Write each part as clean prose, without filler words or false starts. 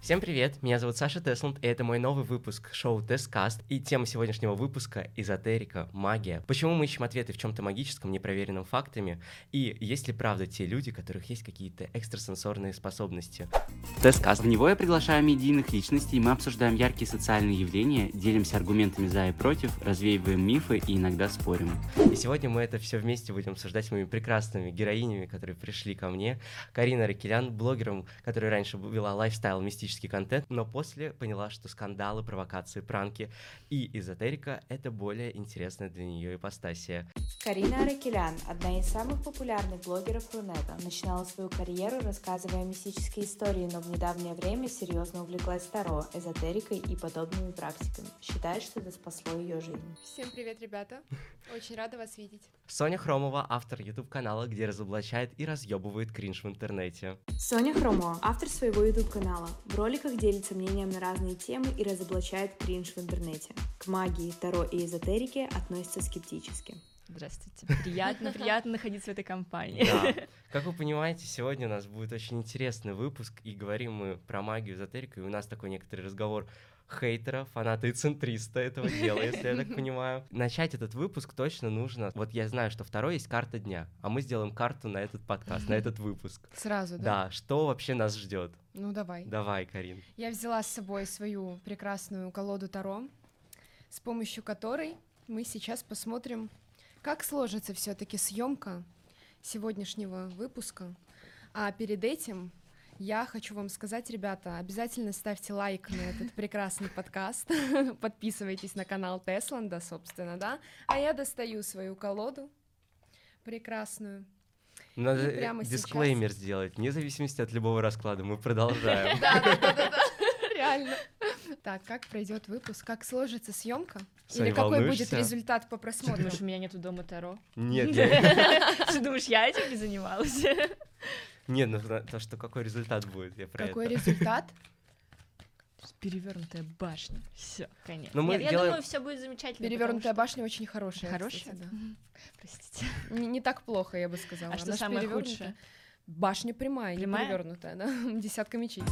Всем привет, меня зовут Саша Тесланд, и это мой новый выпуск шоу Тесткаст, и тема сегодняшнего выпуска — эзотерика, магия. Почему мы ищем ответы в чем-то магическом, непроверенном фактами, и есть ли правда те люди, у которых есть какие-то экстрасенсорные способности. Тесткаст. В него я приглашаю медийных личностей, мы обсуждаем яркие социальные явления, делимся аргументами за и против, развеиваем мифы и иногда спорим. И сегодня мы это все вместе будем обсуждать с моими прекрасными героинями, которые пришли ко мне. Карина Аракелян, блогером, которая раньше вела лайфстайл, мистический контент, но после поняла, что скандалы, провокации, пранки и эзотерика — это более интересная для нее ипостасия. Карина Аракелян, одна из самых популярных блогеров Рунета, начинала свою карьеру, рассказывая мистические истории, но в недавнее время серьезно увлеклась таро, эзотерикой и подобными практиками. Считает, что это спасло ее жизнь. Всем привет, ребята! Очень рада вас видеть. Соня Хромова, автор YouTube-канала, где разоблачает и разъебывает кринж в интернете. Соня Хромова, автор своего YouTube-канала. В роликах делится мнением на разные темы и разоблачает кринж в интернете. К магии, таро и эзотерике относится скептически. Здравствуйте. Приятно находиться в этой компании. Да. Как вы понимаете, сегодня у нас будет очень интересный выпуск, и говорим мы про магию, эзотерику, и у нас такой некоторый разговор хейтера, фаната и центриста этого дела, если я так понимаю. Начать этот выпуск точно нужно. Вот я знаю, что второй есть карта дня, а мы сделаем карту на этот подкаст, на этот выпуск. Сразу, да? Да, что вообще нас ждет? Ну, давай. Давай, Карин. Я взяла с собой свою прекрасную колоду Таро, с помощью которой мы сейчас посмотрим, как сложится все-таки съемка сегодняшнего выпуска. А перед этим я хочу вам сказать, ребята, обязательно ставьте лайк на этот прекрасный подкаст, подписывайтесь на канал Тесланда, собственно, да, а я достаю свою колоду прекрасную. Надо прямо дисклеймер сейчас сделать, вне зависимости от любого расклада, мы продолжаем. Да, реально. Так, как пройдет выпуск, как сложится съемка? Соня, Или какой волнуешься? будет результат по Ты просмотру? думаешь, у меня нету дома Таро? Нет, Ты думаешь, я этим не занималась? нет, ну то, что какой результат будет, я про Какой это. результат? Перевернутая башня. Все, конец. Но мы Нет, я делаем- думаю, все будет замечательно. Перевернутая башня очень хорошая. Хорошая? кстати, да. Простите. Не так плохо, я бы сказала. А что Она ж самое перевёрнутая. худшее? Башня прямая, не Прямая? перевернутая, да? Десятка мечей.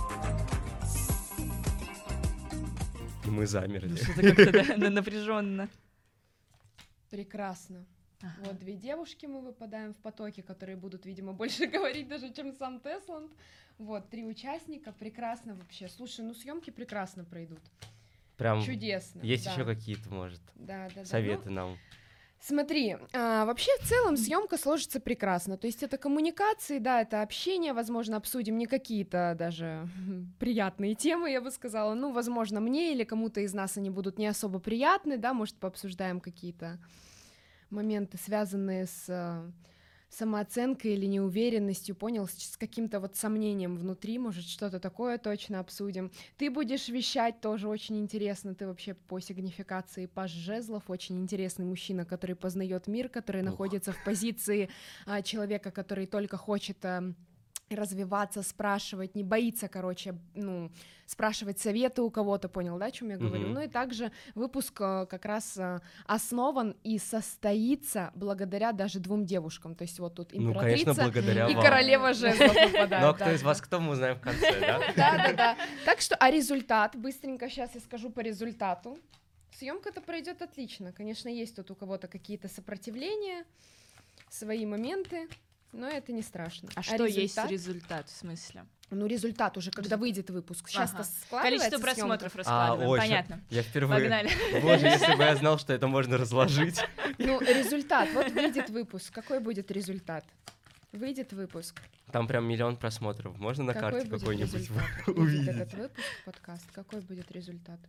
И мы замерли. Что-то как-то напряженно. Прекрасно. Вот две девушки мы выпадаем в потоке, которые будут, видимо, больше говорить даже, чем сам Тесланд. Вот, 3 участника, прекрасно вообще. Слушай, ну съемки прекрасно пройдут. Прям Чудесно. есть да. еще какие-то, может, Да. советы нам. Смотри, вообще в целом съемка сложится прекрасно. То есть это коммуникации, да, это общение, возможно, обсудим не какие-то даже приятные темы, я бы сказала. Ну, возможно, мне или кому-то из нас они будут не особо приятны, да, может, пообсуждаем какие-то моменты, связанные с самооценкой или неуверенностью, понял, с каким-то вот сомнением внутри, может, что-то такое точно обсудим. Ты будешь вещать, тоже очень интересно, ты вообще по сигнификации паж жезлов, очень интересный мужчина, который познает мир, который находится в позиции человека, который только хочет развиваться, спрашивать, не боится, короче, ну, спрашивать советы у кого-то, понял, да, о чем я говорю? Мгм. Ну и также выпуск как раз основан и состоится благодаря даже 2 девушкам, то есть вот тут Ну, конечно, императрица благодаря и вам. королева жезлов выпадают. Ну, а кто да, из вас кто, мы узнаем в конце, да? Да. Так что, а результат, быстренько сейчас я скажу по результату. Съемка-то пройдет отлично, конечно, есть тут у кого-то какие-то сопротивления, свои моменты, но это не страшно. А что есть результат, в смысле? Ну, результат уже, когда выйдет выпуск. Сейчас-то Ага. складывается Количество просмотров съёмка. раскладываем, ой, понятно. Я впервые. Погнали. Боже, если бы я знал, что это можно разложить. Ну, результат. Вот выйдет выпуск. Какой будет результат? Выйдет выпуск. Там прям 1 000 000 просмотров. Можно на Какой карте будет какой-нибудь результат? Выйдет увидеть? этот выпуск, подкаст. Какой будет результат?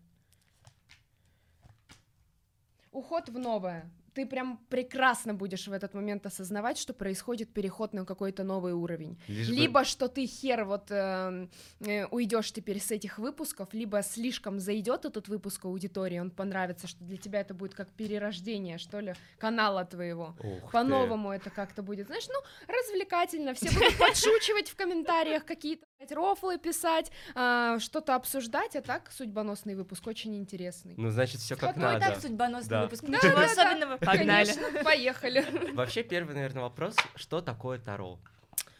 Уход в новое. Ты прям прекрасно будешь в этот момент осознавать, что происходит переход на какой-то новый уровень. Лишь бы- Либо что ты хер вот уйдешь теперь с этих выпусков, либо слишком зайдет этот выпуск аудитории, он понравится, что для тебя это будет как перерождение, что ли, канала твоего. Ух ты. По-новому это как-то будет, знаешь, ну, развлекательно, все будут подшучивать в комментариях, какие-то рофлы писать, что-то обсуждать, а так судьбоносный выпуск очень интересный. Ну, значит, все как Какой надо. так судьбоносный Да. выпуск? Да, Ничего да, особенного. Погнали. Конечно, поехали. Вообще, первый, наверное, вопрос, что такое Таро?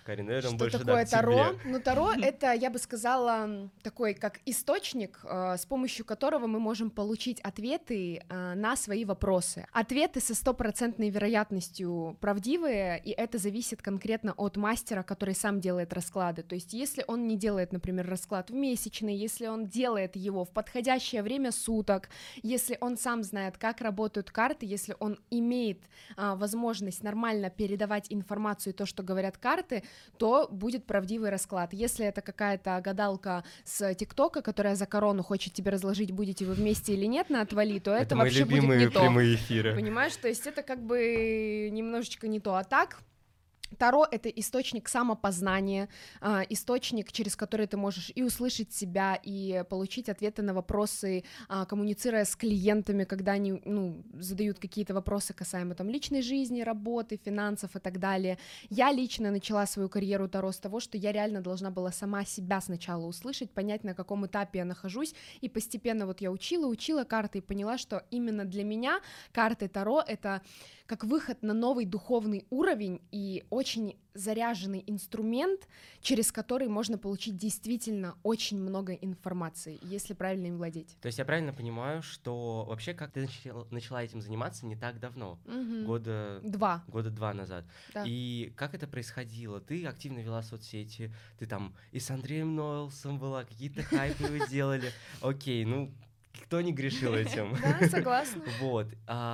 Карин, наверное, Что больше такое да, к Таро? тебе. Ну, Таро — это, я бы сказала, такой как источник, с помощью которого мы можем получить ответы на свои вопросы. Ответы со 100% вероятностью правдивые, и это зависит конкретно от мастера, который сам делает расклады. То есть если он не делает, например, расклад в месячный, если он делает его в подходящее время суток, если он сам знает, как работают карты, если он имеет возможность нормально передавать информацию и то, что говорят карты, то будет правдивый расклад. Если это какая-то гадалка с ТикТока, которая за корону хочет тебе разложить, будете вы вместе или нет на отвали, то это мои вообще будет любимые не то. прямые эфиры. Понимаешь, то есть это как бы немножечко не то. А так, Таро — это источник самопознания, источник, через который ты можешь и услышать себя, и получить ответы на вопросы, коммуницируя с клиентами, когда они задают какие-то вопросы касаемо там личной жизни, работы, финансов и так далее. Я лично начала свою карьеру Таро с того, что я реально должна была сама себя сначала услышать, понять, на каком этапе я нахожусь, и постепенно вот я учила карты и поняла, что именно для меня карты Таро — это как выход на новый духовный уровень и очень заряженный инструмент, через который можно получить действительно очень много информации, если правильно им владеть. То есть я правильно понимаю, что вообще как ты начала этим заниматься не так давно, года два назад. Да. И как это происходило? Ты активно вела соцсети, ты там и с Андреем Нойлсом была, какие-то хайпы вы делали. Окей, ну кто не грешил этим? Да, согласна. Вот.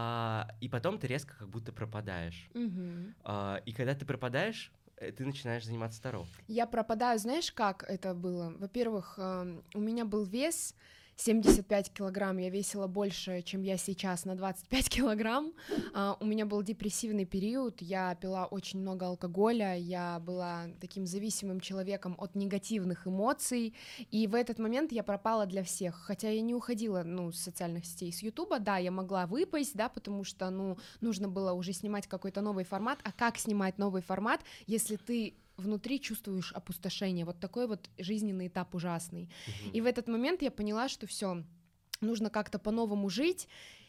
И потом ты резко как будто пропадаешь. И когда ты пропадаешь, ты начинаешь заниматься Таро. Я пропадаю, знаешь, как это было? Во-первых, у меня был вес 75 килограмм, я весила больше, чем я сейчас, на 25 килограмм. У меня был депрессивный период, я пила очень много алкоголя, я была таким зависимым человеком от негативных эмоций, и в этот момент я пропала для всех, хотя я не уходила, с социальных сетей, с Ютуба, да, я могла выпасть, да, потому что, нужно было уже снимать какой-то новый формат, а как снимать новый формат, если ты внутри чувствуешь опустошение, вот такой вот жизненный этап ужасный. И в этот момент я поняла, что все, нужно как-то по-новому жить.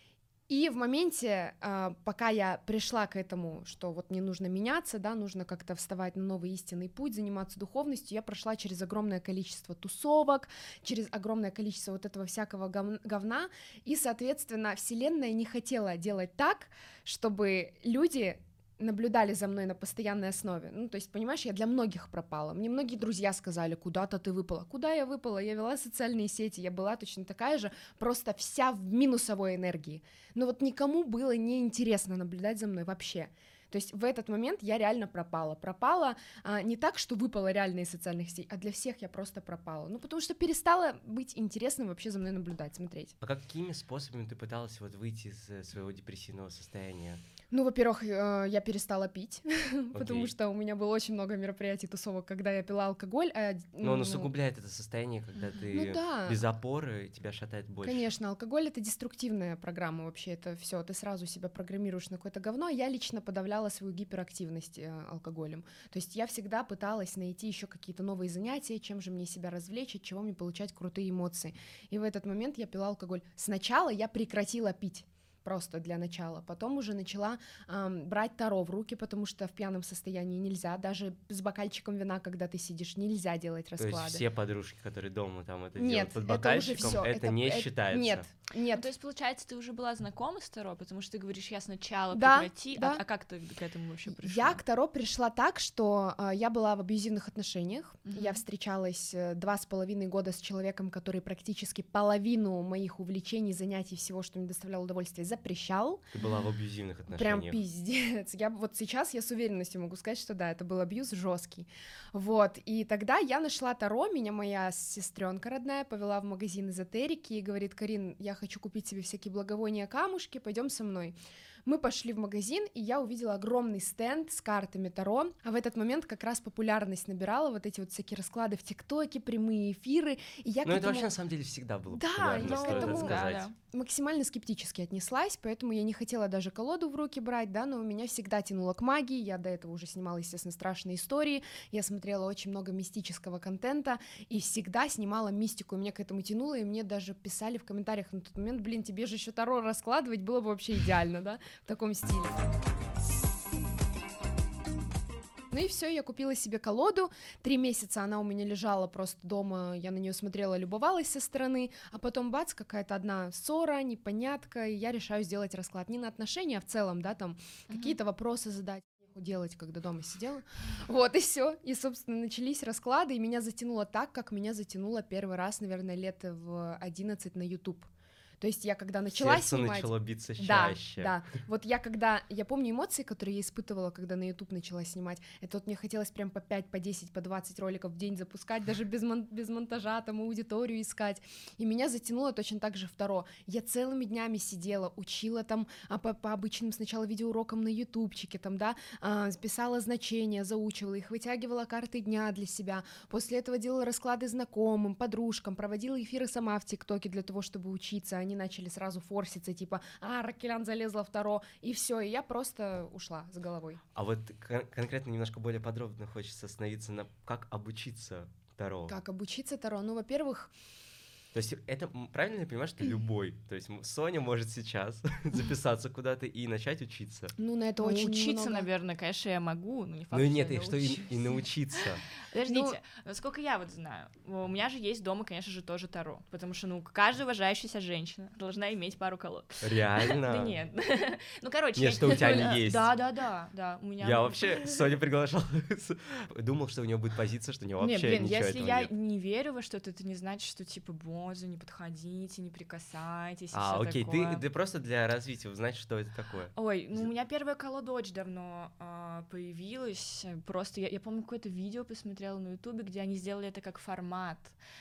И в моменте, пока я пришла к этому, что вот мне нужно меняться, да, нужно как-то вставать на новый истинный путь, заниматься духовностью, я прошла через огромное количество тусовок, через огромное количество вот этого всякого говна, и, соответственно, Вселенная не хотела делать так, чтобы люди наблюдали за мной на постоянной основе. То есть, понимаешь, я для многих пропала. Мне многие друзья сказали: куда-то ты выпала. Куда я выпала? Я вела социальные сети, я была точно такая же, просто вся в минусовой энергии. Но вот никому было неинтересно наблюдать за мной вообще. То есть в этот момент я реально пропала. Пропала не так, что выпала реально из социальных сетей, а для всех я просто пропала. Потому что перестала быть интересным вообще за мной наблюдать, смотреть. А какими способами ты пыталась вот выйти из своего депрессивного состояния? Во-первых, я перестала пить, потому что у меня было очень много мероприятий, тусовок, когда я пила алкоголь. Но он усугубляет это состояние, когда ты без опоры, тебя шатает больше. Конечно, алкоголь — это деструктивная программа вообще, это все, ты сразу себя программируешь на какое-то говно. Я лично подавляла свою гиперактивность алкоголем. То есть я всегда пыталась найти еще какие-то новые занятия, чем же мне себя развлечь, от чего мне получать крутые эмоции. И в этот момент я пила алкоголь. Сначала я прекратила пить. Просто для начала. Потом уже начала брать Таро в руки, потому что в пьяном состоянии нельзя, даже с бокальчиком вина, когда ты сидишь, нельзя делать расклады. То есть все подружки, которые дома там это делают под бокальчиком, это не считается? Нет. То есть, получается, ты уже была знакома с Таро, потому что ты говоришь: я сначала прекрати, да. А как ты к этому вообще пришла? Я к Таро пришла так, что я была в абьюзивных отношениях, я встречалась 2,5 года с человеком, который практически половину моих увлечений, занятий, всего, что мне доставляло удовольствие, запрещал. Ты была в абьюзивных отношениях. Прям пиздец. Вот сейчас я с уверенностью могу сказать, что да, это был абьюз жесткий. Вот, и тогда я нашла Таро, меня моя сестренка родная повела в магазин эзотерики и говорит: Карин, я хочу купить себе всякие благовония, камушки, пойдем со мной. Мы пошли в магазин, и я увидела огромный стенд с картами Таро, а в этот момент как раз популярность набирала вот эти вот всякие расклады в ТикТоке, прямые эфиры, и я это вообще на самом деле всегда было популярно, я стоит это сказать. Максимально скептически отнеслась, поэтому я не хотела даже колоду в руки брать, да, но меня всегда тянуло к магии, я до этого уже снимала, естественно, страшные истории, я смотрела очень много мистического контента и всегда снимала мистику, и меня к этому тянуло, и мне даже писали в комментариях на тот момент: блин, тебе же еще Таро раскладывать было бы вообще идеально, да, в таком стиле. Ну и все, я купила себе колоду, 3 месяца она у меня лежала просто дома, я на нее смотрела, любовалась со стороны, а потом бац, какая-то одна ссора, непонятка, и я решаю сделать расклад не на отношения, а в целом, да, там какие-то вопросы задать, делать, когда дома сидела, вот, и все, и, собственно, начались расклады, и меня затянуло так, как меня затянуло первый раз, наверное, лет в 11 на YouTube. То есть я когда начала Сердце снимать... начало биться Да, чаще. да. Вот я помню эмоции, которые я испытывала, когда на YouTube начала снимать. Это вот мне хотелось прям по 5, по 10, по 20 роликов в день запускать, даже без монтажа, там, аудиторию искать. И меня затянуло точно так же в Таро. Я целыми днями сидела, учила там по обычным сначала видеоурокам на ютубчике, там, да, писала значения, заучивала их, вытягивала карты дня для себя. После этого делала расклады знакомым, подружкам, проводила эфиры сама в ТикТоке для того, чтобы учиться. Они начали сразу форситься, типа, Рокелян залезла в Таро, и все, и я просто ушла с головой. А вот конкретно немножко более подробно хочется остановиться на как обучиться Таро. Как обучиться Таро? Ну, во-первых... То есть это, правильно я понимаю, что любой, то есть Соня может сейчас записаться куда-то и начать учиться? Ну, на это очень учиться, много. наверное, конечно, я могу, но не факт, Ну что нет, я и что и научиться. Подождите, насколько я вот знаю, у меня же есть дома, конечно же, тоже Таро, потому что, ну, каждая уважающаяся женщина должна иметь пару колод. Реально? Да нет. Ну, короче... Нет, что у тебя не есть. Да, у меня... Я вообще Соню приглашал, думал, что у нее будет позиция, что у нее вообще ничего этого нет. Если я не верю во что-то, это не значит, что, типа, боже, не подходите, не прикасайтесь, и всё Окей, такое. ты просто для развития узнать, что это такое. Ой, ну у меня первая колода очень давно появилась, просто я помню, какое-то видео посмотрела на ютубе, где они сделали это как формат,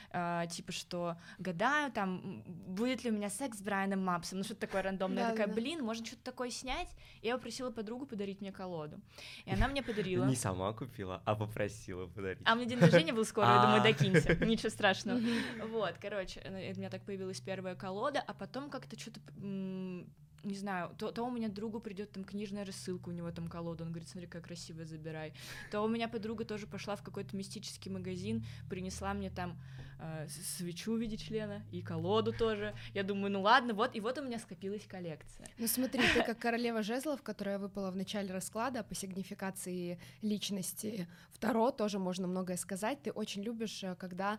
типа, что гадаю, там, будет ли у меня секс с Брайаном Мапсом, ну что-то такое рандомное, я такая, блин, можно что-то такое снять, и я попросила подругу подарить мне колоду, и она мне подарила. Не сама купила, а попросила подарить. А у меня день рождения был скоро, я думаю, докинься, ничего страшного. Вот, короче, у меня так появилась первая колода, а потом как-то что-то, не знаю, то у меня другу придет там книжная рассылка, у него там колода, он говорит, смотри, какая красивая, забирай. То у меня подруга тоже пошла в какой-то мистический магазин, принесла мне там свечу в виде члена и колоду тоже. Я думаю, ну ладно, вот, и вот у меня скопилась коллекция. Ну смотри, ты как королева жезлов, которая выпала в начале расклада по сигнификации личности в Таро, тоже можно многое сказать. Ты очень любишь, когда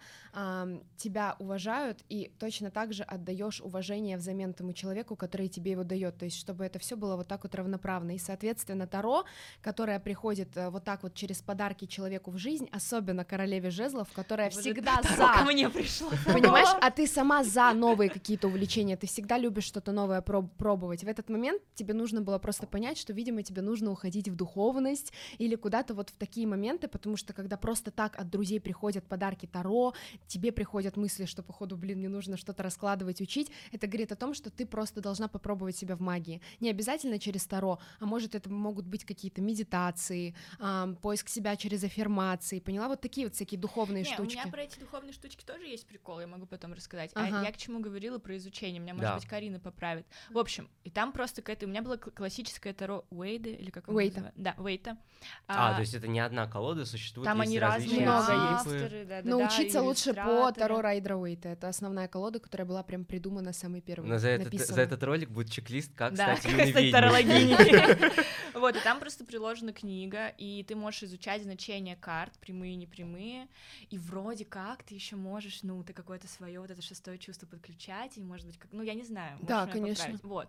тебя уважают, и точно так же отдаешь уважение взамен тому человеку, который тебе его дает, то есть чтобы это все было вот так вот равноправно. И, соответственно, Таро, которая приходит вот так вот через подарки человеку в жизнь, особенно королеве жезлов, которая вот всегда за... Мне пришло. Понимаешь, а ты сама за новые какие-то увлечения, ты всегда любишь что-то новое пробовать. В этот момент тебе нужно было просто понять, что, видимо, тебе нужно уходить в духовность или куда-то вот в такие моменты, потому что когда просто так от друзей приходят подарки Таро, тебе приходят мысли, что, походу, мне нужно что-то раскладывать, учить, это говорит о том, что ты просто должна попробовать себя в магии. Не обязательно через Таро, а может, это могут быть какие-то медитации, поиск себя через аффирмации, поняла? Вот такие вот всякие духовные штучки. У меня про эти духовные штучки тоже есть прикол, я могу потом рассказать. А я к чему говорила про изучение, меня, может быть, Карина поправит. В общем, и там просто у меня была классическая Таро Уэйда, или как он называется? Да, Уэйта. То есть это не одна колода, существует, там есть они различные авторы, научиться лучше по Таро Райдера Уэйта, это основная колода, которая была прям придумана самой первой. Но за этот ролик будет чек-лист, как стать юной ведьмой. Тарологиней. Вот, и там просто приложена книга, и ты можешь изучать значения карт, прямые, непрямые, и вроде как ты еще можешь, ты какое-то свое вот это шестое чувство подключать, и может быть, я не знаю. Да, конечно. Вот.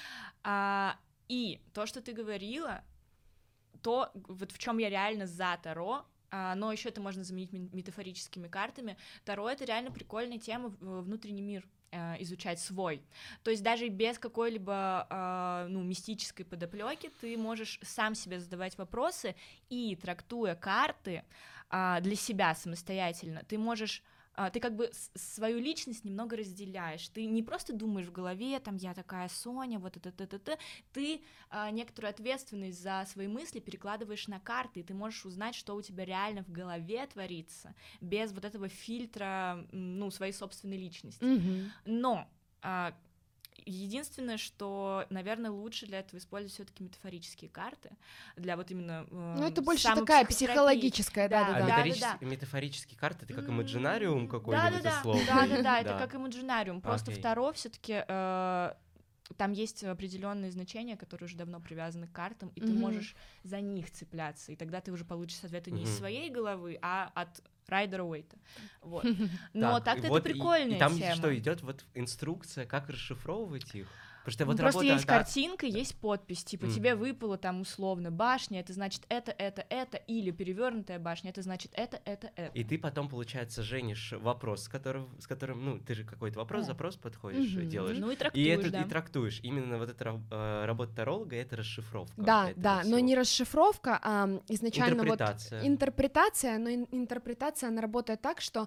И то, что ты говорила, то, вот в чем я реально за Таро, но еще это можно заменить метафорическими картами. Таро — это реально прикольная тема, внутренний мир изучать свой. То есть даже без какой-либо мистической подоплеки ты можешь сам себе задавать вопросы, и, трактуя карты для себя самостоятельно, ты можешь... Ты как бы свою личность немного разделяешь. Ты не просто думаешь в голове, там, я такая Соня, вот это. Ты некоторую ответственность за свои мысли перекладываешь на карты, и ты можешь узнать, что у тебя реально в голове творится, без вот этого фильтра, своей собственной личности. Но единственное, что, наверное, лучше для этого использовать все-таки метафорические карты, для вот именно это больше такая психологическая, да. Метафорические карты — это как имаджинариум какой-нибудь условный? Да, это как имаджинариум, просто в Таро все-таки там есть определенные значения, которые уже давно привязаны к картам, и ты можешь за них цепляться, и тогда ты уже получишь ответы не из своей головы, а от Райдера Уэйта. Вот. Но так-то это прикольная и там тема. что, идет вот инструкция, как расшифровывать их? Потому что вот Просто работа, есть картинка, есть подпись, типа тебе выпало там условно башня, это значит это, или перевернутая башня, это значит это. И ты потом, получается, женишь вопрос, с которым, ну, ты же какой-то вопрос, запрос подходишь, делаешь. Ну и трактуешь, и трактуешь. Именно вот эта работа таролога — это расшифровка. Да, да, но не расшифровка, а изначально интерпретация, но интерпретация, она работает так, что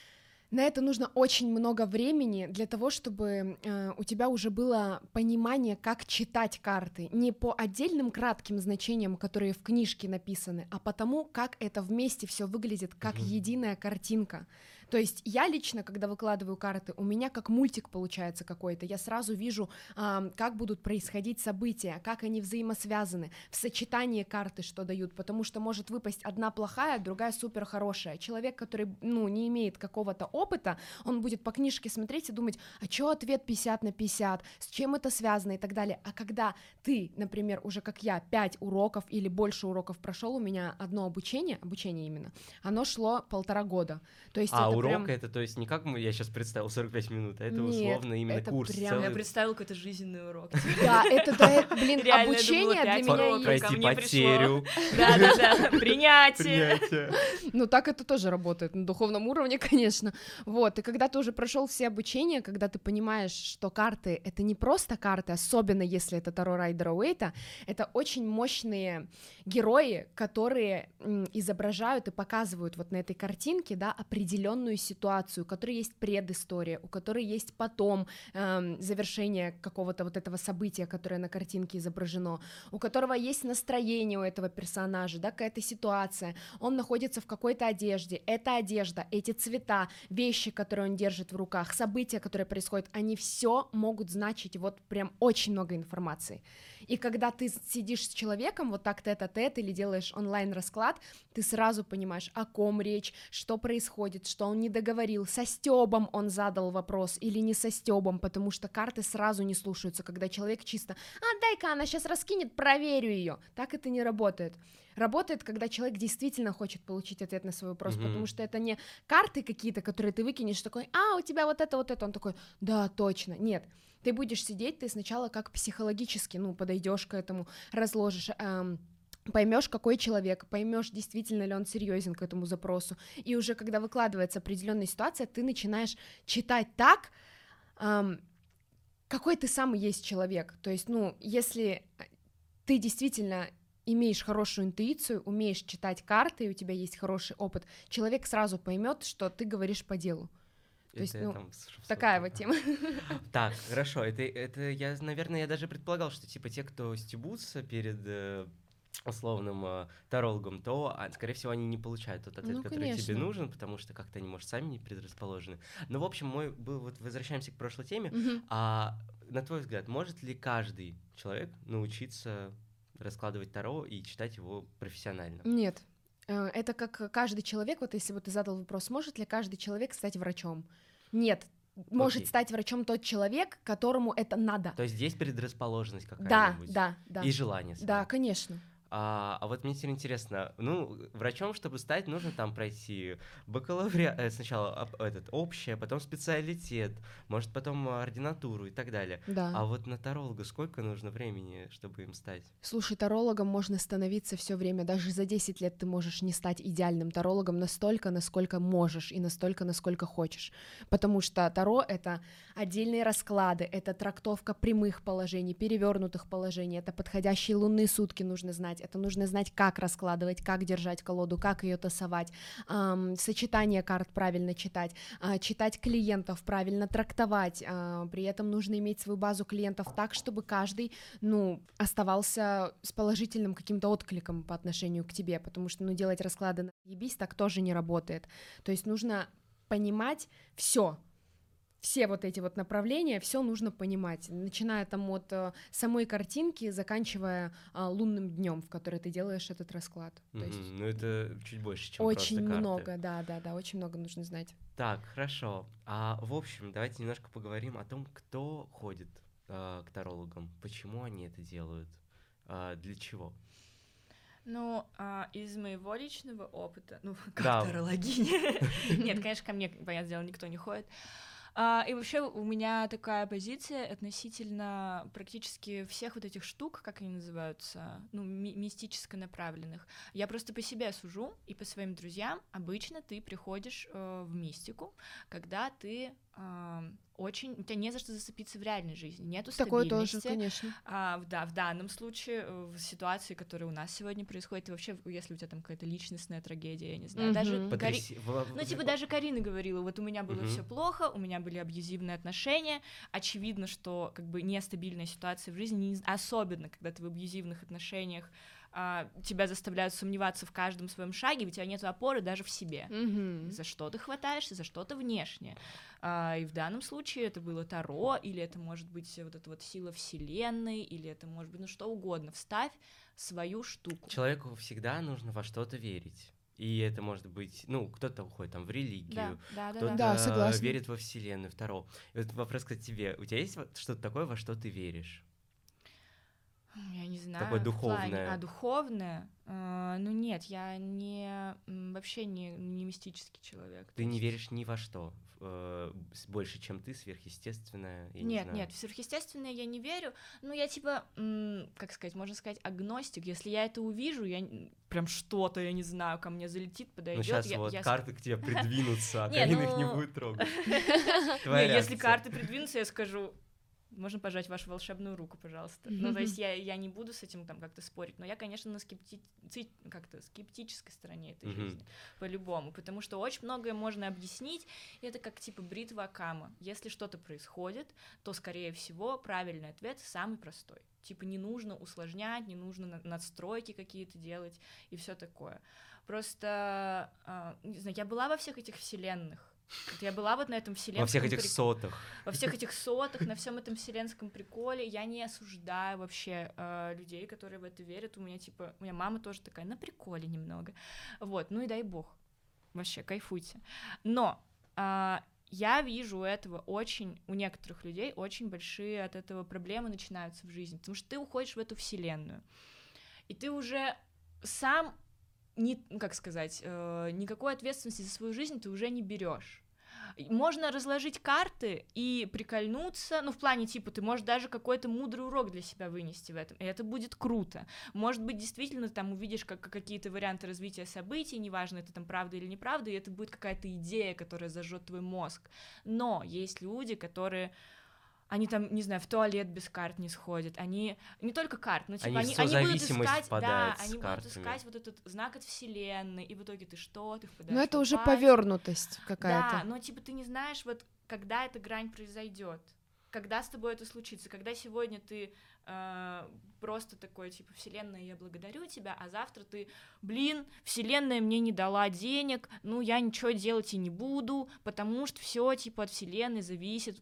на это нужно очень много времени для того, чтобы у тебя уже было понимание, как читать карты. Не по отдельным кратким значениям, которые в книжке написаны, а потому, как это вместе все выглядит, как единая картинка. То есть я лично, когда выкладываю карты, у меня как мультик получается какой-то. Я сразу вижу, как будут происходить события, как они взаимосвязаны, в сочетании карты что дают, потому что может выпасть одна плохая, другая супер хорошая. Человек, который, ну, не имеет какого-то опыта, он будет по книжке смотреть и думать, а чё ответ 50/50, с чем это связано и так далее. А когда ты, например, уже как я, 5 уроков или больше уроков прошел, у меня одно обучение именно, оно шло 1,5 года. То есть это урок прям... это, то есть, не как я сейчас представил 45 минут, а это Нет, условно именно это курс. прям... Я представила какой-то жизненный урок. Да, это, блин, обучение для меня есть. Пройти потерю. Да, принятие. Ну, так это тоже работает на духовном уровне, конечно. Вот, и когда ты уже прошел все обучения, когда ты понимаешь, что карты — это не просто карты, особенно если это Таро Райдера Уэйта, это очень мощные герои, которые изображают и показывают вот на этой картинке, да, определенную ситуацию, у которой есть предыстория, у которой есть потом завершение какого-то вот этого события, которое на картинке изображено, у которого есть настроение у этого персонажа, да, какая-то ситуация, он находится в какой-то одежде, эта одежда, эти цвета, вещи, которые он держит в руках, события, которые происходят, они все могут значить вот прям очень много информации. И когда ты сидишь с человеком вот так тет-а-тет или делаешь онлайн-расклад, ты сразу понимаешь, о ком речь, что происходит, что он не договорил, со стёбом он задал вопрос или не со стёбом, потому что карты сразу не слушаются, когда человек чисто дай-ка она сейчас раскинет, проверю ее. Так это не работает. Работает, когда человек действительно хочет получить ответ на свой вопрос, потому что это не карты какие-то, которые ты выкинешь, такой, у тебя вот это, он такой, да, точно, нет. Ты будешь сидеть, ты сначала как психологически, подойдешь к этому, разложишь, поймешь, какой человек, поймешь, действительно ли он серьезен к этому запросу, и уже когда выкладывается определенная ситуация, ты начинаешь читать так, какой ты сам есть человек. То есть, если ты действительно имеешь хорошую интуицию, умеешь читать карты, и у тебя есть хороший опыт, человек сразу поймет, что ты говоришь по делу. То есть, такая вот тема. Так, хорошо, это я, наверное, я даже предполагал, что, типа, те, кто стебутся перед условным тарологом, то, скорее всего, они не получают тот ответ, который тебе нужен, потому что как-то они, может, сами не предрасположены. Но, в общем, возвращаемся к прошлой теме, а на твой взгляд, может ли каждый человек научиться раскладывать таро и читать его профессионально? Нет. Это как каждый человек, вот если бы ты задал вопрос, может ли каждый человек стать врачом? Нет, может стать врачом тот человек, которому это надо. То есть здесь предрасположенность какая-нибудь? Да. И желание. Да, конечно. А вот мне теперь интересно, врачом, чтобы стать, нужно там пройти бакалавриат, сначала общее, потом специалитет, может, потом ординатуру и так далее. Да. А вот на таролога сколько нужно времени, чтобы им стать? Слушай, тарологом можно становиться все время, даже за 10 лет ты можешь не стать идеальным тарологом настолько, насколько можешь, и настолько, насколько хочешь, потому что таро — это отдельные расклады, это трактовка прямых положений, перевернутых положений, это подходящие лунные сутки нужно знать, это нужно знать, как раскладывать, как держать колоду, как ее тасовать, сочетание карт правильно читать, читать клиентов, правильно трактовать, при этом нужно иметь свою базу клиентов так, чтобы каждый, оставался с положительным каким-то откликом по отношению к тебе, потому что, делать расклады на ебись так тоже не работает, то есть нужно понимать все вот эти вот направления, все нужно понимать, начиная там от самой картинки, заканчивая лунным днем, в который ты делаешь этот расклад. То есть... это чуть больше, чем очень просто карты. много, да, очень много нужно знать. Так, хорошо. В общем, давайте немножко поговорим о том, кто ходит к тарологам? Почему они это делают? Для чего? Ну, из моего личного опыта, ну, как Да. тарологиня. Нет, конечно, ко мне, понятное дело, никто не ходит. И вообще у меня такая позиция относительно практически всех вот этих штук, как они называются, ну, мистически направленных. Я просто по себе сужу и по своим друзьям. Обычно ты приходишь в мистику, когда ты у тебя не за что зацепиться в реальной жизни, нету Такое стабильности. тоже, конечно. Да, в данном случае, в ситуации, которая у нас сегодня происходит, и вообще, если у тебя там какая-то личностная трагедия, я не знаю, даже даже Карина говорила, вот у меня было все плохо, у меня были абьюзивные отношения, очевидно, что как бы нестабильная ситуация в жизни, особенно когда ты в абьюзивных отношениях, тебя заставляют сомневаться в каждом своем шаге, у тебя нет опоры даже в себе. За что ты хватаешься, за что-то внешнее. И в данном случае это было Таро, или это может быть вот эта вот сила вселенной, или это может быть, ну, что угодно. Вставь свою штуку. Человеку всегда нужно во что-то верить. И это может быть, ну, кто-то уходит там в религию, кто-то верит во вселенную, в Таро. И вот вопрос к тебе. У тебя есть что-то такое, во что ты веришь? Я не знаю. Такое духовное. Духовное? Ну нет, я вообще не мистический человек. Ты не веришь ни во что? Больше, чем ты, сверхъестественное? Нет, в сверхъестественное я не верю. Ну, я типа, как сказать, можно сказать, агностик. Если я это увижу, я прям что-то, я не знаю, ко мне залетит, подойдет. Ну, сейчас карты к тебе придвинутся, а Карина их не будет трогать. Если карты придвинутся, я скажу... Можно пожать вашу волшебную руку, пожалуйста. Ну, то есть я не буду с этим там как-то спорить, но я, конечно, на скептической стороне этой жизни, по-любому, потому что очень многое можно объяснить, и это как типа бритва Акама. Если что-то происходит, то, скорее всего, правильный ответ самый простой. Типа не нужно усложнять, не нужно надстройки какие-то делать и все такое. Просто, не знаю, я была во всех этих вселенных. Я была вот на этом вселенском... Во всех этих сотах. Во всех этих сотах, на всем этом вселенском приколе. Я не осуждаю вообще людей, которые в это верят. У меня мама тоже такая, на приколе немного. Вот, ну и дай бог. Вообще, кайфуйте. Но я вижу у некоторых людей очень большие от этого проблемы начинаются в жизни, потому что ты уходишь в эту вселенную, и ты уже сам... никакой ответственности за свою жизнь ты уже не берешь. Можно разложить карты и прикольнуться, ну, в плане, типа, ты можешь даже какой-то мудрый урок для себя вынести в этом, и это будет круто. Может быть, действительно, там увидишь какие-то варианты развития событий, неважно, это там правда или неправда, и это будет какая-то идея, которая зажжет твой мозг. Но есть люди, которые... Они там, не знаю, в туалет без карт не сходят. Они не только карт, но типа они будут искать, они будут искать вот этот знак от вселенной, и в итоге ты впадаешь. Но это уже повёрнутость какая-то. Да, но типа ты не знаешь, вот когда эта грань произойдет, когда с тобой это случится, когда сегодня ты просто такой, типа, вселенная, я благодарю тебя, а завтра ты, вселенная мне не дала денег, ну я ничего делать и не буду, потому что все типа от вселенной зависит,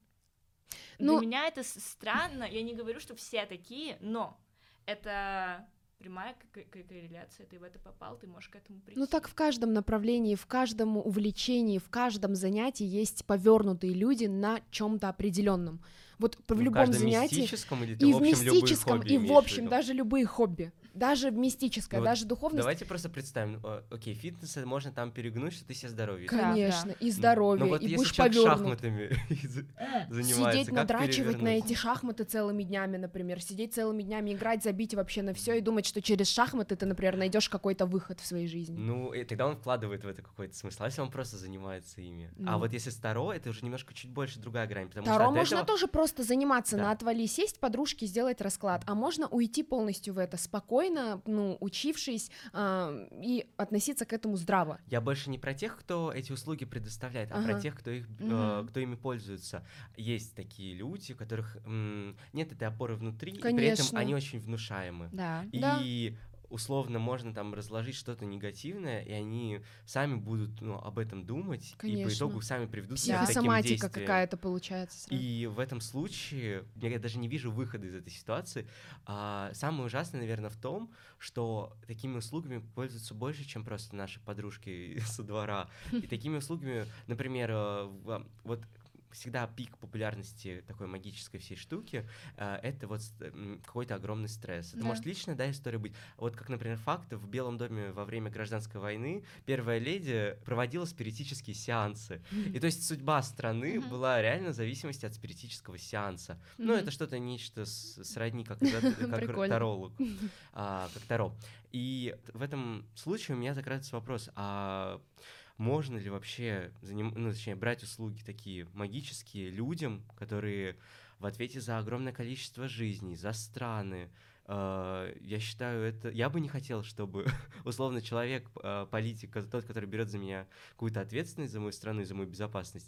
Для меня это странно, я не говорю, что все такие, но это прямая корреляция, ты в это попал, ты можешь к этому прийти. Ну так в каждом направлении, в каждом увлечении, в каждом занятии есть повёрнутые люди на чем-то определенном. Вот в любом занятии, и в мистическом, и в общем, даже любые хобби. Даже мистическое, ну, даже духовность. Давайте просто представим, окей, фитнес можно там перегнуть, что ты себе здоровье. Конечно, и здоровье, вот и будешь повёрнут. Шахматами занимается, сидеть, надрачивать на эти шахматы целыми днями, например, сидеть целыми днями, играть, забить вообще на все и думать, что через шахматы ты, например, найдешь какой-то выход в своей жизни. Ну, и тогда он вкладывает в это какой-то смысл, а если он просто занимается ими? А вот если с Таро, это уже немножко чуть больше другая грань, потому Таро что можно тоже просто заниматься, на отвали сесть, подружке сделать расклад, а можно уйти полностью в это спокойно, учившись, и относиться к этому здраво. Я больше не про тех, кто эти услуги предоставляет, а про тех, кто ими пользуется. Есть такие люди, у которых нет этой опоры внутри, и при этом они очень внушаемы. Да. И условно можно там разложить что-то негативное, и они сами будут об этом думать, и по итогу сами приведут себя к таким действиям. Психосоматика какая-то получается сразу. И в этом случае я даже не вижу выхода из этой ситуации. Самое ужасное, наверное, в том, что такими услугами пользуются больше, чем просто наши подружки со двора. И такими услугами, например, вот всегда пик популярности такой магической всей штуки, это вот какой-то огромный стресс. Это может личная, да, история быть. Вот как, например, факт, в Белом доме во время гражданской войны первая леди проводила спиритические сеансы. И то есть судьба страны была реально в зависимости от спиритического сеанса. Ну, это что-то нечто сродни, как таролог, как таро. И в этом случае у меня закрадывается вопрос, а можно ли вообще брать услуги такие магические людям, которые в ответе за огромное количество жизней, за страны? Я считаю, это... Я бы не хотел, чтобы, условно, человек, политик, тот, который берет за меня какую-то ответственность за мою страну и за мою безопасность,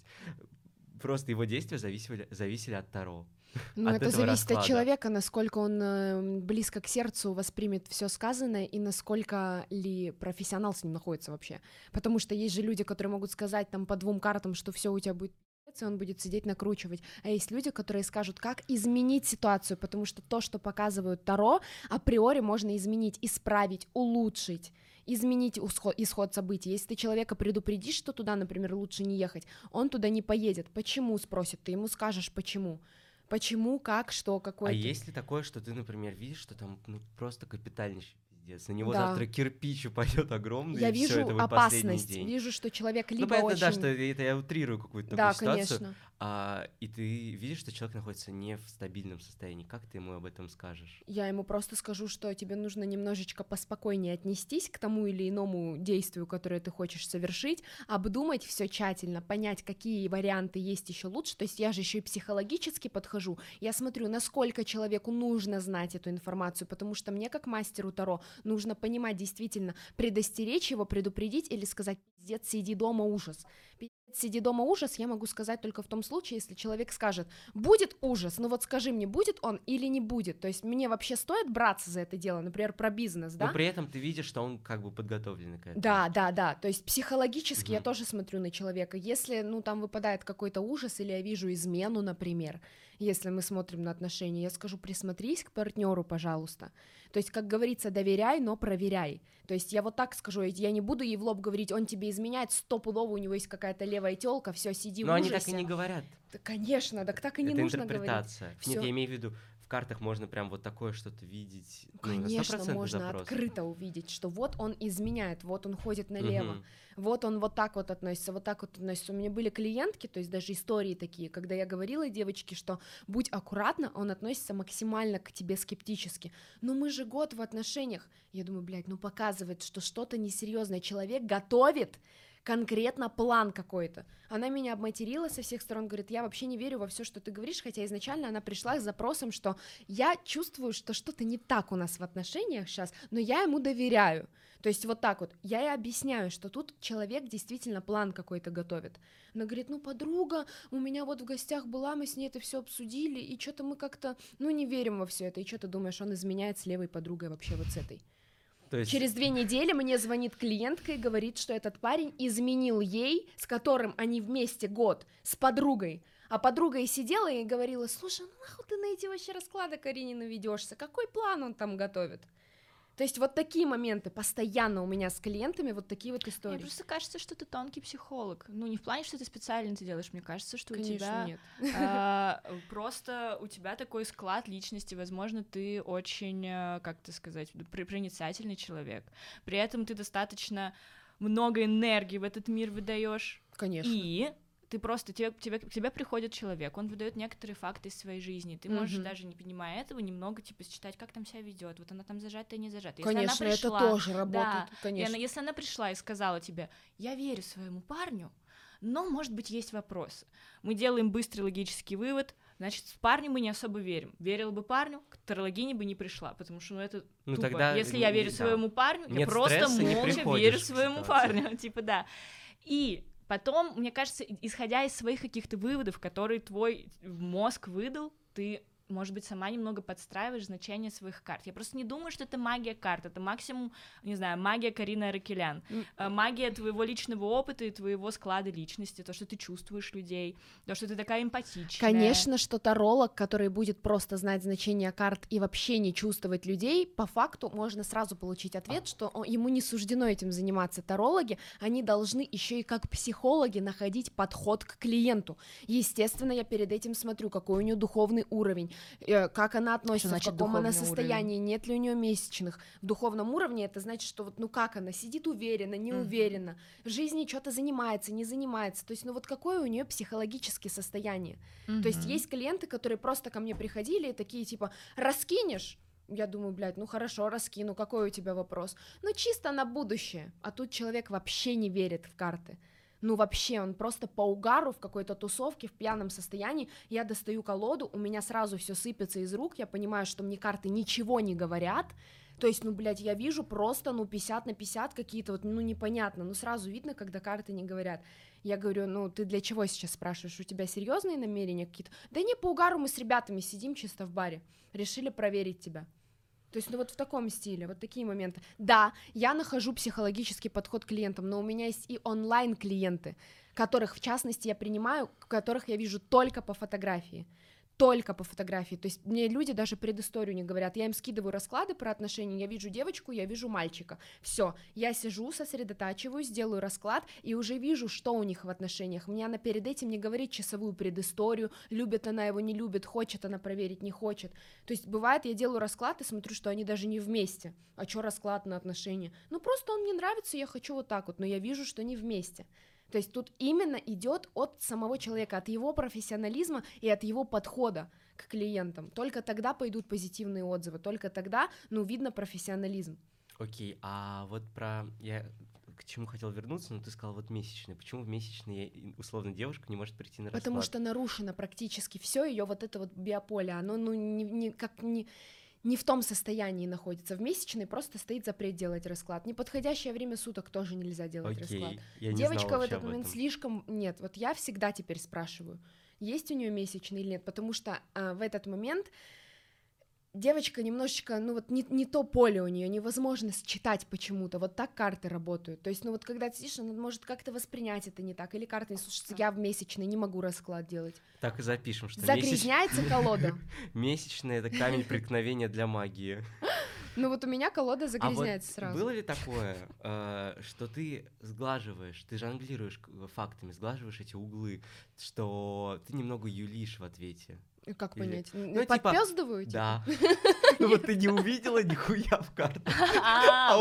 просто его действия зависели от таро. Ну, это зависит от человека, насколько он близко к сердцу воспримет все сказанное и насколько ли профессионал с ним находится вообще. Потому что есть же люди, которые могут сказать там по 2 картам, что все у тебя будет, и он будет сидеть накручивать. А есть люди, которые скажут, как изменить ситуацию, потому что то, что показывают таро, априори можно изменить, исправить, улучшить. Изменить исход событий. Если ты человека предупредишь, что туда, например, лучше не ехать, он туда не поедет. Почему, спросит, ты ему скажешь, почему. Почему, как, что, какой. А есть ли такое, что ты, например, видишь, что там просто капитальнейший пиздец, на него завтра кирпич упадет огромный, я и вижу всё, это будет опасность, последний день. вижу, что человек либо понятно, очень... да, что это я утрирую какую-то такую ситуацию. Конечно. И ты видишь, что человек находится не в стабильном состоянии. Как ты ему об этом скажешь? Я ему просто скажу, что тебе нужно немножечко поспокойнее отнестись к тому или иному действию, которое ты хочешь совершить, обдумать все тщательно, понять, какие варианты есть еще лучше. То есть я же еще и психологически подхожу. Я смотрю, насколько человеку нужно знать эту информацию, потому что мне, как мастеру таро, нужно понимать действительно, предостеречь его, предупредить или сказать: пиздец, сиди дома, ужас. Сиди дома, ужас, я могу сказать только в том случае, если человек скажет: будет ужас, ну вот скажи мне, будет он или не будет, то есть мне вообще стоит браться за это дело, например, про бизнес, да? Но при этом ты видишь, что он как бы подготовленный к этому. Да, то есть психологически я тоже смотрю на человека, если, там выпадает какой-то ужас, или я вижу измену, например, если мы смотрим на отношения, я скажу: присмотрись к партнеру, пожалуйста. То есть, как говорится, доверяй, но проверяй. То есть я вот так скажу, я не буду ей в лоб говорить: он тебе изменяет, стопудово у него есть какая-то левая тёлка, все, сиди в ужасе. Но они так и не говорят. Да, конечно, так и не это нужно интерпретация. говорить. Нет, я имею в виду, в картах можно прям вот такое что-то видеть. Конечно, можно открыто увидеть, что вот он изменяет, вот он ходит налево, вот он вот так вот относится, вот так вот относится. У меня были клиентки, то есть даже истории такие, когда я говорила девочке, что будь аккуратна, он относится максимально к тебе скептически. Но мы же год в отношениях. Я думаю, показывает, что что-то несерьезное. Человек готовит конкретно план какой-то. Она меня обматерила со всех сторон, говорит: я вообще не верю во все, что ты говоришь, хотя изначально она пришла с запросом, что я чувствую, что что-то не так у нас в отношениях сейчас, но я ему доверяю. То есть вот так вот. Я ей объясняю, что тут человек действительно план какой-то готовит. Она говорит: подруга у меня вот в гостях была, мы с ней это все обсудили, и что-то мы как-то, не верим во все это. И что ты думаешь, он изменяет с левой подругой вообще вот с этой? То есть... Через 2 недели мне звонит клиентка и говорит, что этот парень изменил ей, с которым они вместе год, с подругой. А подруга и сидела и говорила: слушай, нахуй ты на эти вообще расклады Каринины ведешься? Какой план он там готовит? То есть вот такие моменты постоянно у меня с клиентами, вот такие вот истории. Мне просто кажется, что ты тонкий психолог. Не в плане, что ты специально это делаешь. Мне кажется, что Конечно, у тебя нет. просто у тебя такой склад личности. Возможно, ты очень, как это сказать, проницательный человек. При этом ты достаточно много энергии в этот мир выдаешь. Конечно. И ты просто, к тебе приходит человек, он выдает некоторые факты из своей жизни, ты можешь даже, не понимая этого, немного считать, как там себя ведет, вот она там зажатая, не зажатая. Конечно, если она пришла, это тоже работает, конечно. Если она пришла и сказала тебе: я верю своему парню, но, может быть, есть вопросы. Мы делаем быстрый логический вывод, значит, с парнем мы не особо верим. Верила бы парню, к тарологине бы не пришла, потому что, это тупо. Тогда... Если я верю своему парню, я просто молча верю своему парню, да. И потом, мне кажется, исходя из своих каких-то выводов, которые твой мозг выдал, ты может быть, сама немного подстраиваешь значение своих карт. Я просто не думаю, что это магия карт, это максимум, не знаю, магия Карины Аракелян, магия твоего личного опыта и твоего склада личности, то, что ты чувствуешь людей, то, что ты такая эмпатичная. Конечно, что таролог, который будет просто знать значение карт и вообще не чувствовать людей, по факту можно сразу получить ответ, что ему не суждено этим заниматься. Тарологи, они должны еще и как психологи находить подход к клиенту. Естественно, я перед этим смотрю, какой у нее духовный уровень, как она относится, в каком она состоянии, нет ли у нее месячных. В духовном уровне это значит, что вот, ну как она сидит уверенно, не уверенно, в жизни что-то занимается, не занимается, то есть, ну вот какое у нее психологическое состояние. То есть есть клиенты, которые просто ко мне приходили и такие типа: раскинешь? Я думаю, блядь, ну хорошо, раскину, какой у тебя вопрос? Ну чисто на будущее, а тут человек вообще не верит в карты. Ну вообще, он просто по угару в какой-то тусовке, в пьяном состоянии, я достаю колоду, у меня сразу все сыпется из рук, я понимаю, что мне карты ничего не говорят, то есть, ну, блядь, я вижу просто, ну, 50 на 50 какие-то вот, ну, непонятно, ну, сразу видно, когда карты не говорят. Я говорю, ну, ты для чего сейчас спрашиваешь, у тебя серьезные намерения какие-то? Да не, по угару мы с ребятами сидим чисто в баре, решили проверить тебя. То есть, ну вот в таком стиле, вот такие моменты. Да, я нахожу психологический подход к клиентам, но у меня есть и онлайн-клиенты, которых, в частности, я принимаю, которых я вижу только по фотографии. Только по фотографии, то есть мне люди даже предысторию не говорят, я им скидываю расклады про отношения, я вижу девочку, я вижу мальчика, все, я сижу, сосредотачиваюсь, делаю расклад и уже вижу, что у них в отношениях, мне она перед этим не говорит часовую предысторию, любит она его, не любит, хочет она проверить, не хочет, то есть бывает, я делаю расклад и смотрю, что они даже не вместе, а что расклад на отношения, ну просто он мне нравится, я хочу вот так вот, но я вижу, что они вместе. То есть тут именно идет от самого человека, от его профессионализма и от его подхода к клиентам. Только тогда пойдут позитивные отзывы, только тогда, ну, видно профессионализм. Окей, а вот я к чему хотел вернуться, но ты сказал вот месячные. Почему в месячные условно девушка не может прийти на расклад? Потому что нарушено практически все ее вот это вот биополе, оно ну не в том состоянии находится. В месячной просто стоит запрет делать расклад. Неподходящее время суток тоже нельзя делать расклад. Я не Девочка знал в этот об момент этом. слишком... Нет, вот я всегда теперь спрашиваю, есть у нее месячный или нет, потому что в этот момент девочка немножечко, ну вот не то поле у нее, невозможно считать почему-то, вот так карты работают, то есть, ну вот когда ты сидишь, она может как-то воспринять это не так, или карты не слушаются, я в месячной не могу расклад делать. Так и запишем, что загрязняется колода. Месячные — это камень преткновения для магии. Ну вот у меня колода загрязняется вот сразу. было ли такое, что ты сглаживаешь, ты жонглируешь фактами, сглаживаешь эти углы, что ты немного юлишь в ответе? Как Или... понять? Ну, подпёздываю? Да. Ну вот ты не увидела нихуя в картах, а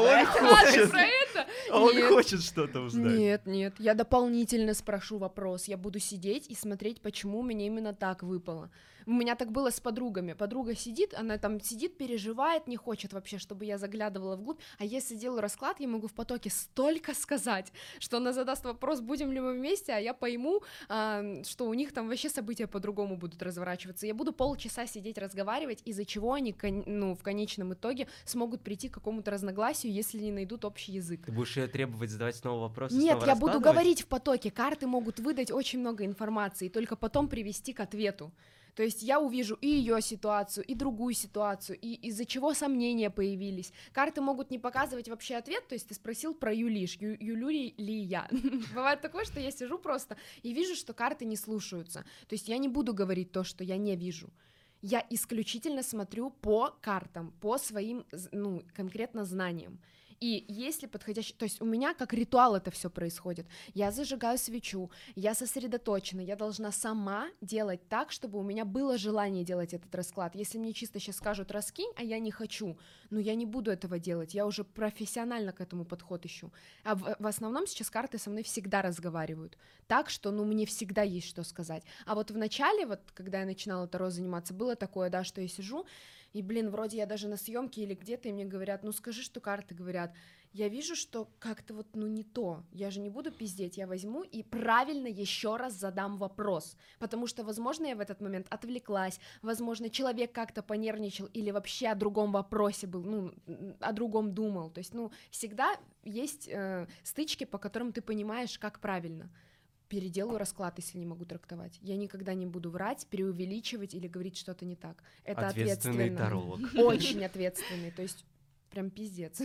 он хочет что-то узнать. Нет, я дополнительно спрошу вопрос, я буду сидеть и смотреть, почему мне именно так выпало. У меня так было с подругами, подруга сидит, она там сидит, переживает, не хочет вообще, чтобы я заглядывала вглубь, а если делаю расклад, я могу в потоке столько сказать, что она задаст вопрос, будем ли мы вместе, а я пойму, что у них там вообще события по-другому будут разворачиваться, я буду полчаса сидеть разговаривать, из-за чего они, ну, в конечном итоге смогут прийти к какому-то разногласию, если не найдут общий язык. Ты будешь ее требовать задавать снова вопросы? Нет, снова я буду говорить в потоке, карты могут выдать очень много информации, и только потом привести к ответу. То есть я увижу и ее ситуацию, и другую ситуацию, и из-за чего сомнения появились. Карты могут не показывать вообще ответ, то есть ты спросил про Юлиш, Юлю ли я. Бывает такое, что я сижу просто и вижу, что карты не слушаются. То есть я не буду говорить то, что я не вижу. Я исключительно смотрю по картам, по своим, ну, конкретно знаниям. И если подходящий, то есть у меня как ритуал это все происходит, я зажигаю свечу, я сосредоточена, я должна сама делать так, чтобы у меня было желание делать этот расклад. Если мне чисто сейчас скажут раскинь, а я не хочу, ну я не буду этого делать, я уже профессионально к этому подход ищу. А в основном сейчас карты со мной всегда разговаривают, так что, ну, мне всегда есть что сказать. А вот в начале, вот когда я начинала Таро заниматься, было такое, да, что я сижу, и, блин, вроде я даже на съемке или где-то, и мне говорят, ну скажи, что карты говорят. Я вижу, что как-то вот, ну не то. Я же не буду пиздеть, я возьму и правильно еще раз задам вопрос. Потому что, возможно, я в этот момент отвлеклась, возможно, человек как-то понервничал или вообще о другом вопросе был, ну, о другом думал. То есть, ну, всегда есть стычки, по которым ты понимаешь, как правильно. переделаю расклад, если не могу трактовать. Я никогда не буду врать, преувеличивать или говорить что-то не так. Это Ответственный ответственно. таролог. Очень ответственный, то есть прям пиздец.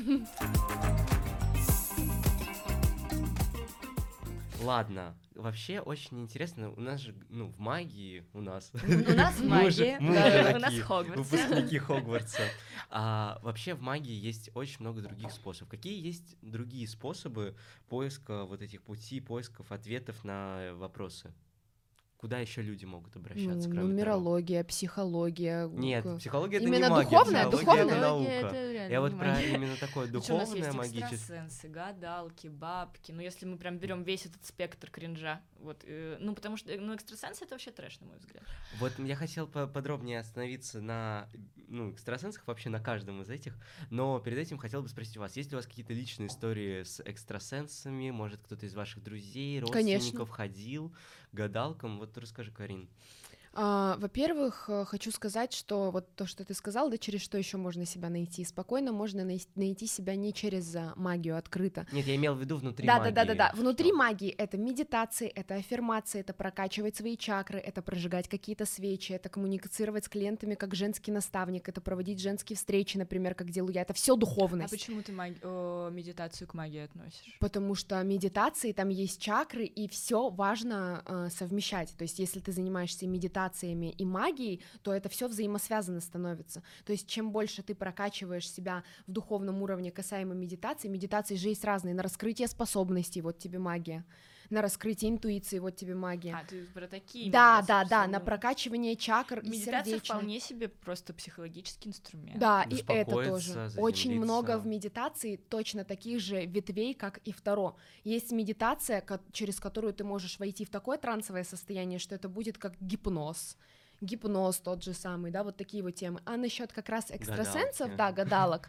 Ладно, вообще очень интересно, у нас же, в магии у нас. У нас Мы же магия, да, у нас такие Хогвартс. выпускники Хогвартса. Вообще в магии есть очень много других способов. Какие есть другие способы поиска вот этих путей, поисков ответов на вопросы? Куда еще люди могут обращаться, кроме Нумерология, психология. Нет, психология это Именно не магия, духовная, психология духовная? это наука. Это реально Я вот не про магия. именно такое Ну что, у нас духовное, есть магическое. экстрасенсы, гадалки, бабки. Ну, если мы прям берем весь этот спектр кринжа, вот, потому что, экстрасенсы — это вообще трэш, на мой взгляд. Вот я хотел подробнее остановиться на экстрасенсах, вообще на каждом из этих, но перед этим хотел бы спросить у вас, есть ли у вас какие-то личные истории с экстрасенсами, может, кто-то из ваших друзей, родственников ходил к гадалкам? Вот расскажи, Карин. Во-первых, хочу сказать, что вот то, что ты сказал, да, через что еще можно себя найти. Спокойно можно найти себя не через магию открыто. Нет, я имел в виду внутри магии. Да. Внутри магии это медитации, это аффирмации, это прокачивать свои чакры, это прожигать какие-то свечи, это коммуницировать с клиентами как женский наставник, это проводить женские встречи, например, как делаю я. Это все духовность. А почему ты медитацию к магии относишь? Потому что медитации, там есть чакры, и все важно совмещать. То есть, если ты занимаешься медитацией и магией, то это все взаимосвязано становится. То есть, чем больше ты прокачиваешь себя в духовном уровне касаемо медитации же есть разные. На раскрытие способностей, вот тебе магия. На раскрытие интуиции, вот тебе магия. А, ты про такие Да, медитации, на прокачивание чакр и медитация сердечных. вполне себе просто психологический инструмент. Да, и это Успокоиться, тоже. Очень заземлиться. много в медитации точно таких же ветвей, как и в Таро. Есть медитация, через которую ты можешь войти в такое трансовое состояние, что это будет как гипноз тот же самый, да, вот такие вот темы. А насчет как раз экстрасенсов, гадалок,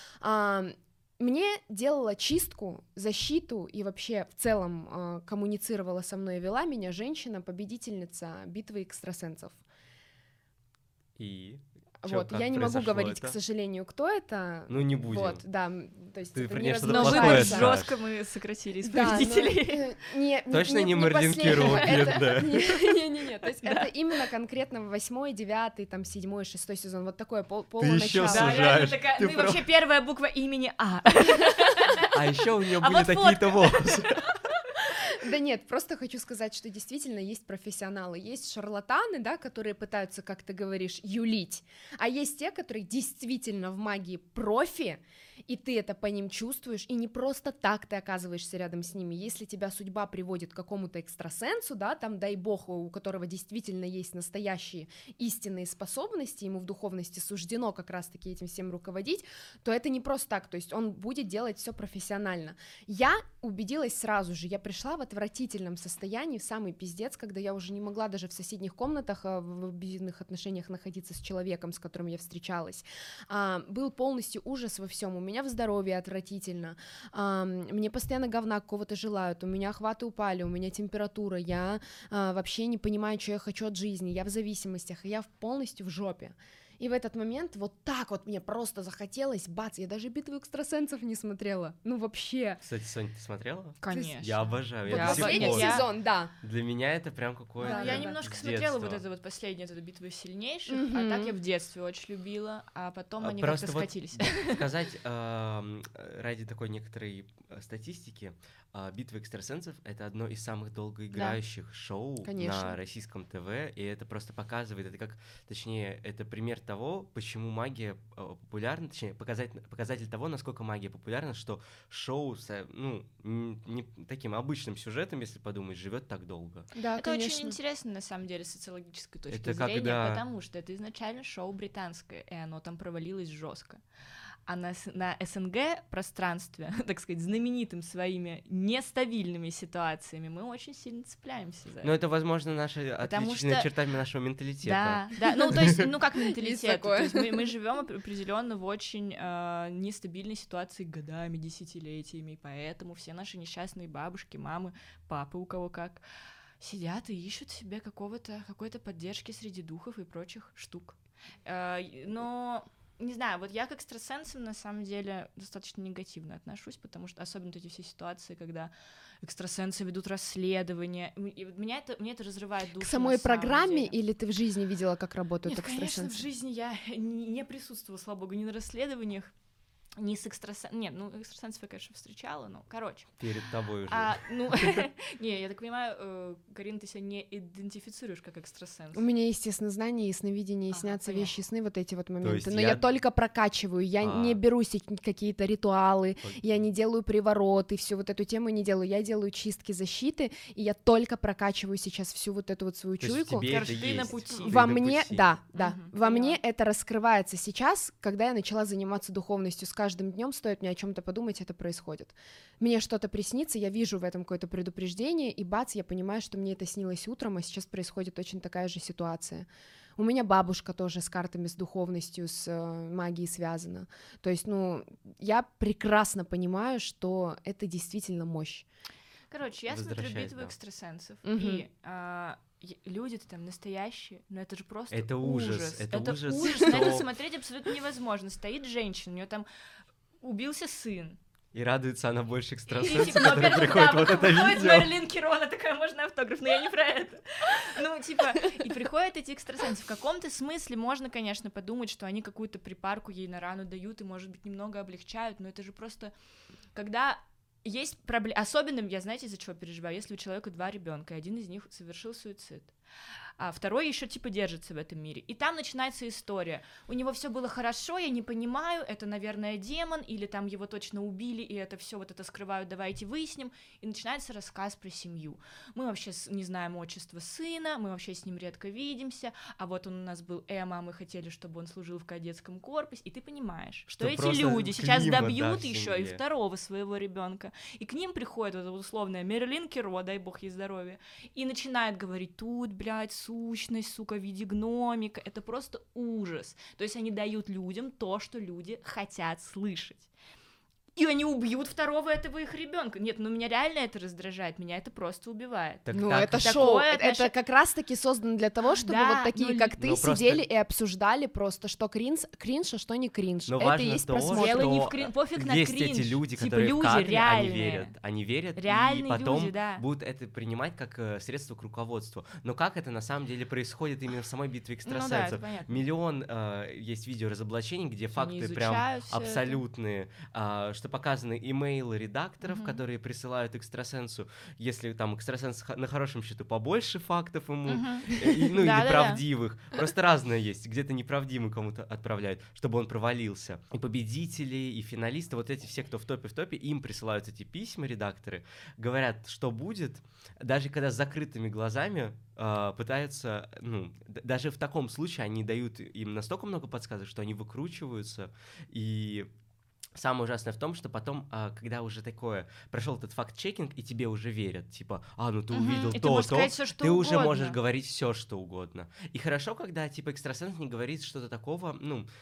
мне делала чистку, защиту и вообще в целом коммуницировала со мной, вела меня женщина, победительница битвы экстрасенсов. И? Вот, я не могу говорить, к сожалению, кто это. Ну, не будем. Вот, да, то есть Ты это про не нее что-то Но плохое выбор скажешь. жестко мы сократили из Да, победителей. Точно не Мерлин Кирова, да? Не, то есть это именно конкретно 8-й, 9-й, там 7-й, 6-й сезон, вот такое полное ещё начало. Да, реально сужаешь. такая, Ты ну и вообще первая буква имени А. А еще у нее А были вот такие-то волосы. Да нет, просто хочу сказать, что действительно есть профессионалы, есть шарлатаны, да, которые пытаются, как ты говоришь, юлить, а есть те, которые действительно в магии профи, и ты это по ним чувствуешь, и не просто так ты оказываешься рядом с ними. Если тебя судьба приводит к какому-то экстрасенсу, да, там, дай бог, у которого действительно есть настоящие истинные способности, ему в духовности суждено как раз-таки этим всем руководить, то это не просто так, то есть он будет делать все профессионально. Я убедилась сразу же, я пришла в отвратительном состоянии, в самый пиздец, когда я уже не могла даже в соседних комнатах в абьюзивных отношениях находиться с человеком, с которым я встречалась. Был полностью ужас во всем. У меня в здоровье отвратительно, мне постоянно говна какого-то желают, у меня охваты упали, у меня температура, я вообще не понимаю, что я хочу от жизни, я в зависимостях, я полностью в жопе. И в этот момент вот так вот мне просто захотелось, бац, я даже «Битву экстрасенсов» не смотрела, ну вообще. Кстати, Соня, ты смотрела? Конечно. Я обожаю. Вот я до сих последний пор. сезон, да. Для меня это прям какое-то Я немножко с смотрела вот детства. эту вот последнюю, эту «Битву сильнейших», а так я в детстве очень любила, а потом они Просто как-то вот скатились. сказать ради такой некоторой статистики, «Битва экстрасенсов» — это одно из самых долгоиграющих шоу Конечно. на российском ТВ, и это просто показывает, точнее, это пример того, почему магия популярна, точнее, показатель того, насколько магия популярна, что шоу с, не таким обычным сюжетом, если подумать, живет так долго. Да, Это конечно. очень интересно, на самом деле, с социологической точки Это зрения, когда- потому что это изначально шоу британское, и оно там провалилось жестко. А на СНГ пространстве, так сказать, знаменитым своими нестабильными ситуациями, мы очень сильно цепляемся за это. Но это, возможно, наши Потому отличительные что- чертами нашего менталитета. Да, ну то есть, как Есть менталитет, такое. то есть мы живем определенно в очень нестабильной ситуации годами, десятилетиями, и поэтому все наши несчастные бабушки, мамы, папы, у кого как, сидят и ищут себе какой-то поддержки среди духов и прочих штук. Но не знаю, вот я к экстрасенсам на самом деле достаточно негативно отношусь, потому что особенно эти все ситуации, когда экстрасенсы ведут расследование. И вот мне это разрывает душу. К самой на самом программе деле. или ты в жизни видела, как работают Нет, экстрасенсы? конечно, в жизни я не присутствовала, слава богу, ни на расследованиях, ни с экстрасенсами. Нет, ну, экстрасенсов я, конечно, встречала, но, короче. Перед тобой уже. Не, я так понимаю, Карина, ты себя не идентифицируешь как экстрасенс. У меня, естественно, знания и сновидения, и Ага, снятся понятно. вещи, и сны, вот эти вот моменты. есть Но я- я только прокачиваю, я не А. беру какие-то ритуалы, Окей. я не делаю привороты, всю вот эту тему не делаю. Я делаю чистки защиты, и я только прокачиваю сейчас всю вот эту вот свою То есть в чуйку. тебе Короче, это ты на есть. пути. Ты Во на мне, пути. да, Мгм, во мне поняла. это раскрывается сейчас, когда я начала заниматься духовностью. С каждым днем стоит мне о чем-то подумать, это происходит. Мне что-то приснится, я вижу в этом какое-то предупреждение, и бац, я понимаю, что мне это снилось утром, а сейчас происходит точно такая же ситуация. У меня бабушка тоже с картами, с духовностью, с магией связана. То есть, я прекрасно понимаю, что это действительно мощь. Короче, я смотрю Возвращаясь, битву да. экстрасенсов, Мгм. и люди-то там настоящие, но это же просто Это ужас, это ужас, на это что- смотреть абсолютно невозможно. Стоит женщина, у нее там убился сын. И радуется она больше И, экстрасенсу, типа, который во-первых, приходит да, вот это выходит видео. Мэрилин Кирона такая, можно автограф, но я не про это. Ну, типа, и приходят эти экстрасенсы. В каком-то смысле можно, конечно, подумать, что они какую-то припарку ей на рану дают и, может быть, немного облегчают, но это же просто, когда есть проблема, особенно я, знаете, из-за чего переживаю, если у человека 2 ребенка, и один из них совершил суицид, а второй еще типа держится в этом мире. И там начинается история. У него все было хорошо, я не понимаю, это, наверное, демон, или там его точно убили, и это все вот это скрывают, давайте выясним. И начинается рассказ про семью. Мы вообще не знаем отчества сына, мы вообще с ним редко видимся, а вот он у нас был Эмма, а мы хотели, чтобы он служил в кадетском корпусе. И ты понимаешь, что эти просто люди сейчас климат, да, добьют в еще и семье. второго своего ребенка. И к ним приходит вот эта условная Мэрилин Киро, дай бог ей здоровья, и начинает говорить: тут, блядь, сущность, сука, в виде гномика. Это просто ужас. То есть они дают людям то, что люди хотят слышать. И они убьют второго этого их ребенка. Нет, ну меня реально это раздражает, меня это просто убивает. Так Ну, так- это такое шоу, отношение- это как раз-таки создано для того, чтобы Да, вот такие, ну, как ты, ну, просто- сидели и обсуждали просто, что кринж, а что не кринж. Но Это важно есть то, просмотр. Дело не в что пофиг на есть кринж. эти люди, Типа, которые в люди кадре, реальные. они верят, Реальные и потом люди, да. будут это принимать как средство к руководству. Но как это на самом деле происходит именно в самой битве Ну да, это экстрасенсов? понятно. Миллион есть видео разоблачений, где Они факты прям изучают всё это. абсолютные, что показаны имейлы редакторов, Мгм. которые присылают экстрасенсу. Если там экстрасенс на хорошем счету, побольше фактов ему, Мгм. ну или Да-да-да. правдивых. Просто разное есть. Где-то неправдивый кому-то отправляют, чтобы он провалился. И победители, и финалисты, вот эти все, кто в топе, им присылают эти письма, редакторы, говорят, что будет, даже когда с закрытыми глазами пытаются, даже в таком случае они дают им настолько много подсказок, что они выкручиваются, и самое ужасное в том, что потом, когда уже такое, прошел этот факт-чекинг, и тебе уже верят, типа, ты Мгм. увидел И ты можешь то, сказать всё, что ты уже угодно. можешь говорить все, что угодно. И хорошо, когда, типа, экстрасенс не говорит что-то такого,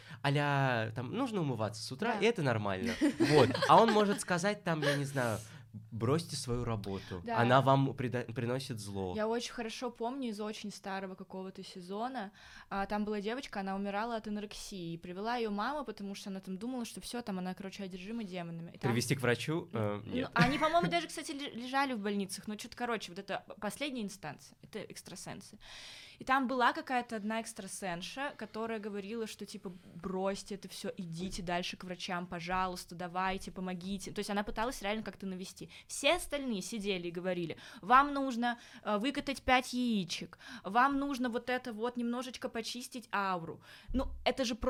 а-ля, там, нужно умываться с утра, Да. и это нормально. Вот. А он может сказать, там, я не знаю, бросьте свою работу, Да. она вам приносит зло. Я очень хорошо помню из очень старого какого-то сезона, там была девочка, она умирала от анорексии, и привела ее мама, потому что она там думала, что все, там она, короче, одержима демонами. И там- Привести к врачу? Ну, Нет. они, по-моему, даже, кстати, лежали в больницах, но что-то, короче, вот это последняя инстанция, это экстрасенсы. И там была какая-то одна экстрасенша, которая говорила, что, типа, бросьте это все, идите дальше к врачам, пожалуйста, давайте, помогите. То есть она пыталась реально как-то навести. Все остальные сидели и говорили: вам нужно выкатать 5 яичек, вам нужно вот это вот немножечко почистить ауру. Ну, это же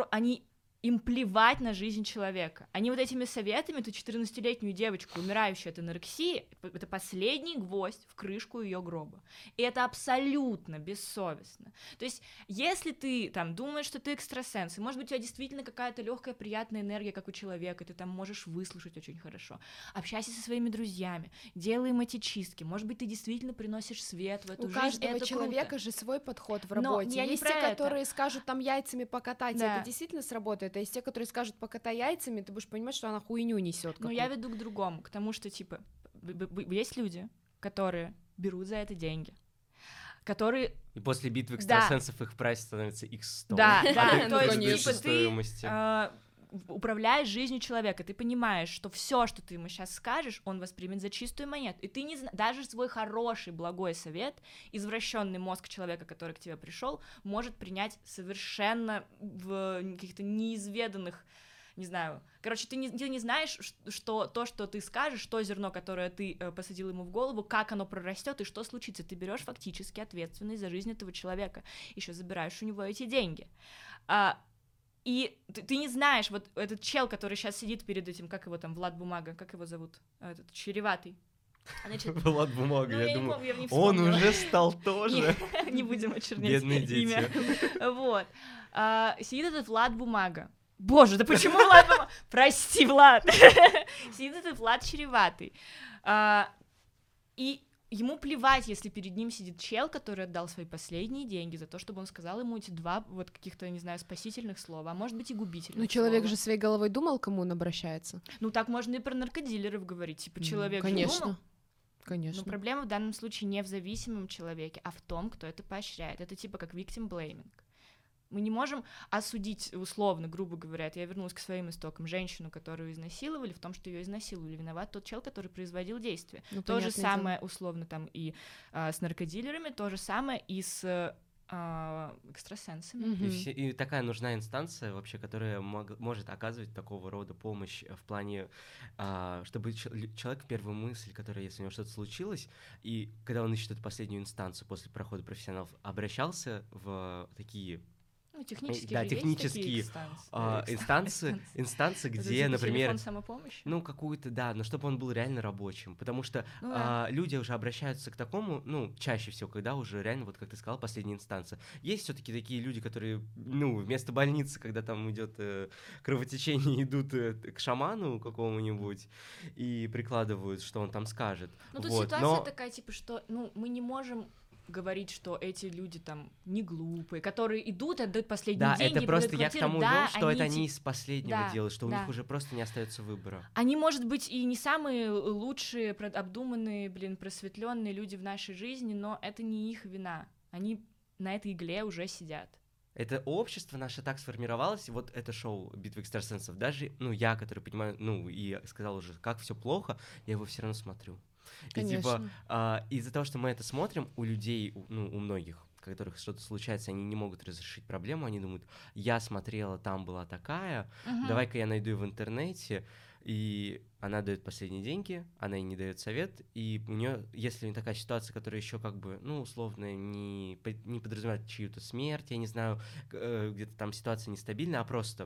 им плевать на жизнь человека. Они вот этими советами, эту 14-летнюю девочку, умирающую от анорексии, это последний гвоздь в крышку ее гроба. И это абсолютно бессовестно. То есть, если ты там думаешь, что ты экстрасенс, и, может быть, у тебя действительно какая-то легкая, приятная энергия, как у человека, ты там можешь выслушать очень хорошо, общайся со своими друзьями, делай им эти чистки, может быть, ты действительно приносишь свет в эту У жизнь, каждого это человека круто. же свой подход в Но работе. я не Есть про те, это. которые скажут там яйцами покатать, и Да. это действительно сработает, а есть те, которые скажут покатай яйцами, ты будешь понимать, что она хуйню несет. Но я веду к другому, к тому, что, типа, есть люди, которые берут за это деньги, которые... И после битвы Да. экстрасенсов их прайс становится x100. Да, от да, их то есть, предыдущей типа, ты, стоимости. управляешь жизнью человека, ты понимаешь, что все, что ты ему сейчас скажешь, он воспримет за чистую монету, и ты даже свой хороший, благой совет, извращенный мозг человека, который к тебе пришел, может принять совершенно в каких-то неизведанных, не знаю, короче, ты не знаешь, что то, что ты скажешь, то зерно, которое ты посадил ему в голову, как оно прорастет и что случится. Ты берешь фактически ответственность за жизнь этого человека, еще забираешь у него эти деньги. И ты не знаешь, вот этот чел, который сейчас сидит перед этим, как его там, Влад Бумага, как его зовут, этот чреватый. Значит, Влад Бумага, я не думаю, помню, я не он вспомнила. уже стал тоже. Не будем очернять Бедные имя. дети. Вот. Сидит этот Влад Бумага. Боже, да почему Влад Бумага? Прости, Влад. Сидит этот Влад чреватый. И ему плевать, если перед ним сидит чел, который отдал свои последние деньги за то, чтобы он сказал ему эти 2 вот каких-то, не знаю, спасительных слова, а может быть и губительных Ну, человек слова. же своей головой думал, к кому он обращается. Ну, так можно и про наркодилеров говорить, типа, человек же Конечно. думал. Конечно. Но проблема в данном случае не в зависимом человеке, а в том, кто это поощряет. Это типа как victim blaming. Мы не можем осудить условно, грубо говоря, я вернулась к своим истокам, женщину, которую изнасиловали, в том, что ее изнасиловали. Виноват тот чел, который производил действие. Ну, То же понятное самое, условно, там и с наркодилерами, то же самое и с экстрасенсами. Мгм. И такая нужна инстанция вообще, которая может оказывать такого рода помощь в плане, чтобы человек в первую мысль, которая, если у него что-то случилось, и когда он ищет эту последнюю инстанцию после прохода профессионалов, обращался в такие Ну, технически да, же есть технические, такие инстанции, Это где, типа например, телефон самопомощи? ну, какую-то, да, но чтобы он был реально рабочим, потому что Ну да. люди уже обращаются к такому, ну, чаще всего, когда уже реально, вот как ты сказал, последняя инстанция. Есть все-таки такие люди, которые, ну, вместо больницы, когда там идет кровотечение, идут к шаману какому-нибудь и прикладывают, что он там скажет. Ну, тут Вот, ситуация но- такая, типа, что, ну, мы не можем говорить, что эти люди там не глупые, которые идут, отдают последние Да, деньги, это просто я к квартиры. тому Да, вел, что это типа, они из последнего да, делают, что у да. них уже просто не остается выбора. Они, может быть, и не самые лучшие, обдуманные, просветленные люди в нашей жизни, но это не их вина. Они на этой игле уже сидят. Это общество наше так сформировалось, вот это шоу «Битва экстрасенсов», даже, ну, я, который понимаю, ну, и сказал уже, как все плохо, я его все равно смотрю. И типа, Конечно. из-за того, что мы это смотрим, у людей, у многих, у которых что-то случается, они не могут разрешить проблему, они думают, я смотрела, там была такая, давай-ка я найду ее в интернете, и она дает последние деньги, она ей не дает совет, и у нее, если не такая ситуация, которая еще как бы, ну, условно, не подразумевает чью-то смерть, я не знаю, где-то там ситуация нестабильная, а просто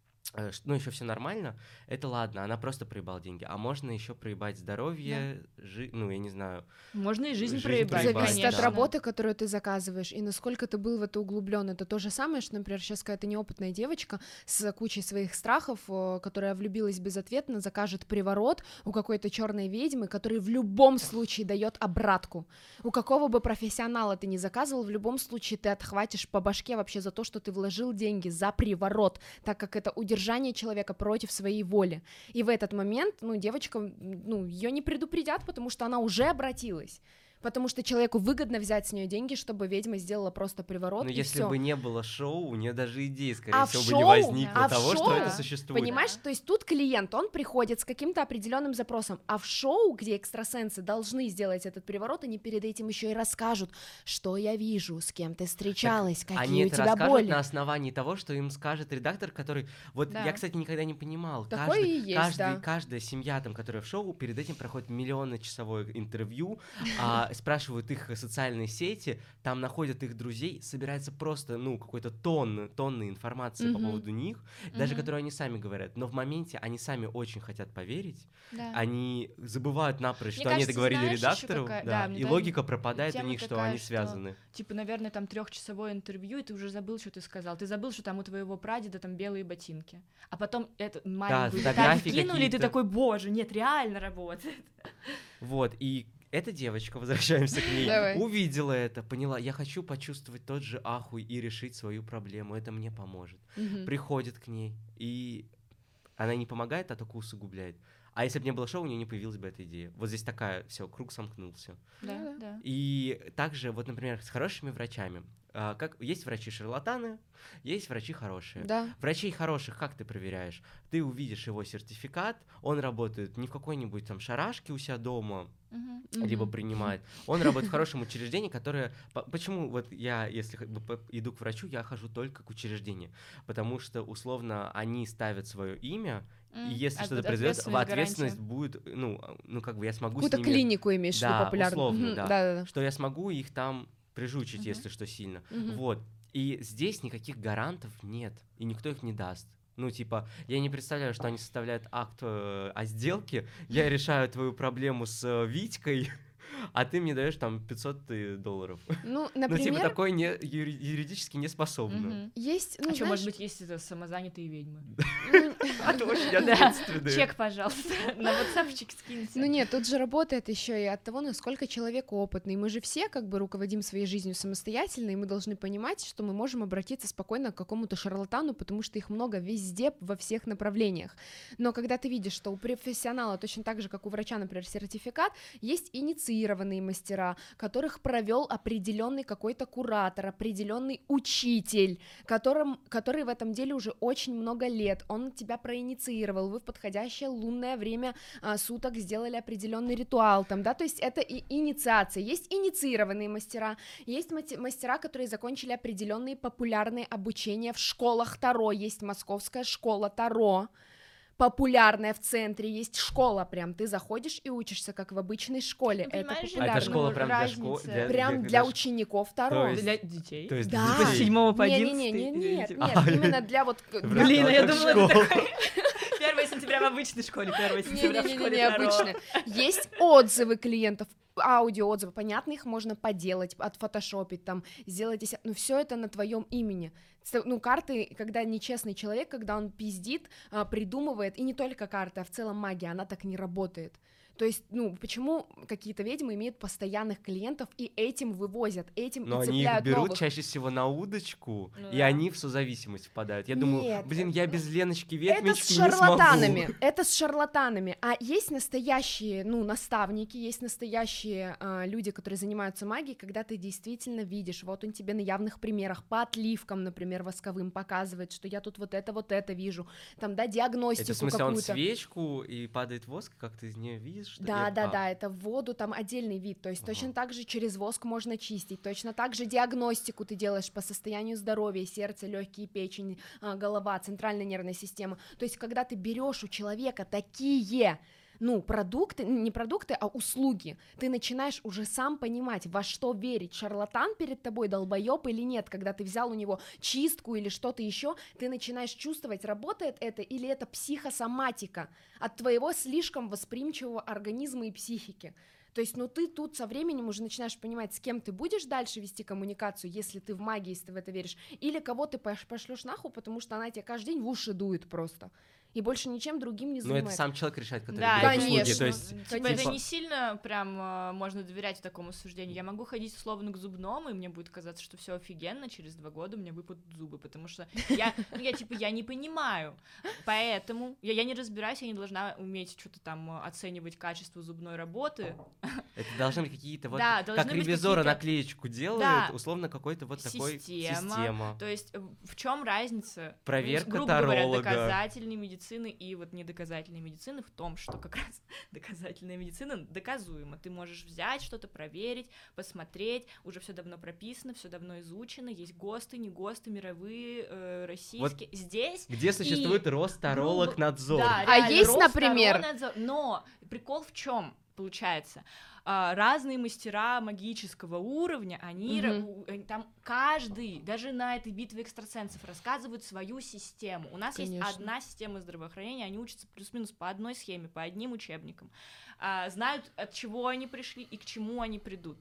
ну, еще все нормально, это ладно, она просто проебала деньги. А можно еще проебать здоровье, ну, я не знаю. Можно и жизнь Жизнь проебать, проебать, Зависит от да. работы, которую ты заказываешь, и насколько ты был в это углублен. Это то же самое, что, например, сейчас какая-то неопытная девочка с кучей своих страхов, которая влюбилась безответно, закажет приворот у какой-то черной ведьмы, который в любом случае дает обратку. У какого бы профессионала ты ни заказывал, в любом случае ты отхватишь по башке вообще за то, что ты вложил деньги за приворот, так как это удержание человека против своей воли. И в этот момент, ну, девочка, ну, ее не предупредят, потому что она уже обратилась. Потому что человеку выгодно взять с нее деньги, чтобы ведьма сделала просто приворот. Но и если всё. бы не было шоу, у нее даже идеи, скорее А в всего, бы шоу- не возникло а в того, что шоу- это существует. Понимаешь, то есть тут клиент, он приходит с каким-то определенным запросом, а в шоу, где экстрасенсы должны сделать этот приворот, они перед этим еще и расскажут, что я вижу, с кем ты встречалась, какие Они у это тебя расскажут боли. на основании того, что им скажет редактор, который... Вот Да. я, кстати, никогда не понимал. Такое и есть, да. Каждая семья, там, которая в шоу, перед этим проходит миллионно-часовое интервью, спрашивают их социальные сети, там находят их друзей, собирается просто, ну, какой-то тонны информации по Мгм. поводу них, даже Мгм. которую они сами говорят. Но в моменте они сами очень хотят поверить, Да. они забывают напрочь, Мне что они это кажется, говорили знаешь, ещё редактору, какая- да, да, мне и тоже логика пропадает у тема них, что такая, они что- связаны. Типа, наверное, там 3-часовое интервью, и ты уже забыл, что ты сказал. Ты забыл, что там у твоего прадеда там белые ботинки. А потом эту маленькую деталь фотографии кинули, и ты какие-то. такой, боже, нет, реально работает. Вот, и эта девочка, возвращаемся к ней, Давай. увидела это, поняла, я хочу почувствовать тот же ахуй и решить свою проблему, это мне поможет. Мгм. Приходит к ней, и она не помогает, а только усугубляет. А если бы не было шоу, у нее не появилась бы эта идея. Вот здесь такая, все, круг сомкнулся. Да, да. да. И также, вот, например, с хорошими врачами, как есть врачи-шарлатаны, есть врачи хорошие. Да. Врачей хороших как ты проверяешь? Ты увидишь его сертификат, он работает не в какой-нибудь там шарашке у себя дома, либо принимает. Он работает в хорошем учреждении, которое... Почему вот я, если иду к врачу, я хожу только к учреждению? Потому что, условно, они ставят свое имя, и если что-то произойдет, ответственность будет, как бы я смогу Какую-то с ними... клинику имеешь в виду популярную. Условно, да. Да. Что я смогу их там прижучить, если что сильно. Вот. И здесь никаких гарантов нет, и никто их не даст. Ну, типа, я не представляю, что они составляют акт о сделке, я решаю твою проблему с Витькой, а ты мне даешь там $500. Ну, например... Ну, типа, такое юридически не способно. Есть, А что, может быть, есть это самозанятые ведьмы? Это очень ответственно. Чек, пожалуйста, на WhatsApp-чик скиньте. Ну нет, тут же работает еще и от того, насколько человек опытный. Мы же все как бы руководим своей жизнью самостоятельно, и мы должны понимать, что мы можем обратиться спокойно к какому-то шарлатану, потому что их много везде, во всех направлениях. Но когда ты видишь, что у профессионала, точно так же, как у врача, например, сертификат, есть инициированные мастера, которых провел определенный какой-то куратор, определенный учитель, который в этом деле уже очень много лет. Он тебя проинициировал, вы в подходящее лунное время суток сделали определенный ритуал, там, да, то есть это и инициация. Есть инициированные мастера, есть мастера, которые закончили определенные популярные обучения в школах Таро, есть Московская школа Таро, популярная в центре, есть школа прям, ты заходишь и учишься, как в обычной школе, это популярно. А это школа прям для учеников Таро. Для детей? То есть да. С 7 по 11? Нет, именно для вот... Блин, я думала, это такой... 1 сентября в обычной школе, 1 сентября в школе Таро. Необычно. Есть отзывы клиентов, аудиоотзывы, понятно, их можно поделать, отфотошопить, там, сделать, но все это на твоем имени. Ну, карты, когда нечестный человек, когда он пиздит, придумывает, и не только карты, а в целом магия, она так не работает. То есть, почему какие-то ведьмы имеют постоянных клиентов и этим вывозят, этим но и цепляют они их берут новых. чаще всего на удочку, и да. они в созависимость впадают. Я думаю, я без Леночки Ведьмочки это с шарлатанами, не смогу. это с шарлатанами, а есть настоящие, наставники, есть настоящие люди, которые занимаются магией, когда ты действительно видишь, вот он тебе на явных примерах, по отливкам, например, восковым показывает, что я тут вот это вижу, там, да, диагностику это в смысле какую-то. он свечку и падает воск, как ты из нее видишь? Да, это в воду, там отдельный вид, то есть точно так же через воск можно чистить, точно так же диагностику ты делаешь по состоянию здоровья, сердце, легкие, печень, голова, центральная нервная система, то есть когда ты берешь у человека такие... продукты, не продукты, а услуги, ты начинаешь уже сам понимать, во что верить, шарлатан перед тобой, долбоёб или нет, когда ты взял у него чистку или что-то еще, ты начинаешь чувствовать, работает это или это психосоматика от твоего слишком восприимчивого организма и психики. То есть, ты тут со временем уже начинаешь понимать, с кем ты будешь дальше вести коммуникацию, если ты в магии, если ты в это веришь, или кого ты пошлешь нахуй, потому что она тебе каждый день в уши дует просто. И больше ничем другим не занимается. Но это сам человек решает, который да, берет конечно. услуги. То есть, это не сильно прям можно доверять такому суждению. Я могу ходить условно к зубному, и мне будет казаться, что все офигенно, через 2 года у меня выпадут зубы, потому что я не понимаю. Поэтому я не разбираюсь, я не должна уметь что-то там оценивать качество зубной работы. Это должны быть какие-то вот, да, как ревизоры наклеечку делают, условно какой-то вот такой система. То есть в чем разница? Проверка грубо таролога. Говоря, доказательной медицины и вот недоказательной медицины в том, что как раз доказательная медицина доказуема. Ты можешь взять что-то, проверить, посмотреть, уже все давно прописано, все давно изучено, есть ГОСТы, не ГОСТы, мировые, российские. Вот здесь... Где существует Ростаролог-надзор. Да, а есть, например... Но прикол в чем получается? Разные мастера магического уровня, они там каждый, даже на этой битве экстрасенсов, рассказывают свою систему. У нас есть одна система здравоохранения, они учатся плюс-минус по одной схеме, по одним учебникам, знают, от чего они пришли и к чему они придут.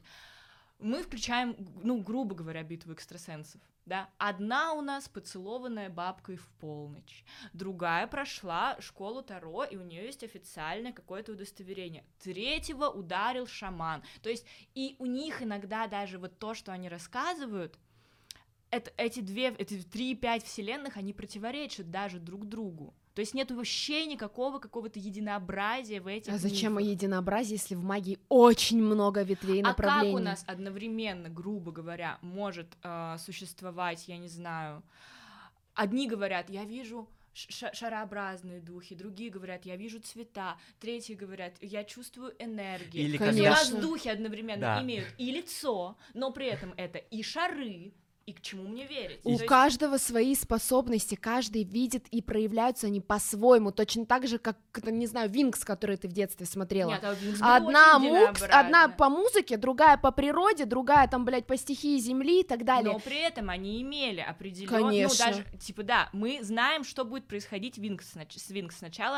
Мы включаем, грубо говоря, битву экстрасенсов. Да? Одна у нас поцелованная бабкой в полночь, другая прошла школу Таро, и у нее есть официальное какое-то удостоверение. 3-го ударил шаман. То есть и у них иногда даже вот то, что они рассказывают, эти 3-5 вселенных, они противоречат даже друг другу. То есть нет вообще никакого какого-то единообразия в этих А зачем мифах. единообразие, если в магии очень много ветвей и А направлений? как у нас одновременно, грубо говоря, может существовать, я не знаю, одни говорят, я вижу шарообразные духи, другие говорят, я вижу цвета, третьи говорят, я чувствую энергию. Или У Конечно. нас духи одновременно Да. имеют и лицо, но при этом это и шары, и к чему мне верить? У То есть- каждого свои способности, каждый видит, и проявляются они по-своему, точно так же, как, не знаю, Винкс, который ты в детстве смотрела. Нет, а Винкс был Одна очень мукс, одна единообразна. по музыке, другая по природе, другая там, блядь, по стихии земли и так далее. Но при этом они имели определенно, Конечно. ну даже, типа, да, мы знаем, что будет происходить с Винкс.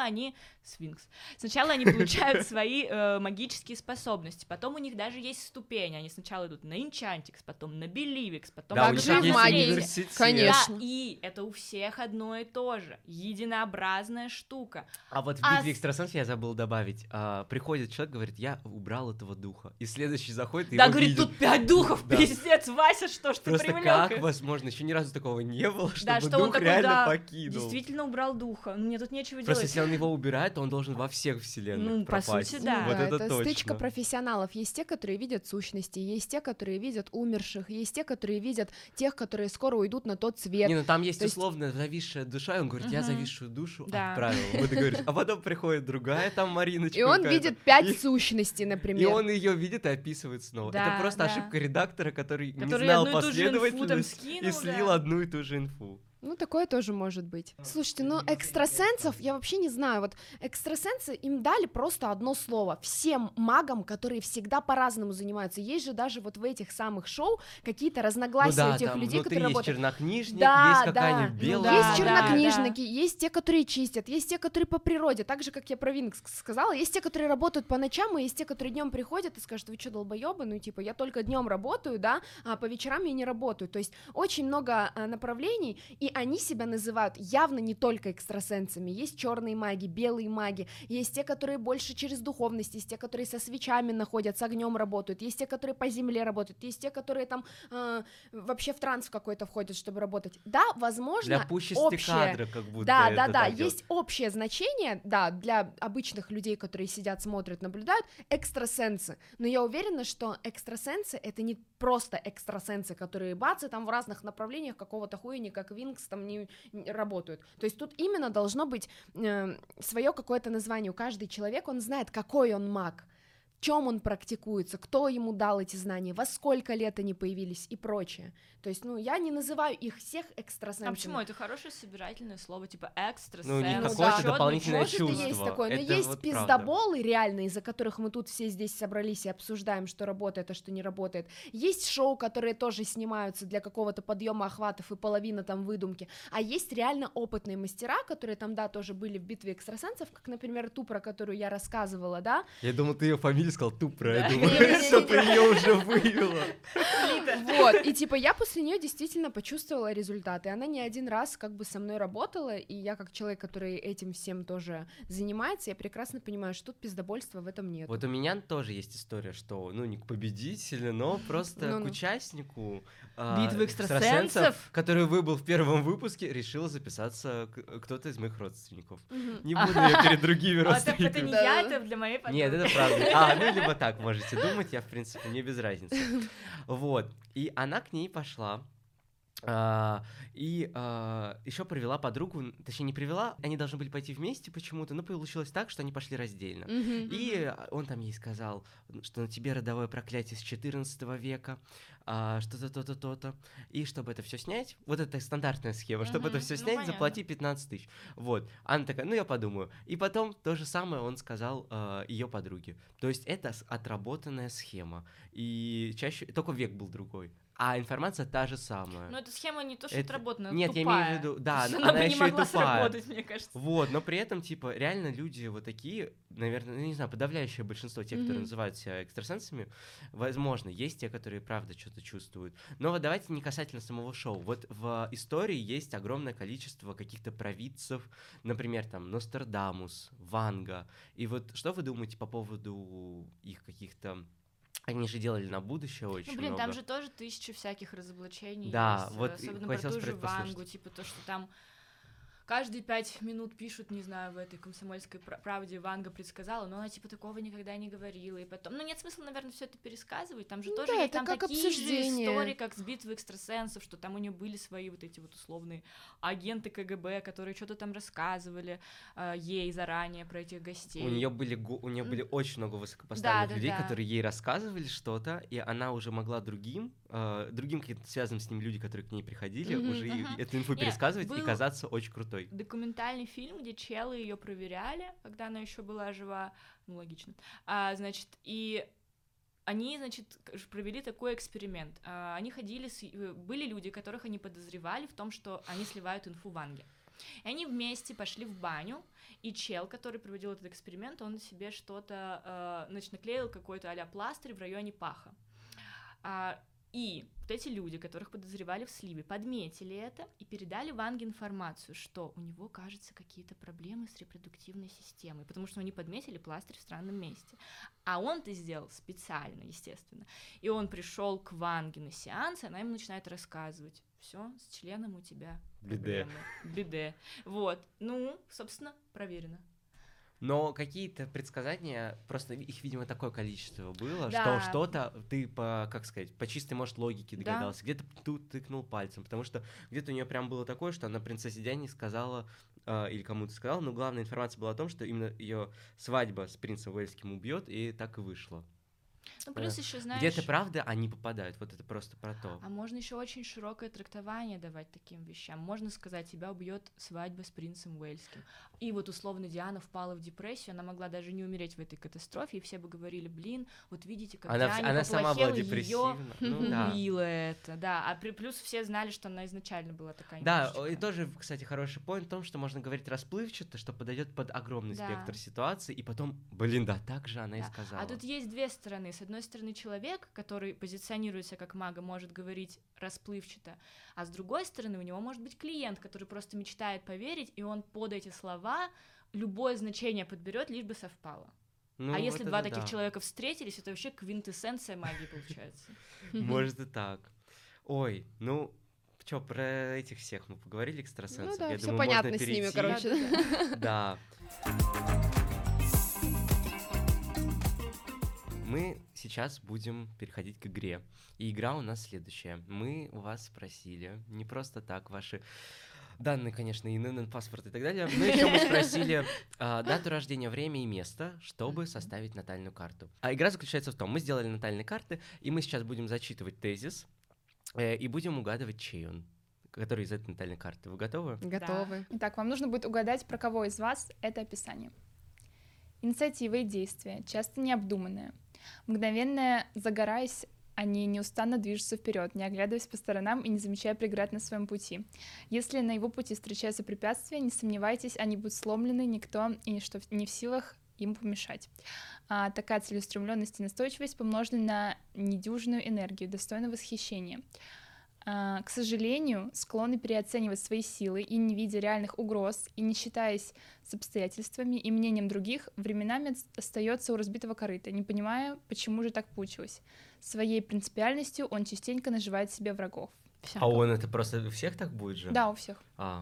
Сначала они получают свои магические способности, потом у них даже есть ступень, они сначала идут на Энчантикс, потом на Беливикс, потом Да, на у них Также и в есть магии. университет. Конечно. Да, и это у всех одно и то же, единообразная штука. А вот в А битве с- экстрасенсов я забыл добавить. Приходит человек, говорит, я убрал этого духа. И следующий заходит, и Да, его говорит, видит. тут 5 духов, Да. пиздец, Вася, что ж ты Просто привлёк как их? возможно? Еще ни разу такого не было, чтобы Да, что дух он такой, реально да, покинул. действительно убрал духа, ну, мне тут нечего Просто делать. если он его убирает, то он должен во всех вселенных Ну, по пропасть. сути, да. Вот Да, это, это точно. стычка профессионалов. Есть те, которые видят сущности, есть те, которые видят умерших, есть те, которые видят тех, которые скоро уйдут на тот свет. Не, ну там есть То есть- условно зависшая душа, и он говорит, я Мгм. зависшую душу Да. отправил. Вот ты говоришь, а потом приходит другая там Мариночка И он какая-то, видит 5 и- сущностей, например. И он ее видит и описывает снова. Да, Это просто да. ошибка редактора, который не Который знал одну и ту же инфу там последовательность скинул, и слил да. одну и ту же инфу. Ну, такое тоже может быть. Слушайте, ну, экстрасенсов, я вообще не знаю, вот экстрасенсы, им дали просто одно слово. Всем магам, которые всегда по-разному занимаются. Есть же даже вот в этих самых шоу какие-то разногласия Ну да, у тех там людей, внутри которые есть работают. чернокнижник, Да, есть да. какая-нибудь Ну белая. да, Есть да, чернокнижники, есть те, которые чистят, есть те, которые по природе, так же, как я про Винкс сказала, есть те, которые работают по ночам, и есть те, которые днем приходят и скажут, вы что, долбоебы, ну, типа, я только днем работаю, да, а по вечерам я не работаю, то есть очень много направлений, и они себя называют явно не только экстрасенсами, есть черные маги, белые маги, есть те, которые больше через духовность, есть те, которые со свечами находят, с огнем работают, есть те, которые по земле работают, есть те, которые там вообще в транс в какой-то входят, чтобы работать. Да, возможно, Для пущести общее. кадра, как будто Да, это да, да, так идёт. есть общее значение, да, для обычных людей, которые сидят, смотрят, наблюдают, экстрасенсы, но я уверена, что экстрасенсы — это не просто экстрасенсы, которые бац, и там в разных направлениях какого-то хуйни, как Винкс, там не работают, то есть тут именно должно быть свое какое-то название, у каждый человек, он знает, какой он маг, в чем он практикуется, кто ему дал эти знания, во сколько лет они появились и прочее. То есть, ну, я не называю их всех экстрасенсами. А почему? Это хорошее собирательное слово, типа экстра, Ну, не сенс, какое-то чёрный дополнительное чёрный. чувство. Может, и есть такое, но Это есть вот пиздоболы реальные, из-за которых мы тут все здесь собрались и обсуждаем, что работает, а что не работает. Есть шоу, которые тоже снимаются для какого-то подъема охватов, и половина там выдумки, а есть реально опытные мастера, которые там, да, тоже были в битве экстрасенсов, как, например, ту, про которую я рассказывала, да. Я думал, ты ее фамилию сказал Тупра, Да. я думаю, Не-не-не-не. что ты ее уже вывела. Вот, и типа я после нее действительно почувствовала результаты. Она не один раз как бы со мной работала, и я как человек, который этим всем тоже занимается, я прекрасно понимаю, что тут пиздобольства в этом нет. Вот у меня тоже есть история, что, ну, не к победителю, но просто Ну-ну. к участнику Битвы экстрасенсов? который выбыл в первом выпуске, решил записаться кто-то из моих родственников. Мгм. Не буду я перед другими А это не родственниками. я, это для моей подруги. Нет, это правда. Ну, либо так можете думать, я, в принципе, мне без разницы. Вот. И она к ней пошла. И еще привела подругу, точнее не привела, они должны были пойти вместе почему-то, но получилось так, что они пошли раздельно. Мгм. И он там ей сказал, что на тебе родовое проклятие с 14 века, что-то, то-то, то-то. И чтобы это все снять, вот это стандартная схема, чтобы это Мгм, все ну, снять, понятно. заплати 15 тысяч. Вот. Она такая, ну я подумаю. И потом то же самое он сказал ее подруге. То есть это отработанная схема. И чаще, только век был другой. А информация та же самая. Но эта схема не то, что Это- отработана, Нет, я тупая. имею в виду, да, То есть она бы не еще и могла тупая. сработать, мне кажется. Вот, но при этом, типа, реально люди вот такие, наверное, ну, не знаю, подавляющее большинство тех, которые Мгм. называют себя экстрасенсами, возможно, есть те, которые правда что-то чувствуют. Но вот давайте не касательно самого шоу. Вот в истории есть огромное количество каких-то провидцев, например, там, Нострадамус, Ванга. И вот что вы думаете по поводу их каких-то... Они же делали на будущее очень Ну, блин, много. там же тоже тысячи всяких разоблачений Да, есть, вот особенно хотелось про ту про же это послушать. Вангу, типа то, что там каждые 5 минут пишут, не знаю, в этой «Комсомольской правде» Ванга предсказала, но она типа такого никогда не говорила, и потом, ну нет смысла, наверное, все это пересказывать, там же тоже есть там такие же истории, как с битвы экстрасенсов, что там у нее были свои вот эти вот условные агенты КГБ, которые что-то там рассказывали ей заранее про этих гостей. У нее были очень много высокопоставленных людей, которые ей рассказывали что-то, и она уже могла другим каким-то связанным с ним люди, которые к ней приходили, уже эту инфу пересказывать и казаться очень крутой. Документальный фильм, где челы ее проверяли, когда она еще была жива, ну логично, значит, и они, значит, провели такой эксперимент. Они были люди, которых они подозревали в том, что они сливают инфу Ванге. И они вместе пошли в баню, и чел, который проводил этот эксперимент, он себе что-то, значит, наклеил какой-то а-ля пластырь в районе паха. И вот эти люди, которых подозревали в сливе, подметили это и передали Ванге информацию, что у него, кажется, какие-то проблемы с репродуктивной системой, потому что они подметили пластырь в странном месте. А он это сделал специально, естественно. И он пришел к Ванге на сеанс, и она ему начинает рассказывать: все, с членом у тебя проблемы. Биде. Вот. Ну, собственно, проверено. Но какие-то предсказания, просто их, видимо, такое количество было, да. что что-то ты по чистой, может, логике догадался, где-то тут тыкнул пальцем, потому что где-то у нее прям было такое, что она принцессе Диане сказала, или кому-то сказала, но главная информация была о том, что именно ее свадьба с принцем Уэльским убьет, и так и вышло. Ну, плюс еще, знаешь... Где-то правда они попадают, вот это просто про то. А можно еще очень широкое трактование давать таким вещам. Можно сказать, тебя убьет свадьба с принцем Уэльским. И вот условно Диана впала в депрессию, она могла даже не умереть в этой катастрофе, и все бы говорили: блин, вот видите, как Диане поплохело, её убило это. Да, а плюс все знали, что она изначально была такая. Да, и тоже, кстати, хороший поинт в том, что можно говорить расплывчато, что подойдет под огромный спектр ситуаций, и потом, блин, да, так же она и сказала. А тут есть две стороны. С одной стороны, человек, который позиционируется как мага, может говорить расплывчато, а с другой стороны, у него может быть клиент, который просто мечтает поверить, и он под эти слова любое значение подберет, лишь бы совпало. Ну, а если два таких человека встретились, это вообще квинтэссенция магии получается. Может и так. Ой, ну... Чё, про этих всех мы поговорили, экстрасенсов? Ну да, я все думаю, понятно можно с ними, перейти. короче. Да. Мы сейчас будем переходить к игре. И игра у нас следующая. Мы у вас спросили, не просто так, ваши данные, конечно, ИНН, паспорт и так далее, но еще мы спросили дату рождения, время и место, чтобы составить натальную карту. А игра заключается в том, мы сделали натальные карты, и мы сейчас будем зачитывать тезис, и будем угадывать, чей он, который из этой натальной карты. Вы готовы? Готовы. Да. Итак, вам нужно будет угадать, про кого из вас это описание. Инициатива и действия, часто необдуманные. Мгновенно загораясь, они неустанно движутся вперед, не оглядываясь по сторонам и не замечая преград на своем пути. Если на его пути встречаются препятствия, не сомневайтесь, они будут сломлены, никто и ничто не в силах им помешать. Такая целеустремленность и настойчивость помножены на недюжинную энергию, достойную восхищения. К сожалению, склонны переоценивать свои силы и, не видя реальных угроз, и не считаясь с обстоятельствами и мнением других, временами остается у разбитого корыта, не понимая, почему же так получилось. Своей принципиальностью он частенько наживает себе врагов. А он это просто у всех так будет же? Да, у всех.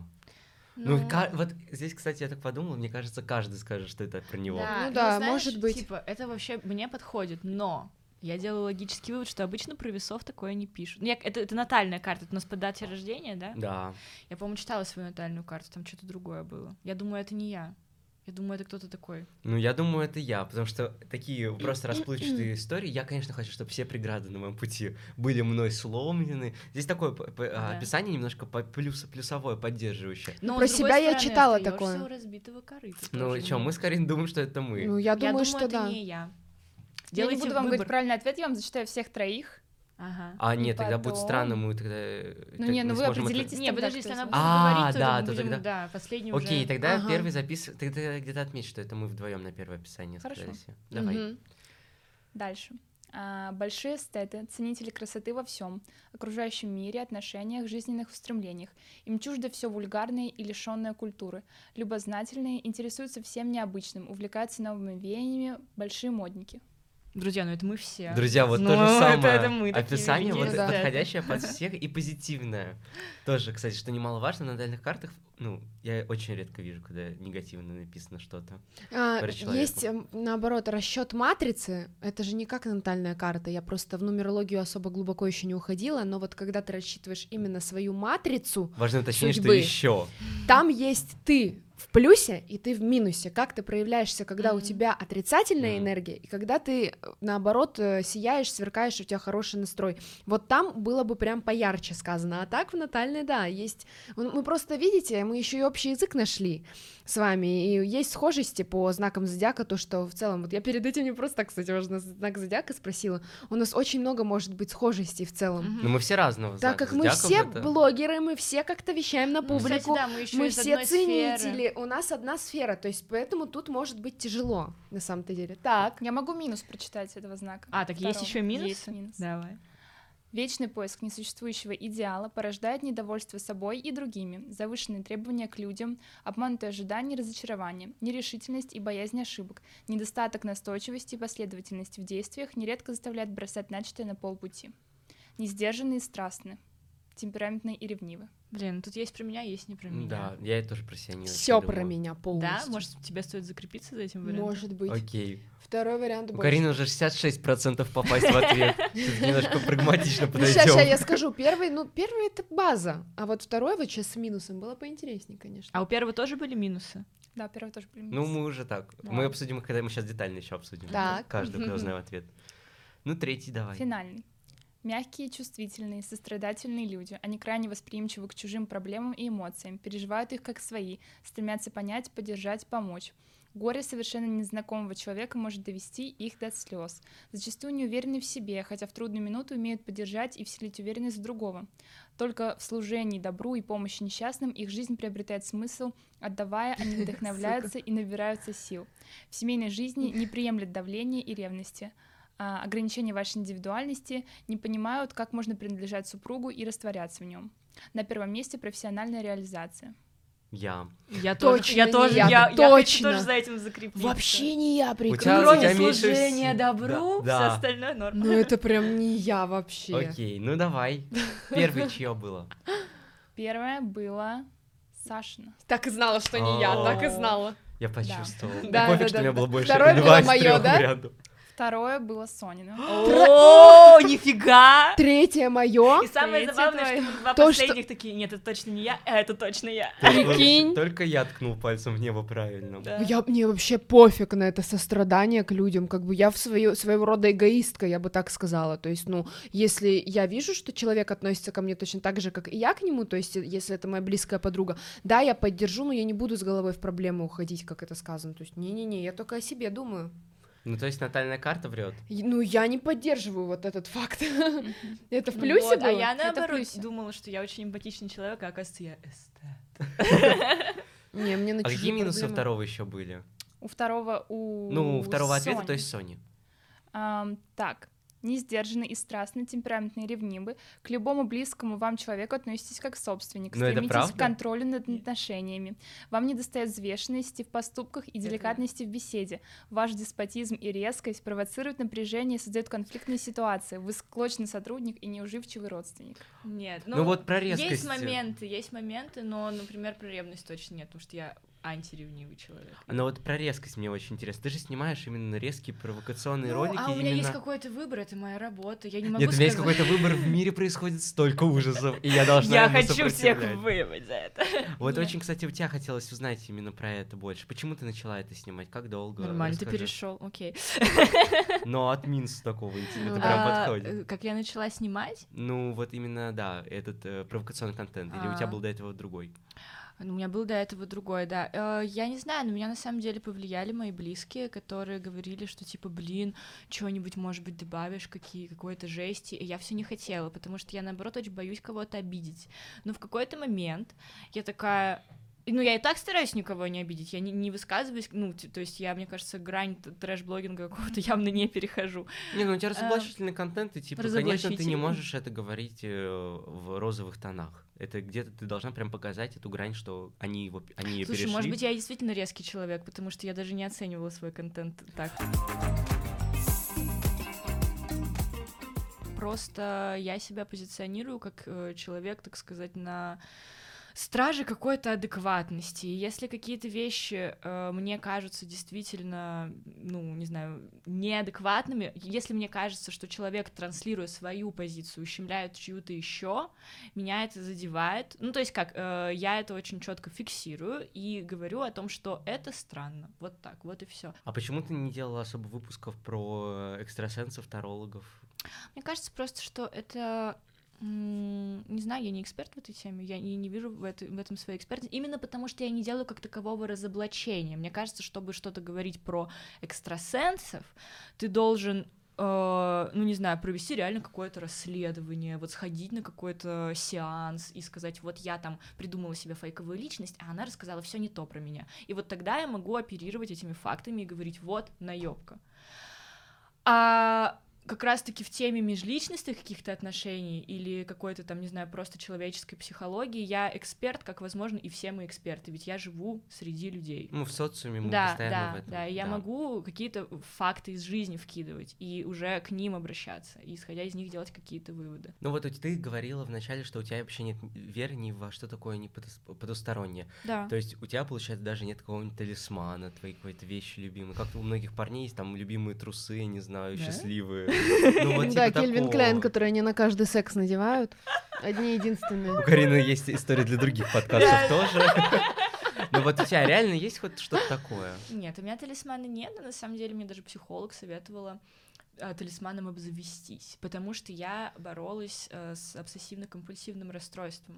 Ну, вот здесь, кстати, я так подумала, мне кажется, каждый скажет, что это про него. Да, да, знаешь, может быть. Типа, это вообще мне подходит, но я делаю логический вывод, что обычно про весов такое не пишут. Это натальная карта, это у нас по дате рождения, да? Да. Я, по-моему, читала свою натальную карту, там что-то другое было. Я думаю, это не я. Я думаю, это кто-то такой. Ну, я думаю, это я, потому что такие просто расплывчатые истории. Я, конечно, хочу, чтобы все преграды на моем пути были мной сломлены. Здесь такое описание немножко плюсовое, поддерживающее. Но про себя я читала такое. У разбитого корыта. Ну, и что, мы с Кариной думаем, что это мы. Ну, я думаю, что это да. не я. Я не буду вам говорить правильный ответ, я вам зачитаю всех троих. Ага. А нет, тогда будет странно, мы тогда... вы определитесь. Не, подожди, если она будет говорить, то будем, да, последний уже... Окей, тогда первый записывай, тогда где-то отметь, что это мы вдвоем на первое описание сказали. Давай. Дальше. Большие эстеты, ценители красоты во всем, окружающем мире, отношениях, жизненных устремлениях. Им чуждо все вульгарное и лишенное культуры. Любознательные, интересуются всем необычным, увлекаются новыми веяниями, большие модники. Друзья, ну это мы все. Друзья, вот Ну, то же самое. это мы такие Описание вот великие да. подходящее под всех и позитивное. Тоже, кстати, что немаловажно, на натальных картах, ну, я очень редко вижу, когда негативно написано что-то. про человека. Есть, наоборот, расчет матрицы. Это же не как натальная карта. Я просто в нумерологию особо глубоко еще не уходила, но вот когда ты рассчитываешь именно свою матрицу, Важно уточнить, что судьбы. еще. там есть ты в плюсе и ты в минусе. Как ты проявляешься, когда у тебя отрицательная энергия, и когда ты, наоборот, сияешь, сверкаешь, у тебя хороший настрой. Вот там было бы прям поярче сказано. А так в натальной, да, есть... Мы просто, видите, мы еще и общий язык нашли с вами, и есть схожести по знакам зодиака, то, что в целом... Вот я перед этим не просто так, кстати, важно знак зодиака спросила. У нас очень много может быть схожестей в целом. Но мы все разного Так знака как мы зодиаков, все это- блогеры, мы все как-то вещаем на Ну, публику, кстати, да, мы еще мы из все одной сферы. ценители, у нас одна сфера, то есть поэтому тут может быть тяжело, на самом-то деле. Так, Я могу минус прочитать этого знака. А, так есть Второго. еще минусы? Есть минус. Давай. Вечный поиск несуществующего идеала порождает недовольство собой и другими, завышенные требования к людям, обманутые ожидания и разочарования, нерешительность и боязнь ошибок, недостаток настойчивости и последовательности в действиях нередко заставляет бросать начатое на полпути. Несдержанные и страстны, темпераментные и ревнивы. Блин, тут есть про меня, есть не про меня. Да, я это тоже про себя не все очень про думаю. меня полностью. Да? Может, тебе стоит закрепиться за этим вариантом? Может быть. Окей. Второй вариант У больше. Карины уже 66% попасть в ответ. Всё-таки немножко прагматично Ну, сейчас подойдем. я скажу. Первый это база, а вот второй вот сейчас с минусом было поинтереснее, конечно. А у первого тоже были минусы? Да, первый тоже были Ну, минусы. мы уже так. Да. Мы обсудим их, когда мы сейчас детально еще обсудим. Так. Каждый, кто знает ответ. Ну, третий давай. Финальный. Мягкие, чувствительные, сострадательные люди. Они крайне восприимчивы к чужим проблемам и эмоциям, переживают их как свои, стремятся понять, поддержать, помочь. Горе совершенно незнакомого человека может довести их до слез. Зачастую не уверены в себе, хотя в трудную минуту умеют поддержать и вселить уверенность в другого. Только в служении добру и помощи несчастным их жизнь приобретает смысл, отдавая, они вдохновляются и набираются сил. В семейной жизни не приемлят давления и ревности. Ограничения вашей индивидуальности, не понимают, как можно принадлежать супругу и растворяться в нем. На первом месте профессиональная реализация. Я. Я Точно тоже, не я, я хочу точно. тоже за этим закрепиться. Вообще не я, тебя- у прикрою. тебя Кроме меньше служения всего. добру, Да, все да. остальное норм. Ну это прям не я вообще. Окей, ну давай. Первый чье было? Первое было Сашина. Так и знала, что не я, так и знала. Я почувствовал. Да, Пофиг, да, что у да, меня да. было больше Второе было два из моё, 3 да? вариантов. Второе было Сонина. О, нифига! Третье мое. И самое Третье забавное, твоё. что два То, что- последних такие, нет, это точно не я, а это точно я. Прикинь. Только я ткнул пальцем в небо правильно. Да. Мне вообще пофиг на это сострадание к людям, как бы я своего рода эгоистка, я бы так сказала, то есть, ну, если я вижу, что человек относится ко мне точно так же, как и я к нему, то есть, если это моя близкая подруга, да, я поддержу, но я не буду с головой в проблему уходить, как это сказано, то есть, не-не-не, я только о себе думаю. Ну, то есть натальная карта врет. Ну, я не поддерживаю вот этот факт. Это в Ну плюсе Вот, а было? я Это наоборот плюсе. думала, что я очень эмпатичный человек, а оказывается я эстет. Не, мне на А какие чужие минусы у проблемы. второго еще были? У второго у Ну, у второго ответа, Сони. то есть Сони. Так, несдержанный и страстный, темпераментный и ревнивый. К любому близкому вам человеку относитесь как собственник. Но это Стремитесь правда? к контролю над отношениями. Вам недостает взвешенности в поступках и деликатности в беседе. Ваш деспотизм и резкость провоцируют напряжение и создают конфликтные ситуации. Вы склочный сотрудник и неуживчивый родственник. Нет, Ну, вот про резкость. есть моменты, но, например, про ревность точно нет, потому что я антиревнивый человек. Но вот про резкость мне очень интересно. Ты же снимаешь именно резкие провокационные Ну, ролики. а у меня именно... есть какой-то выбор, это моя работа, я не могу Нет, у меня есть сказать. какой-то выбор, в мире происходит столько ужасов, и я должна Я ему хочу всех сопротивлять. выебать за это. Вот Нет. очень, кстати, у тебя хотелось узнать именно про это больше. Почему ты начала это снимать? Как долго? Нормально, ты Расскажи. перешел, окей. Но от минуса такого интересно, Ну это да. прям подходит. Как я начала снимать? Ну, вот именно, да, этот провокационный контент. Или у тебя А. был до этого другой? Ну, у меня был до этого другой, да. Я не знаю, но меня на самом деле повлияли мои близкие, которые говорили, что типа, блин, чего-нибудь, может быть, добавишь, какой-то жести. И я все не хотела, потому что я, наоборот, очень боюсь кого-то обидеть. Но в какой-то момент я такая... Ну, я и так стараюсь никого не обидеть, я не высказываюсь, ну, то есть я, мне кажется, грань трэш-блогинга какого-то явно не перехожу. Не, ну у тебя разоблачительный контент, и типа, конечно, ты не разоблачительный. можешь это говорить в розовых тонах. Это где-то ты должна прям показать эту грань, что они ее Слушай, перешли. может быть, я действительно резкий человек, потому что я даже не оценивала свой контент так. просто я себя позиционирую как человек, так сказать, на страже какой-то адекватности. И если какие-то вещи мне кажутся действительно, ну, не знаю, неадекватными, если мне кажется, что человек, транслируя свою позицию, ущемляет чью-то еще, меня это задевает. Ну, то есть как, я это очень четко фиксирую и говорю о том, что это странно. Вот так, вот и все. А почему ты не делала особо выпусков про экстрасенсов, тарологов? Мне кажется просто, что это... Не знаю, я не эксперт в этой теме, я не вижу в этом своей экспертности, именно потому что я не делаю как такового разоблачения. Мне кажется, чтобы что-то говорить про экстрасенсов, ты должен, ну, не знаю, провести реально какое-то расследование, вот сходить на какой-то сеанс и сказать, вот я там придумала себе фейковую личность, а она рассказала все не то про меня. И вот тогда я могу оперировать этими фактами и говорить, вот, наёбка. А как раз-таки в теме межличностных каких-то отношений или какой-то там, не знаю, просто человеческой психологии я эксперт, как, возможно, и все мы эксперты, ведь я живу среди людей. Ну, в социуме мы Да, постоянно в этом. да, и я могу какие-то факты из жизни вкидывать и уже к ним обращаться, и исходя из них делать какие-то выводы. Ну вот ты говорила вначале, что у тебя вообще нет веры ни во что такое не потустороннее. Да. То есть у тебя, получается, даже нет какого-нибудь талисмана, твоей какой-то вещи любимой. Как у многих парней есть там любимые трусы, не знаю, Да? счастливые. Ну, вот Да, типа Кельвин такого. Кляйн, которые они на каждый секс надевают. Одни единственные. У Карины есть история для других подкастов тоже. Но вот у тебя реально есть хоть что-то такое? Нет, у меня талисмана нет, но на самом деле мне даже психолог советовала талисманом обзавестись, потому что я боролась с обсессивно-компульсивным расстройством.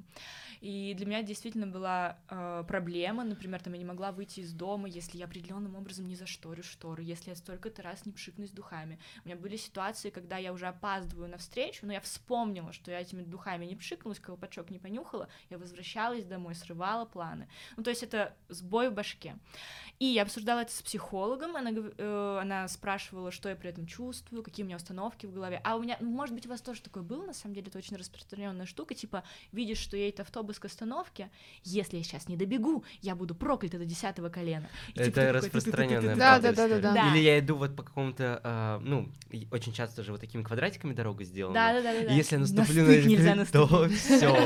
И для меня действительно была проблема, например, там я не могла выйти из дома, если я определенным образом не зашторю шторы, если я столько-то раз не пшикнусь духами. У меня были ситуации, когда я уже опаздываю на встречу, но я вспомнила, что я этими духами не пшикнулась, колпачок не понюхала, я возвращалась домой, срывала планы. Ну, то есть это сбой в башке. И я обсуждала это с психологом, она спрашивала, что я при этом чувствую, какие у меня установки в голове. А у меня, может быть, у вас тоже такое было, на самом деле, это очень распространенная штука, типа, видишь, что едет автобус к остановке, если я сейчас не добегу, я буду проклята до 10-го колена. И, Это типа, распространенная Да, правда да, да, да, история. да. Или я иду вот по какому-то, ну, очень часто же вот такими квадратиками дорога сделана. Да. И если я наступлю На на стык нельзя это, то наступить.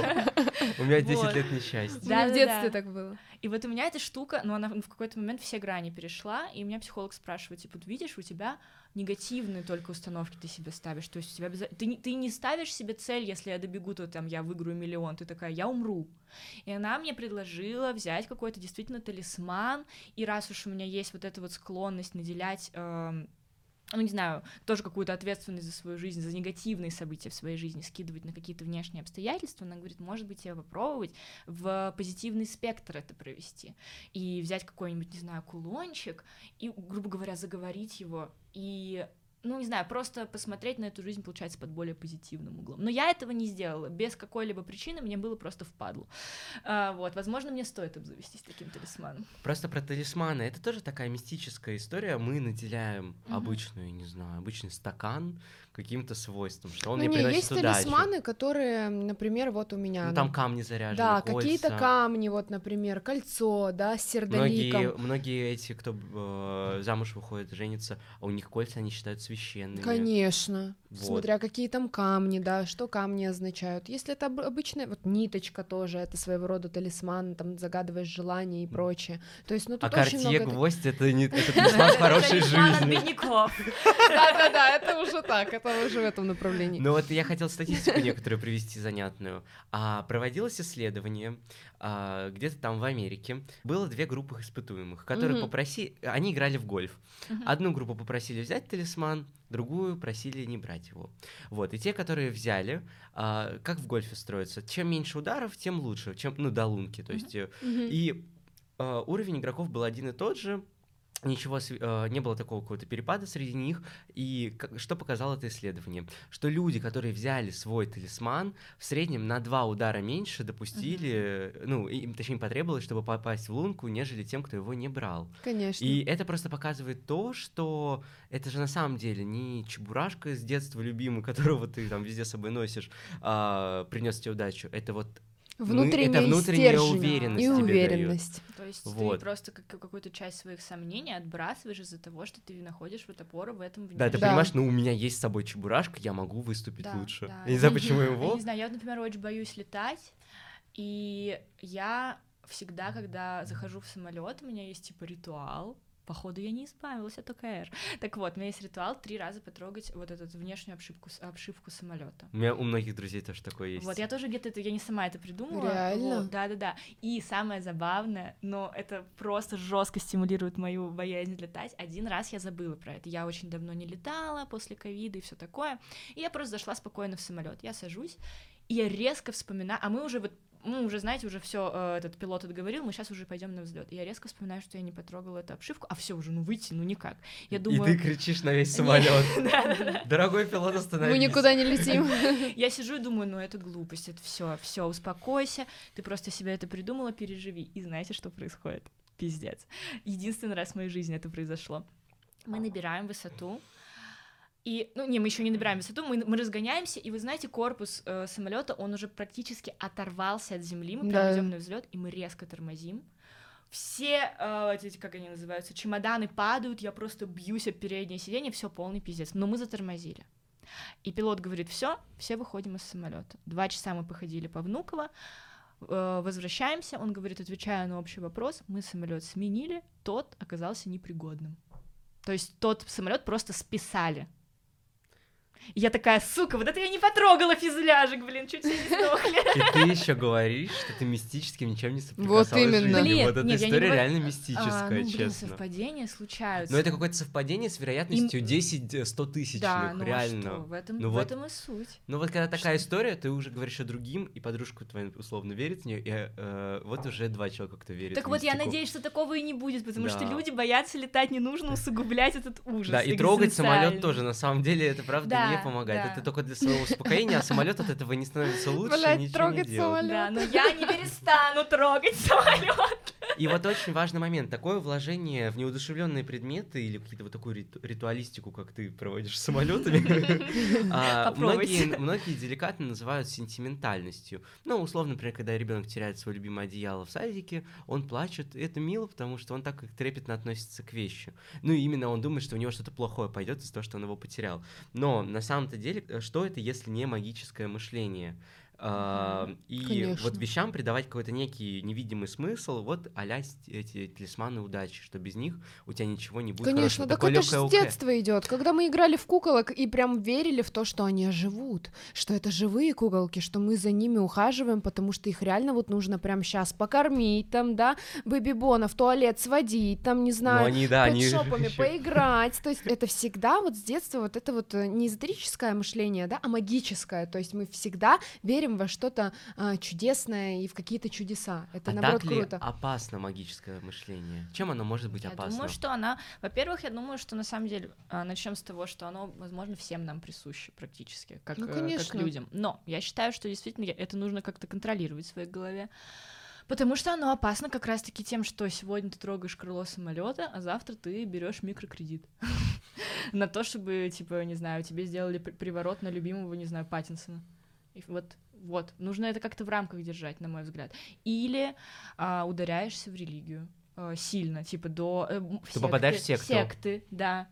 все. У меня 10 Вот. лет несчастья. Да, в Да-да-да. детстве так было. И вот у меня эта штука, ну, она в какой-то момент все грани перешла, и у меня психолог спрашивает, типа, видишь, у тебя негативные только установки ты себе ставишь, то есть у тебя ты не ставишь себе цель, если я добегу, то там я выиграю миллион, ты такая, я умру. И она мне предложила взять какой-то действительно талисман, и раз уж у меня есть вот эта вот склонность наделять ну, не знаю, тоже какую-то ответственность за свою жизнь, за негативные события в своей жизни скидывать на какие-то внешние обстоятельства, она говорит, может быть, тебе попробовать в позитивный спектр это провести, и взять какой-нибудь, не знаю, кулончик, и, грубо говоря, заговорить его, и, ну, не знаю, просто посмотреть на эту жизнь, получается, под более позитивным углом. Но я этого не сделала, без какой-либо причины, мне было просто впадлу. Вот, возможно, мне стоит обзавестись таким талисманом. Просто про талисманы. Это тоже такая мистическая история. Мы наделяем обычную, не знаю, обычный стакан каким-то свойством, что он Ну, мне приносит есть удачу. талисманы, которые, например, вот у меня. Ну, там камни заряжены, да, кольца. какие-то камни, вот, например, кольцо, да, с сердоликом. Многие эти, кто замуж выходит, женится, а у них кольца они считают священными. Конечно, Вот. смотря какие там камни, да, что камни означают. Если это обычная, вот ниточка тоже, это своего рода талисман, там загадываешь желание и прочее. То есть, ну тут А очень Cartier много... гвоздь это талисман хорошей Талисман от жизни. бедняков. Да-да-да, это уже так, это уже в этом направлении. Ну вот я хотел статистику некоторую привести занятную. Проводилось исследование где-то там в Америке. Было 2 группы испытуемых, которые они играли в гольф. Одну группу попросили взять талисман, другую просили не брать его. Вот, и те, которые взяли, как в гольфе строится, чем меньше ударов, тем лучше, чем, ну, до лунки, то есть, и уровень игроков был один и тот же, ничего, не было такого какого-то перепада среди них, и что показало это исследование? Что люди, которые взяли свой талисман, в среднем на 2 удара меньше допустили, ну, им, точнее, потребовалось, чтобы попасть в лунку, нежели тем, кто его не брал. Конечно. И это просто показывает то, что это же на самом деле не чебурашка с детства любимый, которого ты там везде с собой носишь, принес тебе удачу. Это вот Внутренняя внутренняя стержень уверенность и тебе уверенность. То есть Вот. ты просто какую-то часть своих сомнений отбрасываешь из-за того, что ты находишь вот опору в этом Да, ты внешнем. Да. понимаешь, у меня есть с собой чебурашка, я могу выступить Да, лучше. да. Я не знаю, почему Я его. не знаю, я, например, очень боюсь летать, и я всегда, когда захожу в самолет, у меня есть типа ритуал. Походу, я не избавилась от ОКР. Так вот, у меня есть ритуал 3 раза потрогать вот эту внешнюю обшивку самолета. У многих друзей тоже такое есть. Вот, я тоже где-то это, я не сама это придумала. Реально? Вот, да. И самое забавное, но это просто жестко стимулирует мою боязнь летать. Один раз я забыла про это. Я очень давно не летала после ковида и все такое. И я просто зашла спокойно в самолет. Я сажусь, и я резко вспоминаю, а мы уже, знаете, уже все, этот пилот отговорил, мы сейчас уже пойдем на взлет. Я резко вспоминаю, что я не потрогала эту обшивку, а все уже, выйти, никак. Я думаю... И ты кричишь на весь самолет. Да. Дорогой пилот, остановись. Мы никуда не летим. Я сижу и думаю, это глупость, это все, успокойся, ты просто себе это придумала, переживи. И знаете, что происходит? Пиздец. Единственный раз в моей жизни это произошло. Мы набираем высоту, и, мы еще не набираем высоту, мы разгоняемся, и вы знаете, корпус самолета, он уже практически оторвался от земли, мы прям идем на взлет, и мы резко тормозим. Все эти, как они называются, чемоданы падают, я просто бьюсь об переднее сиденье, все полный пиздец. Но мы затормозили. И пилот говорит, все выходим из самолета. 2 часа мы походили по Внуково, возвращаемся, он говорит, отвечая на общий вопрос, мы самолет сменили, тот оказался непригодным. То есть тот самолет просто списали. И я такая, сука, вот это я не потрогала фюзеляжик, чуть все не сдохли. И ты еще говоришь, что ты мистическим ничем не соприкасалась Вот именно. в жизни. Блин, Вот эта нет, я не история говорю- реально мистическая, честно. Совпадения случаются. Но это какое-то совпадение с вероятностью 10-100 тысячных, Да, ну реально. а что, в этом, Ну в вот. этом и суть. Ну вот когда такая история, ты уже говоришь о другим, и подружка твоя условно верит в нее, и вот уже 2 человека кто верит Так в вот, я мистику. надеюсь, что такого и не будет, потому что Да. люди боятся летать, не нужно усугублять этот ужас. Да, и трогать самолет экзистенциальный. тоже, на самом деле, это правда Да, не помогает. да. Это только для своего успокоения, а самолет от этого не становится лучше, Блядь, ничего не трогать делает. самолет. Да, но я не перестану трогать самолет. И вот очень важный момент. Такое вложение в неудушевленные предметы или какие-то вот такую ритуалистику, как ты проводишь с самолетами, Попробуйте. многие деликатно называют сентиментальностью. Ну, условно, например, когда ребенок теряет свое любимое одеяло в садике, он плачет, и это мило, потому что он так трепетно относится к вещи. Ну, и именно он думает, что у него что-то плохое пойдет из-за того, что он его потерял. Но на самом-то деле, что это, если не магическое мышление? И Конечно. вот вещам придавать какой-то некий невидимый смысл, вот а-ля эти талисманы удачи, что без них у тебя ничего не будет Конечно, хорошего. так Такое это же лёгкое с ОК. детства идет. Когда мы играли в куколок и прям верили в то, что они оживут, что это живые куколки, что мы за ними ухаживаем, потому что их реально вот нужно прям сейчас покормить, там, да, бэби-бона в туалет сводить, там, не Но знаю, они, да, они пэтшопами ещё- поиграть. То есть это всегда вот с детства вот это вот не эзотерическое мышление, да, а магическое. То есть мы всегда верим во что-то чудесное и в какие-то чудеса. Это А наоборот так ли круто. опасно магическое мышление? Чем оно может быть Я опасно? думаю, что она... Во-первых, я думаю, что на самом деле... Начнем с того, что оно, возможно, всем нам присуще практически, как, Ну, как конечно. людям. Но я считаю, что действительно это нужно как-то контролировать в своей голове. Потому что оно опасно как раз-таки тем, что сегодня ты трогаешь крыло самолета, а завтра ты берешь микрокредит на то, чтобы, типа, не знаю, тебе сделали приворот на любимого, не знаю, Паттинсона. И вот, нужно это как-то в рамках держать, на мой взгляд. Или ударяешься в религию сильно, типа Ты попадаешь в секту. Секты, да.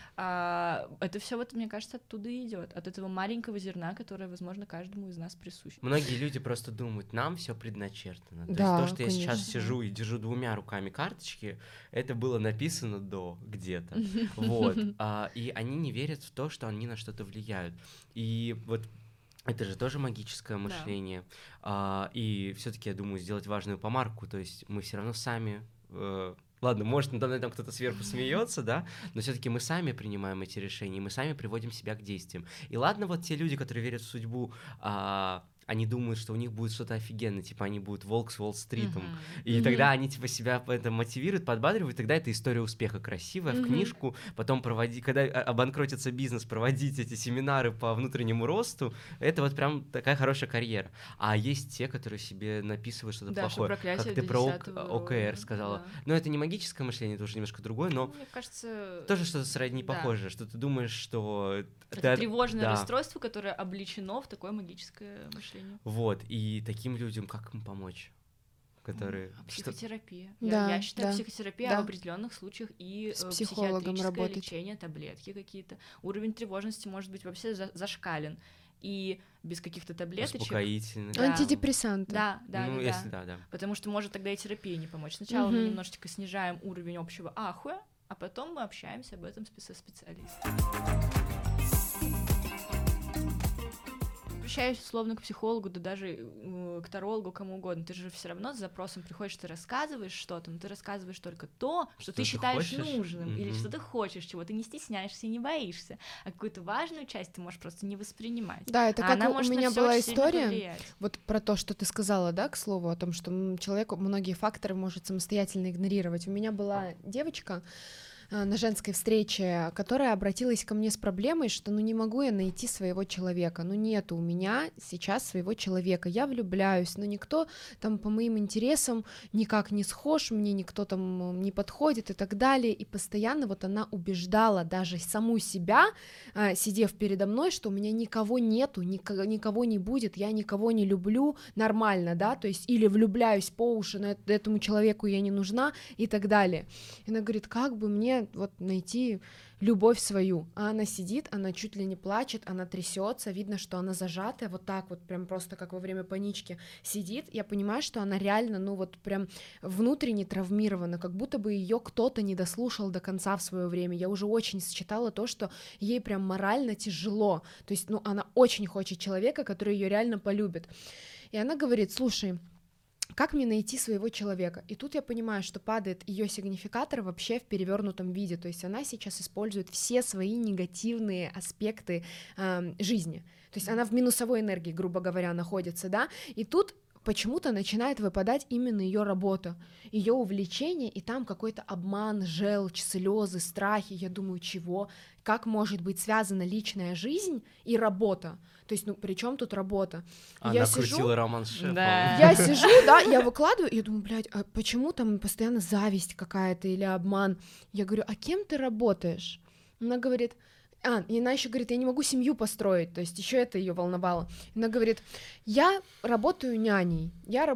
Это все, вот, мне кажется, оттуда и идет, от этого маленького зерна, которое, возможно, каждому из нас присуще. Многие люди просто думают, нам все предначертано. То Да, есть то, что я сейчас конечно. сижу и держу 2 руками карточки, это было написано до где-то. Вот. И они не верят в то, что они на что-то влияют. И вот это же тоже магическое мышление. И все-таки, я думаю, сделать важную помарку. То есть мы все равно сами. Ладно, может, надо мной там кто-то сверху смеется, да, но все-таки мы сами принимаем эти решения, мы сами приводим себя к действиям. И ладно, вот те люди, которые верят в судьбу, они думают, что у них будет что-то офигенное, типа они будут волк с Уолл-стритом. И тогда они типа себя это мотивируют, подбадривают, тогда это история успеха красивая, в книжку, потом когда обанкротится бизнес, проводить эти семинары по внутреннему росту, это вот прям такая хорошая карьера. А есть те, которые себе написывают что-то Да, что плохое, проклятие как ты до про 10-го ОКР уровня, сказала. да. Но это не магическое мышление, это уже немножко другое, но Мне кажется... тоже что-то сродни да. похожее, что ты думаешь, что... Это тревожное да. расстройство, которое облечено в такое магическое мышление. мышлению. Вот, и таким людям как им помочь? Которые... Психотерапия. Да, Я считаю, да, психотерапия да. в определенных случаях и С психологом психиатрическое работать. лечение, таблетки какие-то. Уровень тревожности может быть вообще зашкален. И без каких-то таблеточек... Успокоительных. Да. Антидепрессанты. Да. Если да. Потому что может тогда и терапия не помочь. Сначала мы Мгм. немножечко снижаем уровень общего ахуя, а потом мы общаемся об этом со специалистом. Обращаюсь условно к психологу, да даже к тарологу, кому угодно. Ты же все равно с запросом приходишь, ты рассказываешь что-то, но ты рассказываешь только то, что ты ты считаешь хочешь. нужным, или Мгм. что ты хочешь, чего ты не стесняешься и не боишься. А какую-то важную часть ты можешь просто не воспринимать. Да, это А как она у может на меня всё была очень сильно история, повлиять. вот про то, что ты сказала, да, к слову, о том, что человек многие факторы может самостоятельно игнорировать. У меня была девочка на женской встрече, которая обратилась ко мне с проблемой, что не могу я найти своего человека, нету у меня сейчас своего человека, я влюбляюсь, но никто там по моим интересам никак не схож, мне никто там не подходит и так далее, и постоянно вот она убеждала даже саму себя, сидев передо мной, что у меня никого нету, никого не будет, я никого не люблю, нормально, да, то есть или влюбляюсь по уши, но этому человеку я не нужна и так далее. И она говорит, как бы мне вот найти любовь свою, а она сидит, она чуть ли не плачет, она трясется, видно, что она зажатая, вот так вот, прям просто как во время панички сидит, я понимаю, что она реально, вот прям внутренне травмирована, как будто бы ее кто-то не дослушал до конца в свое время, я уже очень считала то, что ей прям морально тяжело, то есть, она очень хочет человека, который ее реально полюбит, и она говорит, слушай, как мне найти своего человека? И тут я понимаю, что падает ее сигнификатор вообще в перевернутом виде, то есть она сейчас использует все свои негативные аспекты жизни, то есть она в минусовой энергии, грубо говоря, находится, да, и тут почему-то начинает выпадать именно ее работа, ее увлечение, и там какой-то обман, желчь, слезы, страхи. Я думаю, чего? Как может быть связана личная жизнь и работа? То есть, при чем тут работа? Она Я крутила сижу, роман с шефом. Да. я сижу, да, я выкладываю, и я думаю, блядь, а почему там постоянно зависть какая-то или обман? Я говорю, а кем ты работаешь? Она говорит, и она еще говорит, я не могу семью построить, то есть еще это ее волновало. Она говорит, я работаю няней,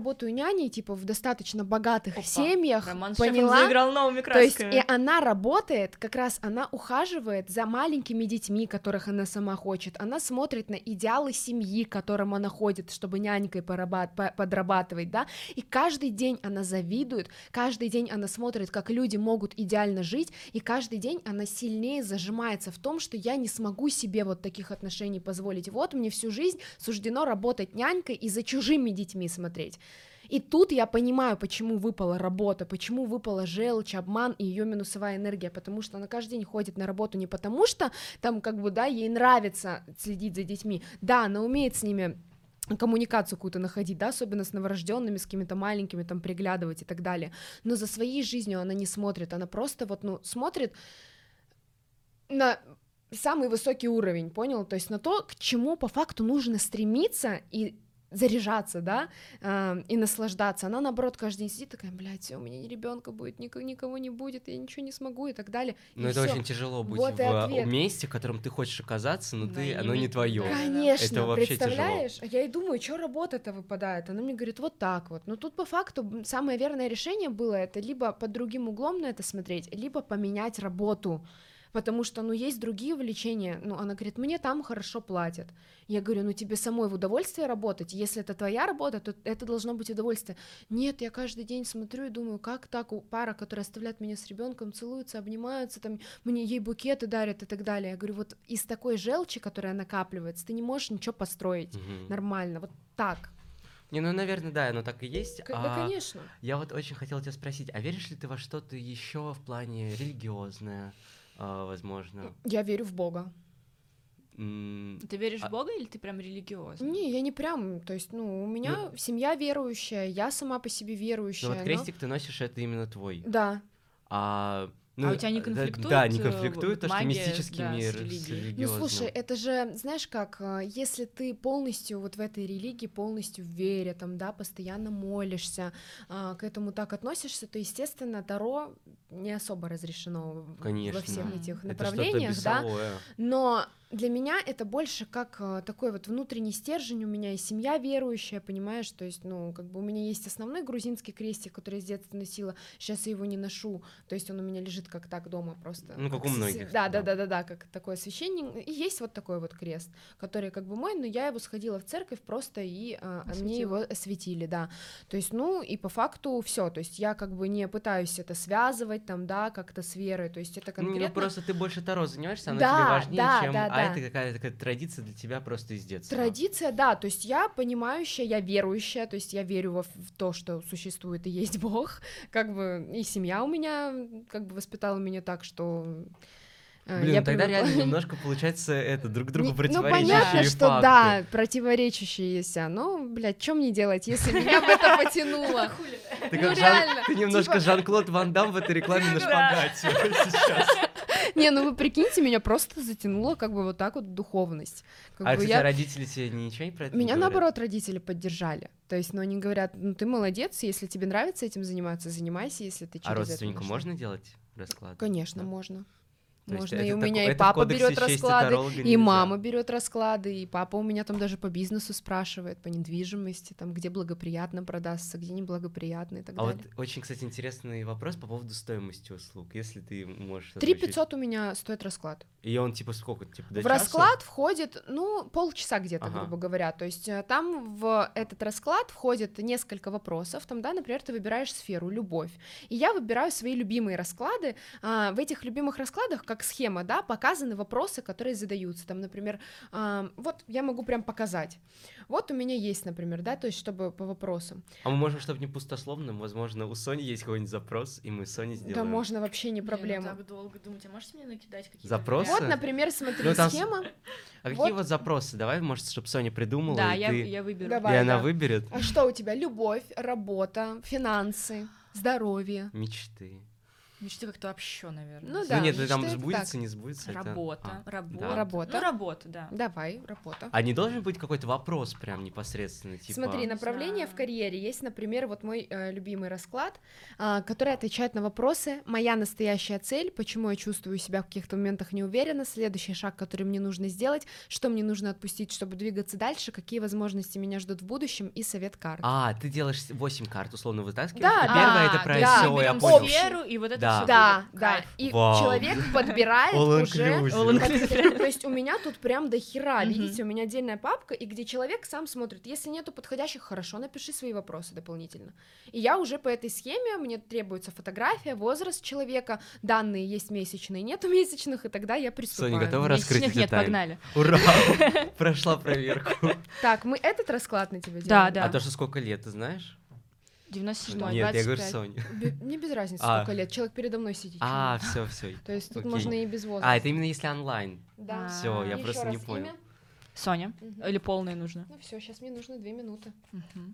типа в достаточно богатых семьях, Роман с поняла? шефом заиграл новыми То есть красками. и она работает, как раз она ухаживает за маленькими детьми, которых она сама хочет, она смотрит на идеалы семьи, к которым она ходит, чтобы нянькой подрабатывать, да, и каждый день она завидует, каждый день она смотрит, как люди могут идеально жить, и каждый день она сильнее зажимается в том, что я не смогу себе вот таких отношений позволить, вот мне всю жизнь суждено работать нянькой и за чужими детьми смотреть. И тут я понимаю, почему выпала работа, почему выпала желчь, обман и ее минусовая энергия, потому что она каждый день ходит на работу не потому, что там ей нравится следить за детьми, да, она умеет с ними коммуникацию какую-то находить, да, особенно с новорожденными, с какими-то маленькими, там, приглядывать и так далее, но за своей жизнью она не смотрит, она просто смотрит на самый высокий уровень, понял, то есть на то, к чему по факту нужно стремиться и заряжаться, да, и наслаждаться. Она, наоборот, каждый день сидит такая, блядь, всё, у меня ни ребенка будет, никого не будет, я ничего не смогу и так далее. Но это всё. очень тяжело быть Вот и ответ. в месте, в котором ты хочешь оказаться, но Да, оно не твое. да. Конечно, Это вообще представляешь? А я и думаю, что работа-то выпадает. Она мне говорит, вот так вот. Но тут по факту самое верное решение было это либо под другим углом на это смотреть, либо поменять работу. Потому что, есть другие увлечения, она говорит, мне там хорошо платят. Я говорю, тебе самой в удовольствие работать, если это твоя работа, то это должно быть удовольствие. Нет, я каждый день смотрю и думаю, как так пара, которая оставляет меня с ребенком, целуются, обнимаются, там, ей букеты дарят и так далее. Я говорю, вот из такой желчи, которая накапливается, ты не можешь ничего построить нормально, вот так. Наверное, да, оно так и есть. Да, конечно. Я вот очень хотела тебя спросить, а веришь ли ты во что-то еще в плане религиозное? Возможно. Я верю в Бога. Ты веришь в Бога или ты прям религиозный? Не, я не прям, то есть, у меня семья верующая, я сама по себе верующая. Но вот крестик ты носишь, это именно твой. Да. А А у тебя не конфликтует? Да, не конфликтует то, что магия, мистический да, мир с с религией? Ну, религиозным. слушай, это же, знаешь как, если ты полностью вот в этой религии, полностью в вере, там, да, постоянно молишься, к этому так относишься, то, естественно, Таро не особо разрешено Конечно. во всех этих Это направлениях, что-то да, бесовое. но для меня это больше как такой вот внутренний стержень, у меня и семья верующая, понимаешь, то есть, ну, как бы у меня есть основной грузинский крестик, который я с детства носила, сейчас я его не ношу, то есть он у меня лежит как так дома просто. Ну, как у многих, Да, да. как такое освящение, и есть вот такой вот крест, который как бы мой, но я его сходила в церковь просто, и мне его осветили, да, то есть, ну, и по факту все, то есть я как бы не пытаюсь это связывать там, да, как-то с верой, то есть это конкретно... Ну, просто ты больше Таро занимаешься, оно Да, тебе важнее, да, чем... да, А да. это какая-то такая традиция для тебя просто из детства. Традиция, да, то есть я понимающая, я верующая, то есть я верю в то, что существует и есть Бог, как бы и семья у меня как бы воспитала меня так, что Блин, я тогда привыкла. реально немножко получается это друг другу Ну, противоречащие понятно, что факты. да, противоречащиеся, но, блядь, что мне делать, если меня в это потянуло? Ты, Ну, как реально, ты немножко типа- Жан-Клод Ван Дам в этой рекламе на шпагате сейчас. Не, ну вы прикиньте, меня просто затянуло как бы вот так вот в духовность. Как А, бы кстати, родители тебе ничего не про это не Меня, говорят? наоборот, родители поддержали. То есть, ну, они говорят, ну, ты молодец, если тебе нравится этим заниматься, занимайся, если ты через А это родственнику нашла. можно делать расклад? Конечно, Да. можно. То есть Можно, это и у тако- меня и это в папа кодексе берет чести расклады, таролога и нельзя. мама берет расклады, и папа у меня там даже по бизнесу спрашивает, по недвижимости, там, где благоприятно продастся, где неблагоприятно и так А вот далее. очень, кстати, интересный вопрос по поводу стоимости услуг, если ты можешь... 3 озвучить. 500 у меня стоит расклад. И он типа сколько? Типа до В часа? расклад входит, ну, полчаса где-то, Ага. грубо говоря. То есть там в этот расклад входит несколько вопросов. Там, да, например, ты выбираешь сферу, любовь. И я выбираю свои любимые расклады. В этих любимых раскладах, как схема, да, показаны вопросы, которые задаются. Там, например, вот я могу прям показать. Вот у меня есть, например, да, то есть чтобы по вопросам. А мы можем, чтобы не пустословным, возможно, у Сони есть какой-нибудь запрос, и мы с Соней сделаем. Да, можно, вообще не Блин, проблема. так долго думать. А можете мне накидать какие-то Запросы? варианты? Вот, например, смотри, Ну, там схема. А какие Вот. вот запросы? Давай, может, чтобы Соня придумала, Да, и я, ты... я выберу. И Давай. она да. выберет А что у тебя? Любовь, работа, финансы, здоровье. мечты. Мечты как-то вообще, наверное. Ну Ну да, нет, там мечты это сбудется, так. не сбудется. это- Работа, А, работа. да. Работа. Ну, работа, да. Давай, работа. А не должен быть какой-то вопрос прям непосредственно, типа... Смотри, Не направление знаю. в карьере. Есть, например, вот мой любимый расклад, который отвечает на вопросы «Моя настоящая цель», почему я чувствую себя в каких-то моментах неуверенно, следующий шаг, который мне нужно сделать, что мне нужно отпустить, чтобы двигаться дальше, какие возможности меня ждут в будущем и совет карт. А, ты делаешь 8 карт, условно вытаскиваешь, Да, а первая А, это про то есть да, всё, мы я берем понял. сферу, и вот это Да. всё Да, будет. да. Кайф. И Вау. человек подбирает All уже... inclusive. То есть у меня тут прям до хера, Мгм. видите, у меня отдельная папка, и где человек сам смотрит, если нету подходящих, хорошо, напиши свои вопросы дополнительно. И я уже по этой схеме, мне требуется фотография, возраст человека, данные есть месячные, нету месячных, и тогда я приступаю. Соня, готова раскрыть Месячных нет, детали? погнали. Ура! Прошла проверку. Так, мы этот расклад на тебя Да, делаем? да. А то, что сколько лет, ты знаешь? 97-й, Нет, я говорю 25. Соне. Мне без разницы, А. сколько лет, человек передо мной сидит. А, все. То есть тут окей. можно и без возраста. А, это именно если онлайн. Да. Всё, я И просто ещё не раз понял. имя. Соня. Мгм. Или полное нужно? Ну все, сейчас мне нужно 2 минуты. Мгм.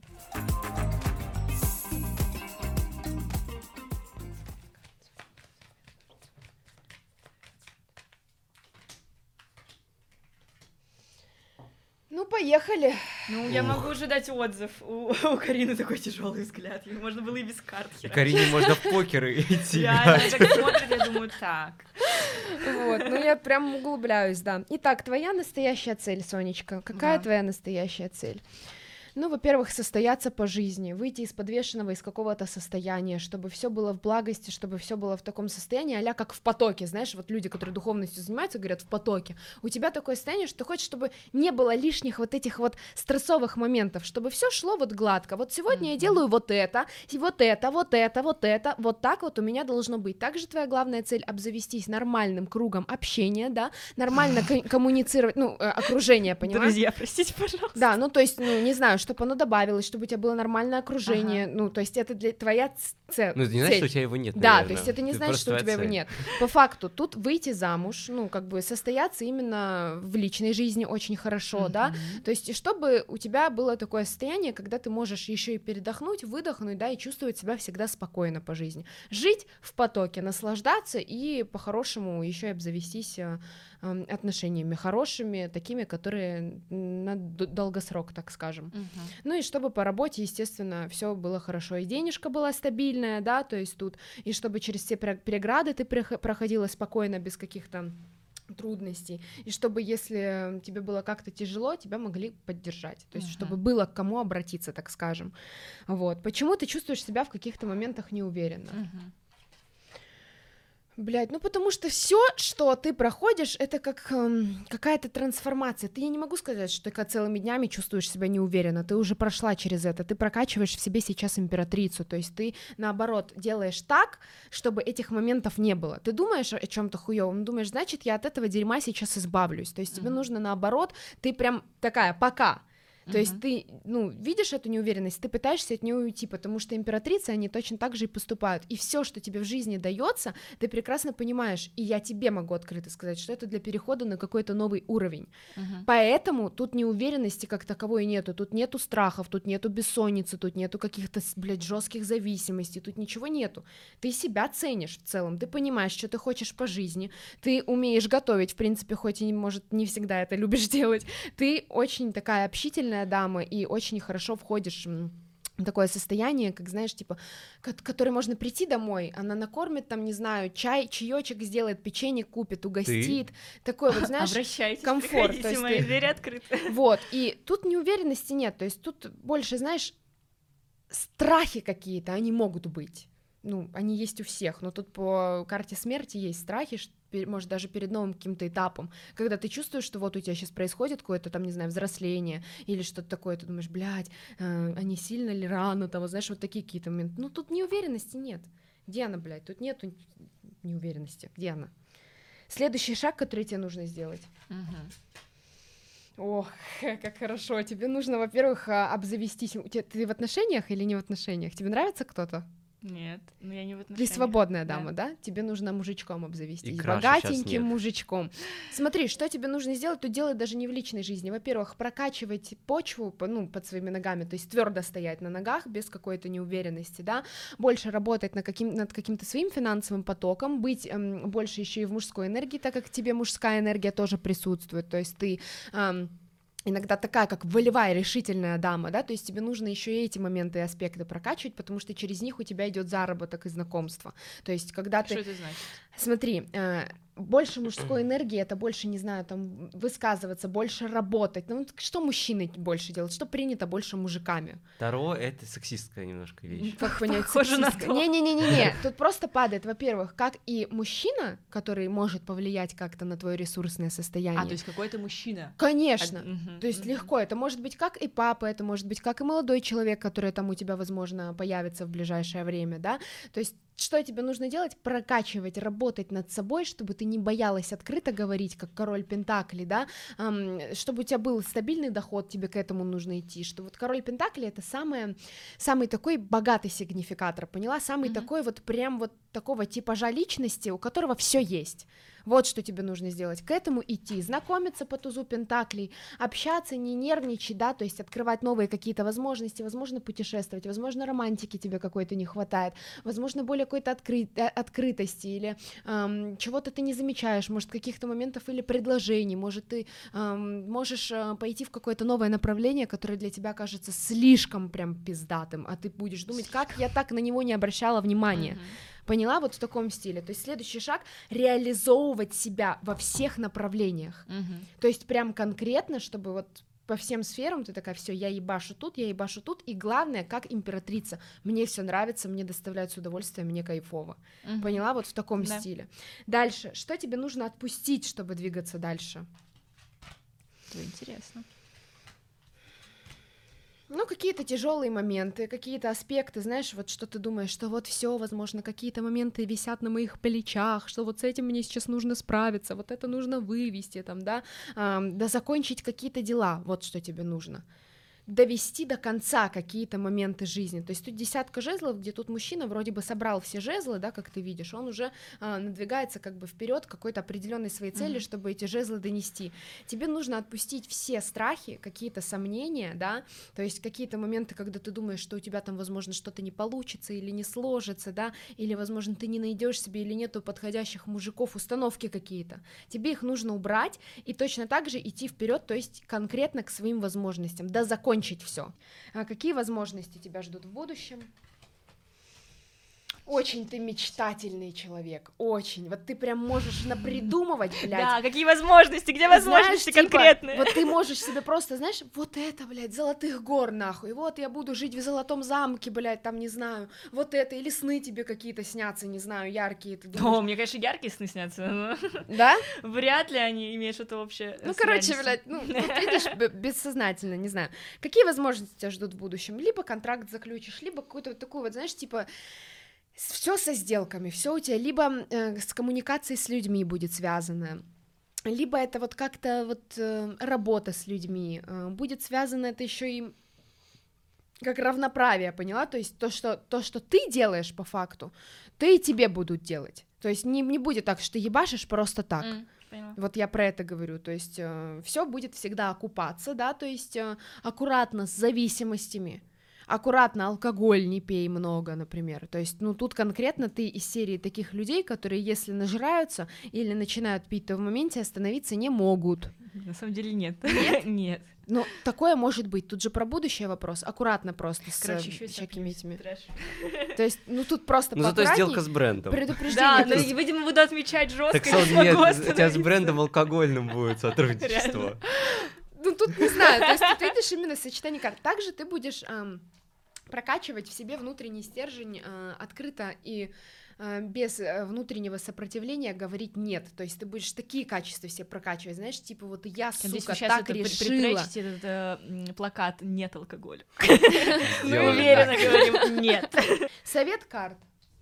Ну, поехали. Ну, я могу уже дать отзыв. У Карины такой тяжелый взгляд. Ей можно было и без карт И херачить. Карине можно в покеры идти Реально, играть. она так смотрит, я думаю, так. Вот, ну я прям углубляюсь, да. Итак, твоя настоящая цель, Сонечка. Какая Да. твоя настоящая цель? Ну, во-первых, состояться по жизни, выйти из подвешенного, из какого-то состояния, чтобы все было в благости, чтобы все было в таком состоянии, а-ля как в потоке, знаешь, вот люди, которые духовностью занимаются, говорят, в потоке. У тебя такое состояние, что ты хочешь, чтобы не было лишних вот этих вот стрессовых моментов, чтобы все шло вот гладко. Вот сегодня я делаю вот это, и вот это, вот это, вот это, вот так вот у меня должно быть. Также твоя главная цель — обзавестись нормальным кругом общения, да, нормально коммуницировать, ну, окружение, понимаешь? Друзья, простите, пожалуйста. Да, ну то есть, ну не знаю, чтобы оно добавилось, чтобы у тебя было нормальное окружение, ну то есть это для твоя Ну, это не значит, что у тебя его нет, Да, наверное. то есть это не Ты значит, просто что у тебя его твоя цель. нет. По факту, тут выйти замуж, ну, как бы состояться именно в личной жизни очень хорошо, да, то есть и чтобы у тебя было такое состояние, когда ты можешь еще и передохнуть, выдохнуть, да, и чувствовать себя всегда спокойно по жизни. Жить в потоке, наслаждаться и по-хорошему еще и обзавестись отношениями хорошими, такими, которые на долгосрок, так скажем. Ну и чтобы по работе, естественно, все было хорошо, и денежка была стабильная, да, то есть тут, и чтобы через все преграды ты проходила спокойно, без каких-то трудностей, и чтобы, если тебе было как-то тяжело, тебя могли поддержать, то есть чтобы было к кому обратиться, так скажем. Вот. Почему ты чувствуешь себя в каких-то моментах неуверенно? Блядь, ну потому что все, что ты проходишь, это как какая-то трансформация. Я не могу сказать, что ты целыми днями чувствуешь себя неуверенно. Ты уже прошла через это. Ты прокачиваешь в себе сейчас императрицу. То есть ты, наоборот, делаешь так, чтобы этих моментов не было. Ты думаешь о чем-то хуёвом, думаешь, значит, я от этого дерьма сейчас избавлюсь. То есть тебе нужно, наоборот, ты прям такая, пока. То есть ты, ну, видишь эту неуверенность, ты пытаешься от нее уйти, потому что императрицы, они точно так же и поступают. И все, что тебе в жизни дается, ты прекрасно понимаешь, и я тебе могу открыто сказать, что это для перехода на какой-то новый уровень. Поэтому тут неуверенности как таковой нету, тут нету страхов, тут нету бессонницы, тут нету каких-то, блядь, жестких зависимостей, тут ничего нету. Ты себя ценишь в целом, ты понимаешь, что ты хочешь по жизни, ты умеешь готовить, в принципе, хоть и, может, не всегда это любишь делать, ты очень такая общительная дама и очень хорошо входишь в такое состояние, как, знаешь, типа, которое можно прийти домой, она накормит, там, не знаю, чаечек сделает, печенье купит, угостит, такой вот, знаешь, обращайтесь, комфорт. приходите, мои двери открыты. Вот, и тут неуверенности нет, то есть тут больше, знаешь, страхи какие-то, они могут быть. Ну, они есть у всех, но тут по карте смерти есть страхи, может, даже перед новым каким-то этапом, когда ты чувствуешь, что вот у тебя сейчас происходит какое-то там, не знаю, взросление или что-то такое, ты думаешь, блядь, а не сильно ли рано, там, вот, знаешь, вот такие какие-то моменты. Ну, тут неуверенности нет. Где она, блядь? Тут нету неуверенности. Где она? Следующий шаг, который тебе нужно сделать. Ох, как хорошо. Тебе нужно, во-первых, обзавестись. Ты в отношениях или не в отношениях? Тебе нравится кто-то? Нет, ну я не в отношениях. Ты свободная дама, да? Тебе нужно мужичком обзавестись, И краши щас богатеньким нет. мужичком. Смотри, что тебе нужно сделать, то делать даже не в личной жизни. Во-первых, прокачивать почву, ну, под своими ногами, то есть твердо стоять на ногах, без какой-то неуверенности, да, больше работать над каким-то своим финансовым потоком, быть больше еще и в мужской энергии, так как тебе мужская энергия тоже присутствует, то есть ты... иногда такая, как волевая, решительная дама, да, то есть тебе нужно еще и эти моменты и аспекты прокачивать, потому что через них у тебя идет заработок и знакомство, то есть когда Что ты... это значит? Смотри, больше мужской энергии, это больше, не знаю, там, высказываться, больше работать, ну, что мужчины больше делают, что принято больше мужиками? Таро — это сексистская немножко вещь. Как понять, Похоже на сексистская? то. Не-не-не-не, тут просто падает, во-первых, как и мужчина, который может повлиять как-то на твое ресурсное состояние. А, то есть какой-то мужчина. Конечно, то есть легко, это может быть как и папа, это может быть как и молодой человек, который там у тебя, возможно, появится в ближайшее время, да, то есть что тебе нужно делать? Прокачивать, работать над собой, чтобы ты не боялась открыто говорить, как король Пентаклей, да, чтобы у тебя был стабильный доход, тебе к этому нужно идти, что вот король Пентаклей — это самый такой богатый сигнификатор, поняла? Самый такой вот прям вот такого типажа личности, у которого все есть. Вот что тебе нужно сделать, к этому идти, знакомиться по тузу Пентаклей, общаться, не нервничать, да, то есть открывать новые какие-то возможности, возможно, путешествовать, возможно, романтики тебе какой-то не хватает, возможно, более какой-то открытости или чего-то ты не замечаешь, может, каких-то моментов или предложений, может, ты можешь пойти в какое-то новое направление, которое для тебя кажется слишком прям пиздатым, а ты будешь думать, как я так на него не обращала внимания. Поняла? Вот в таком стиле. То есть следующий шаг — реализовывать себя во всех направлениях. То есть прям конкретно, чтобы вот по всем сферам ты такая, все, я ебашу тут, и главное, как императрица, мне все нравится, мне доставляет удовольствие, мне кайфово. Поняла? Вот в таком стиле. Дальше. Что тебе нужно отпустить, чтобы двигаться дальше? Это интересно. Ну, какие-то тяжелые моменты, какие-то аспекты, знаешь, вот что ты думаешь, что вот все, возможно, какие-то моменты висят на моих плечах, что вот с этим мне сейчас нужно справиться, вот это нужно вывести, там, да, закончить какие-то дела, вот что тебе нужно. довести до конца какие-то моменты жизни. То есть тут 10 жезлов, где тут мужчина вроде бы собрал все жезлы, да, как ты видишь, он уже надвигается как бы вперед к какой-то определенной своей цели, чтобы эти жезлы донести. Тебе нужно отпустить все страхи, какие-то сомнения, да, то есть какие-то моменты, когда ты думаешь, что у тебя там, возможно, что-то не получится или не сложится, да, или, возможно, ты не найдешь себе или нету подходящих мужиков, установки какие-то. Тебе их нужно убрать и точно так же идти вперед, то есть конкретно к своим возможностям, да, закончить все. А какие возможности тебя ждут в будущем? Очень ты мечтательный человек, очень. Вот ты прям можешь напридумывать, блядь. Да, какие возможности, где возможности Знаешь, конкретные? Вот ты можешь себе просто, знаешь, вот это, блядь, золотых гор, нахуй, вот я буду жить в золотом замке, блядь, там, не знаю, вот это, или сны тебе какие-то снятся, не знаю, яркие. Ты думаешь... О, мне, конечно, яркие сны снятся, но Да? вряд ли они имеют что-то общее. Ну, с короче, реальностью. блядь, ну, вот видишь, бессознательно, не знаю. Какие возможности тебя ждут в будущем? Либо контракт заключишь, либо какую-то такую вот, знаешь, типа... Все со сделками, все у тебя либо с коммуникацией с людьми будет связано, либо это вот как-то вот работа с людьми, будет связано это еще и как равноправие, поняла? То есть то, что ты делаешь по факту, то и тебе будут делать. То есть не будет так, что ты ебашишь просто так. Поняла. Вот я про это говорю, то есть все будет всегда окупаться, да, то есть аккуратно с зависимостями. Аккуратно, алкоголь не пей много, например. То есть, ну, тут конкретно ты из серии таких людей, которые, если нажираются или начинают пить, то в моменте остановиться не могут. На самом деле нет. Нет? Нет. Ну, такое может быть. Тут же про будущее вопрос. Аккуратно просто Короче, с еще и всякими сопьюсь. этими. Трэш. То есть, ну, тут просто Ну, зато поаккуратней. сделка с брендом. Предупреждение. Да, то но, есть- видимо, буду отмечать жестко. Так, Сон, не смогу нет, у тебя с остановиться. брендом алкогольным будет сотрудничество. Реально. Ну, тут не знаю, то есть тут видишь именно сочетание карт. Также ты будешь прокачивать в себе внутренний стержень открыто и без внутреннего сопротивления говорить «нет». То есть ты будешь такие качества все прокачивать, знаешь, типа вот я, Надеюсь, сука, вы сейчас так это решила. притречите этот плакат «Нет алкоголя». Мы Сделали уверенно так. говорим «нет». Совет карт.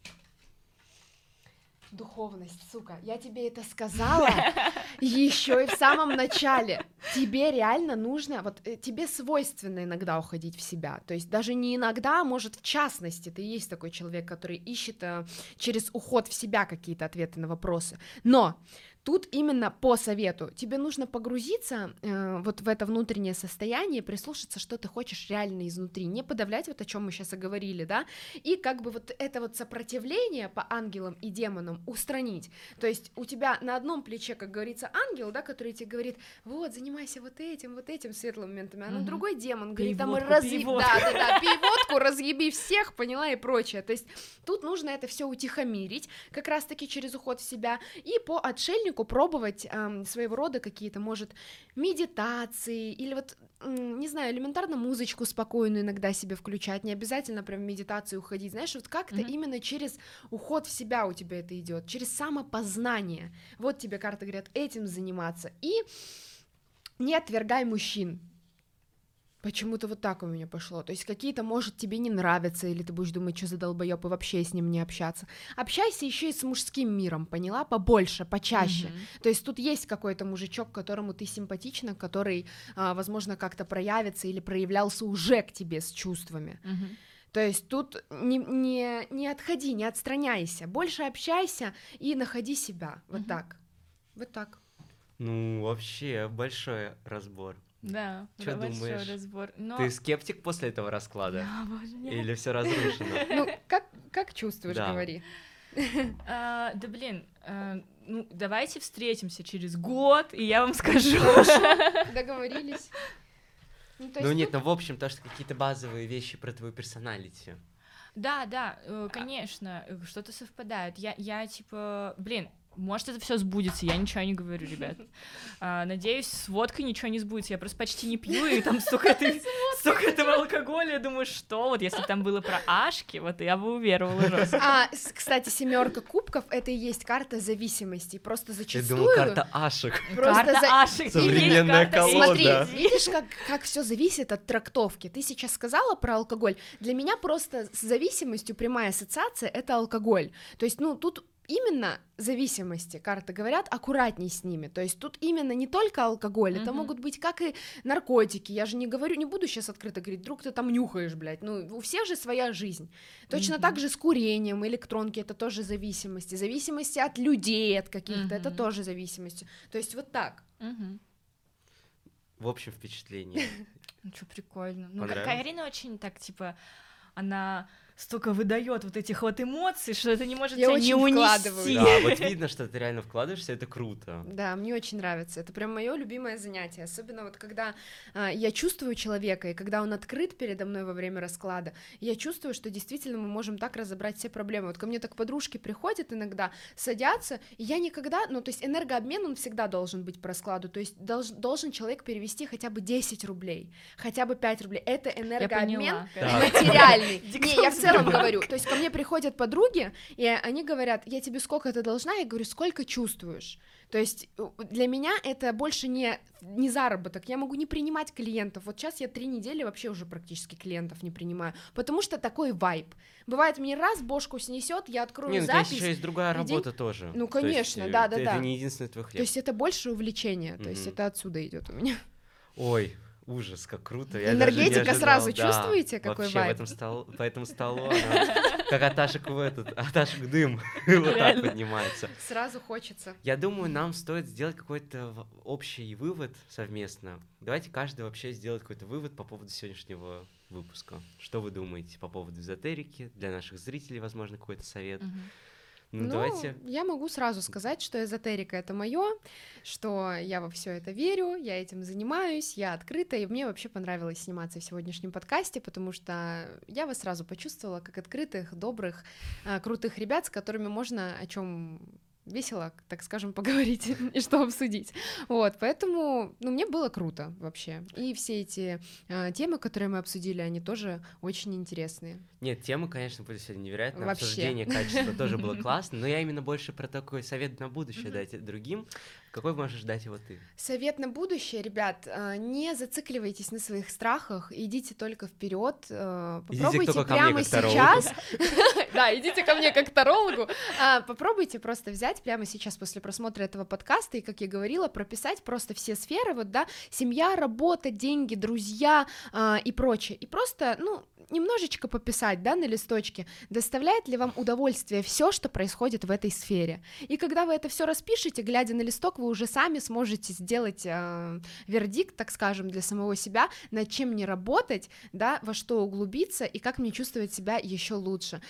Духовность, сука, я тебе это сказала еще и в самом начале. Тебе реально нужно, вот тебе свойственно иногда уходить в себя. То есть даже не иногда, а может в частности, ты есть такой человек, который ищет через уход в себя какие-то ответы на вопросы. Но тут именно по совету тебе нужно погрузиться вот в это внутреннее состояние, прислушаться, что ты хочешь реально изнутри, не подавлять, вот о чем мы сейчас и говорили, да, и как бы вот это вот сопротивление по ангелам и демонам устранить. То есть у тебя на одном плече, как говорится, ангел, да, который тебе говорит, вот, занимайся вот этим светлым моментами, а на другой демон говорит, там Пей водку. да, пей водку, разъеби всех, поняла, и прочее. То есть тут нужно это все утихомирить, как раз-таки через уход в себя, и по отшельнику пробовать своего рода какие-то, может, медитации, или вот, не знаю, элементарно музычку спокойную иногда себе включать, не обязательно прям в медитацию уходить, знаешь, вот как-то именно через уход в себя у тебя это идет, через самопознание. Вот тебе карты говорят, этим заниматься, и не отвергай мужчин. Почему-то вот так у меня пошло. То есть какие-то, может, тебе не нравятся, или ты будешь думать, что за долбоёб, и вообще с ним не общаться. Общайся еще и с мужским миром, поняла? Побольше, почаще. То есть тут есть какой-то мужичок, которому ты симпатична, который, возможно, как-то проявится или проявлялся уже к тебе с чувствами. То есть тут не отходи, не отстраняйся, больше общайся и находи себя. Вот так. Вот так. Ну, вообще, большой разбор. Да, Чё большой думаешь? разбор. Но... Ты скептик после этого расклада? А, боже, нет. Или все разрушено? Ну, как чувствуешь, Да. говори. Да блин, ну давайте встретимся через год, и я вам скажу. Договорились. Ну, то Ну есть нет, ну в общем, то, что какие-то базовые вещи про твою персоналити. Да, конечно, что-то совпадает. Я типа, блин, может, это все сбудется, я ничего не говорю, ребят. Надеюсь, с водкой ничего не сбудется. Я просто почти не пью, и там столько этого алкоголя. Я думаю, что вот если бы там было про ашки, вот я бы уверовала жестко. Кстати, 7 кубков — это и есть карта зависимости. Просто Я зачастую... думал, карта ашек. просто Карта ашек. Современная есть карта колода. Смотри, Да. видишь, как все зависит от трактовки. Ты сейчас сказала про алкоголь. Для меня просто с зависимостью прямая ассоциация — это алкоголь. То есть, ну, тут именно зависимости, карты говорят, аккуратней с ними, то есть тут именно не только алкоголь, это могут быть как и наркотики, я же не говорю, не буду сейчас открыто говорить, вдруг ты там нюхаешь, блядь, ну, у всех же своя жизнь, точно так же с курением, электронки, это тоже зависимости от людей, от каких-то, это тоже зависимости, то есть вот так. В общем, впечатление. Ну что, прикольно. Ну, Понравилось? Карина очень так, типа, она столько выдает вот этих вот эмоций, что это не может Я тебя очень не унести. вкладываюсь. Да, вот видно, что ты реально вкладываешься, это круто. Да, мне очень нравится. Это прям мое любимое занятие. Особенно вот когда я чувствую человека, и когда он открыт передо мной во время расклада, я чувствую, что действительно мы можем так разобрать все проблемы. Вот ко мне так подружки приходят иногда, садятся, и я никогда, ну, то есть энергообмен, он всегда должен быть по раскладу, то есть должен человек перевести хотя бы 10 рублей, хотя бы 5 рублей. Это энергообмен материальный. Не, я в целом говорю. То есть ко мне приходят подруги, и они говорят, я тебе сколько-то должна, я говорю, сколько чувствуешь. То есть для меня это больше не заработок, я могу не принимать клиентов, вот сейчас я 3 недели вообще уже практически клиентов не принимаю, потому что такой вайб. Бывает, мне раз бошку снесет, я открою Не, ну, запись. еще есть другая работа тоже. Ну, конечно, то есть, да. Это не единственный твой хлеб. То есть это больше увлечение, то есть это отсюда идет у меня. Ой, ужас, как круто. Я Энергетика даже не ожидал. сразу Да, чувствуете, какой вообще вайб? по этому столу она как Аташек дым вот так поднимается. Сразу хочется. Я думаю, нам стоит сделать какой-то общий вывод совместно. Давайте каждый вообще сделает какой-то вывод по поводу сегодняшнего выпуска. Что вы думаете по поводу эзотерики? Для наших зрителей, возможно, какой-то совет. Ну, давайте. Я могу сразу сказать, что эзотерика — это мое, что я во все это верю, я этим занимаюсь, я открыта, и мне вообще понравилось сниматься в сегодняшнем подкасте, потому что я вас сразу почувствовала как открытых, добрых, крутых ребят, с которыми можно о чем весело, так скажем, поговорить и что обсудить. Вот, поэтому, мне было круто вообще. И все эти темы, которые мы обсудили, они тоже очень интересные. Нет, темы, конечно, были сегодня невероятные. Вообще. Обсуждение качества тоже было классно, но я именно больше про такой совет на будущее дать другим. Какой можешь дать его ты? Совет на будущее, ребят, не зацикливайтесь на своих страхах, идите только вперед, попробуйте прямо сейчас. Да, идите ко мне как к тарологу. Попробуйте просто взять прямо сейчас после просмотра этого подкаста и, как я говорила, прописать просто все сферы, вот, да, семья, работа, деньги, друзья и прочее. И просто, немножечко пописать, да, на листочке, доставляет ли вам удовольствие все, что происходит в этой сфере. И когда вы это все распишете, глядя на листок, вы уже сами сможете сделать вердикт, так скажем, для самого себя, над чем мне работать, да, во что углубиться и как мне чувствовать себя еще лучше.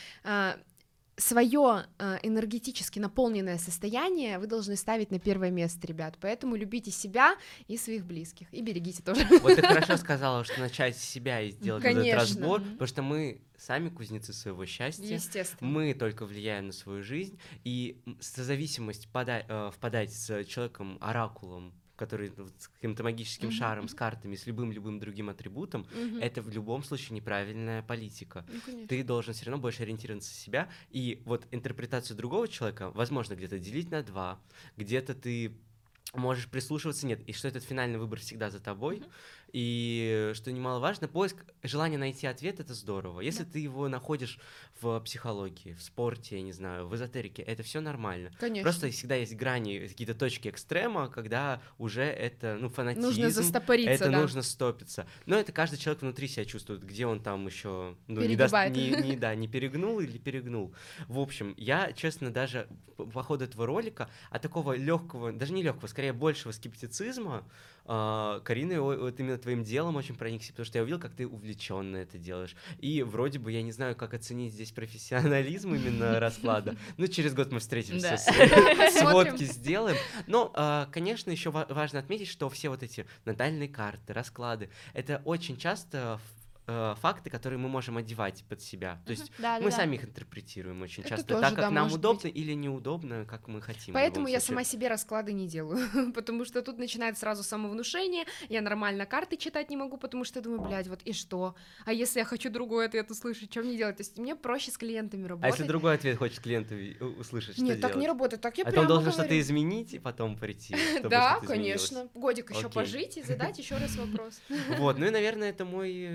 Свое энергетически наполненное состояние вы должны ставить на первое место, ребят, поэтому любите себя и своих близких, и берегите тоже. Вот ты хорошо сказала, что начать с себя и сделать этот разбор, потому что мы сами кузницы своего счастья, естественно, мы только влияем на свою жизнь, и созависимость впадать с человеком-оракулом, который с каким-то магическим шаром, с картами, с любым другим атрибутом, это в любом случае неправильная политика. Ты должен все равно больше ориентироваться на себя, и вот интерпретацию другого человека, возможно, где-то делить на 2, где-то ты можешь прислушиваться, нет, и что этот финальный выбор всегда за тобой, и, что немаловажно, поиск, желание найти ответ — это здорово. Если ты его находишь в психологии, в спорте, я не знаю, в эзотерике, это все нормально. Конечно. Просто всегда есть грани, какие-то точки экстрема, когда уже это, фанатизм. Нужно застопориться, это да. нужно стопиться. Но это каждый человек внутри себя чувствует, где он там еще перегибает. не перегнул или перегнул. В общем, я, честно, даже по ходу этого ролика от такого легкого, даже не легкого, скорее большего скептицизма, Карина, вот именно твоим делом очень проникся, потому что я увидел, как ты увлеченно это делаешь. И вроде бы я не знаю, как оценить здесь профессионализм именно расклада. Через год мы встретимся, сводки сделаем. Но, конечно, еще важно отметить, что все вот эти натальные карты, расклады, это очень часто факты, которые мы можем одевать под себя. То есть мы сами их интерпретируем очень часто тоже, так, как да, нам может удобно или неудобно, как мы хотим. Поэтому я сама себе расклады не делаю, потому что тут начинает сразу самовнушение, я нормально карты читать не могу, потому что думаю, блядь, вот и что? А если я хочу другой ответ услышать, что мне делать? То есть мне проще с клиентами работать. А если другой ответ хочет клиенту услышать, что делать? Нет, так не работает, так я прямо говорю. А то он должен говорю. что-то изменить и потом прийти, чтобы да, что-то конечно. изменилось. Годик еще пожить и задать еще раз вопрос. Вот, и, наверное, это мой финальный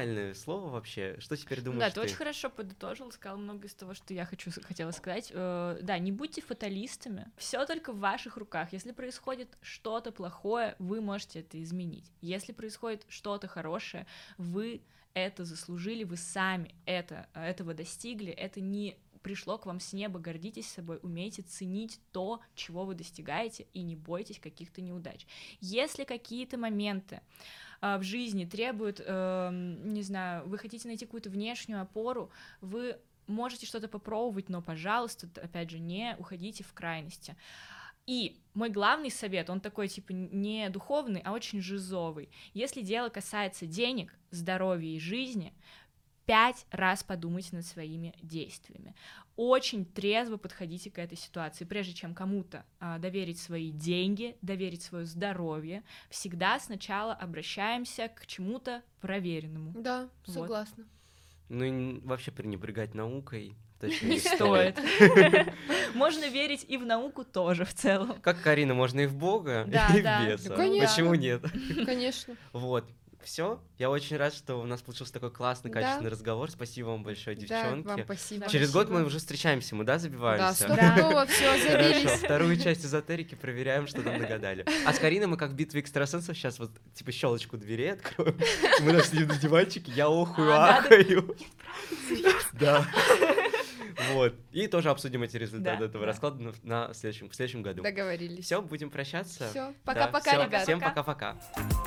финальное слово вообще. Что теперь думаешь Да, ты ты? очень хорошо подытожил, сказал много из того, что я хотела сказать. Да, не будьте фаталистами, все только в ваших руках. Если происходит что-то плохое, вы можете это изменить. Если происходит что-то хорошее, вы это заслужили, вы сами этого достигли, это не пришло к вам с неба, гордитесь собой, умейте ценить то, чего вы достигаете, и не бойтесь каких-то неудач. Если какие-то моменты в жизни требуют, не знаю, вы хотите найти какую-то внешнюю опору, вы можете что-то попробовать, но, пожалуйста, опять же, не уходите в крайности. И мой главный совет, он такой, типа, не духовный, а очень жизовый. Если дело касается денег, здоровья и жизни, 5 раз подумайте над своими действиями. Очень трезво подходите к этой ситуации. Прежде чем кому-то доверить свои деньги, доверить свое здоровье, всегда сначала обращаемся к чему-то проверенному. Да, Вот. согласна. Ну и вообще пренебрегать наукой точно Не стоит. Можно верить и в науку тоже в целом. Как Карина, можно и в Бога, Да, и да. в беса. Да, конечно. Почему нет? Конечно. Вот. Все. Я очень рад, что у нас получился такой классный, Да. качественный разговор. Спасибо вам большое, Да, девчонки. вам спасибо. Через год Спасибо. мы уже встречаемся, мы, да, Да, забиваемся? стопудово, все, Хорошо, забились. вторую часть эзотерики проверяем, что нам нагадали. А с Кариной мы как в битве экстрасенсов сейчас вот типа щелочку дверей откроем. Мы нас сидим на диванчике, я охую, А, ахаю. Да. Вот. И тоже обсудим эти результаты Да, этого да. расклада в следующем году. Договорились. Все, будем прощаться. Все, Да, пока-пока, всё, ребят. Всем пока-пока.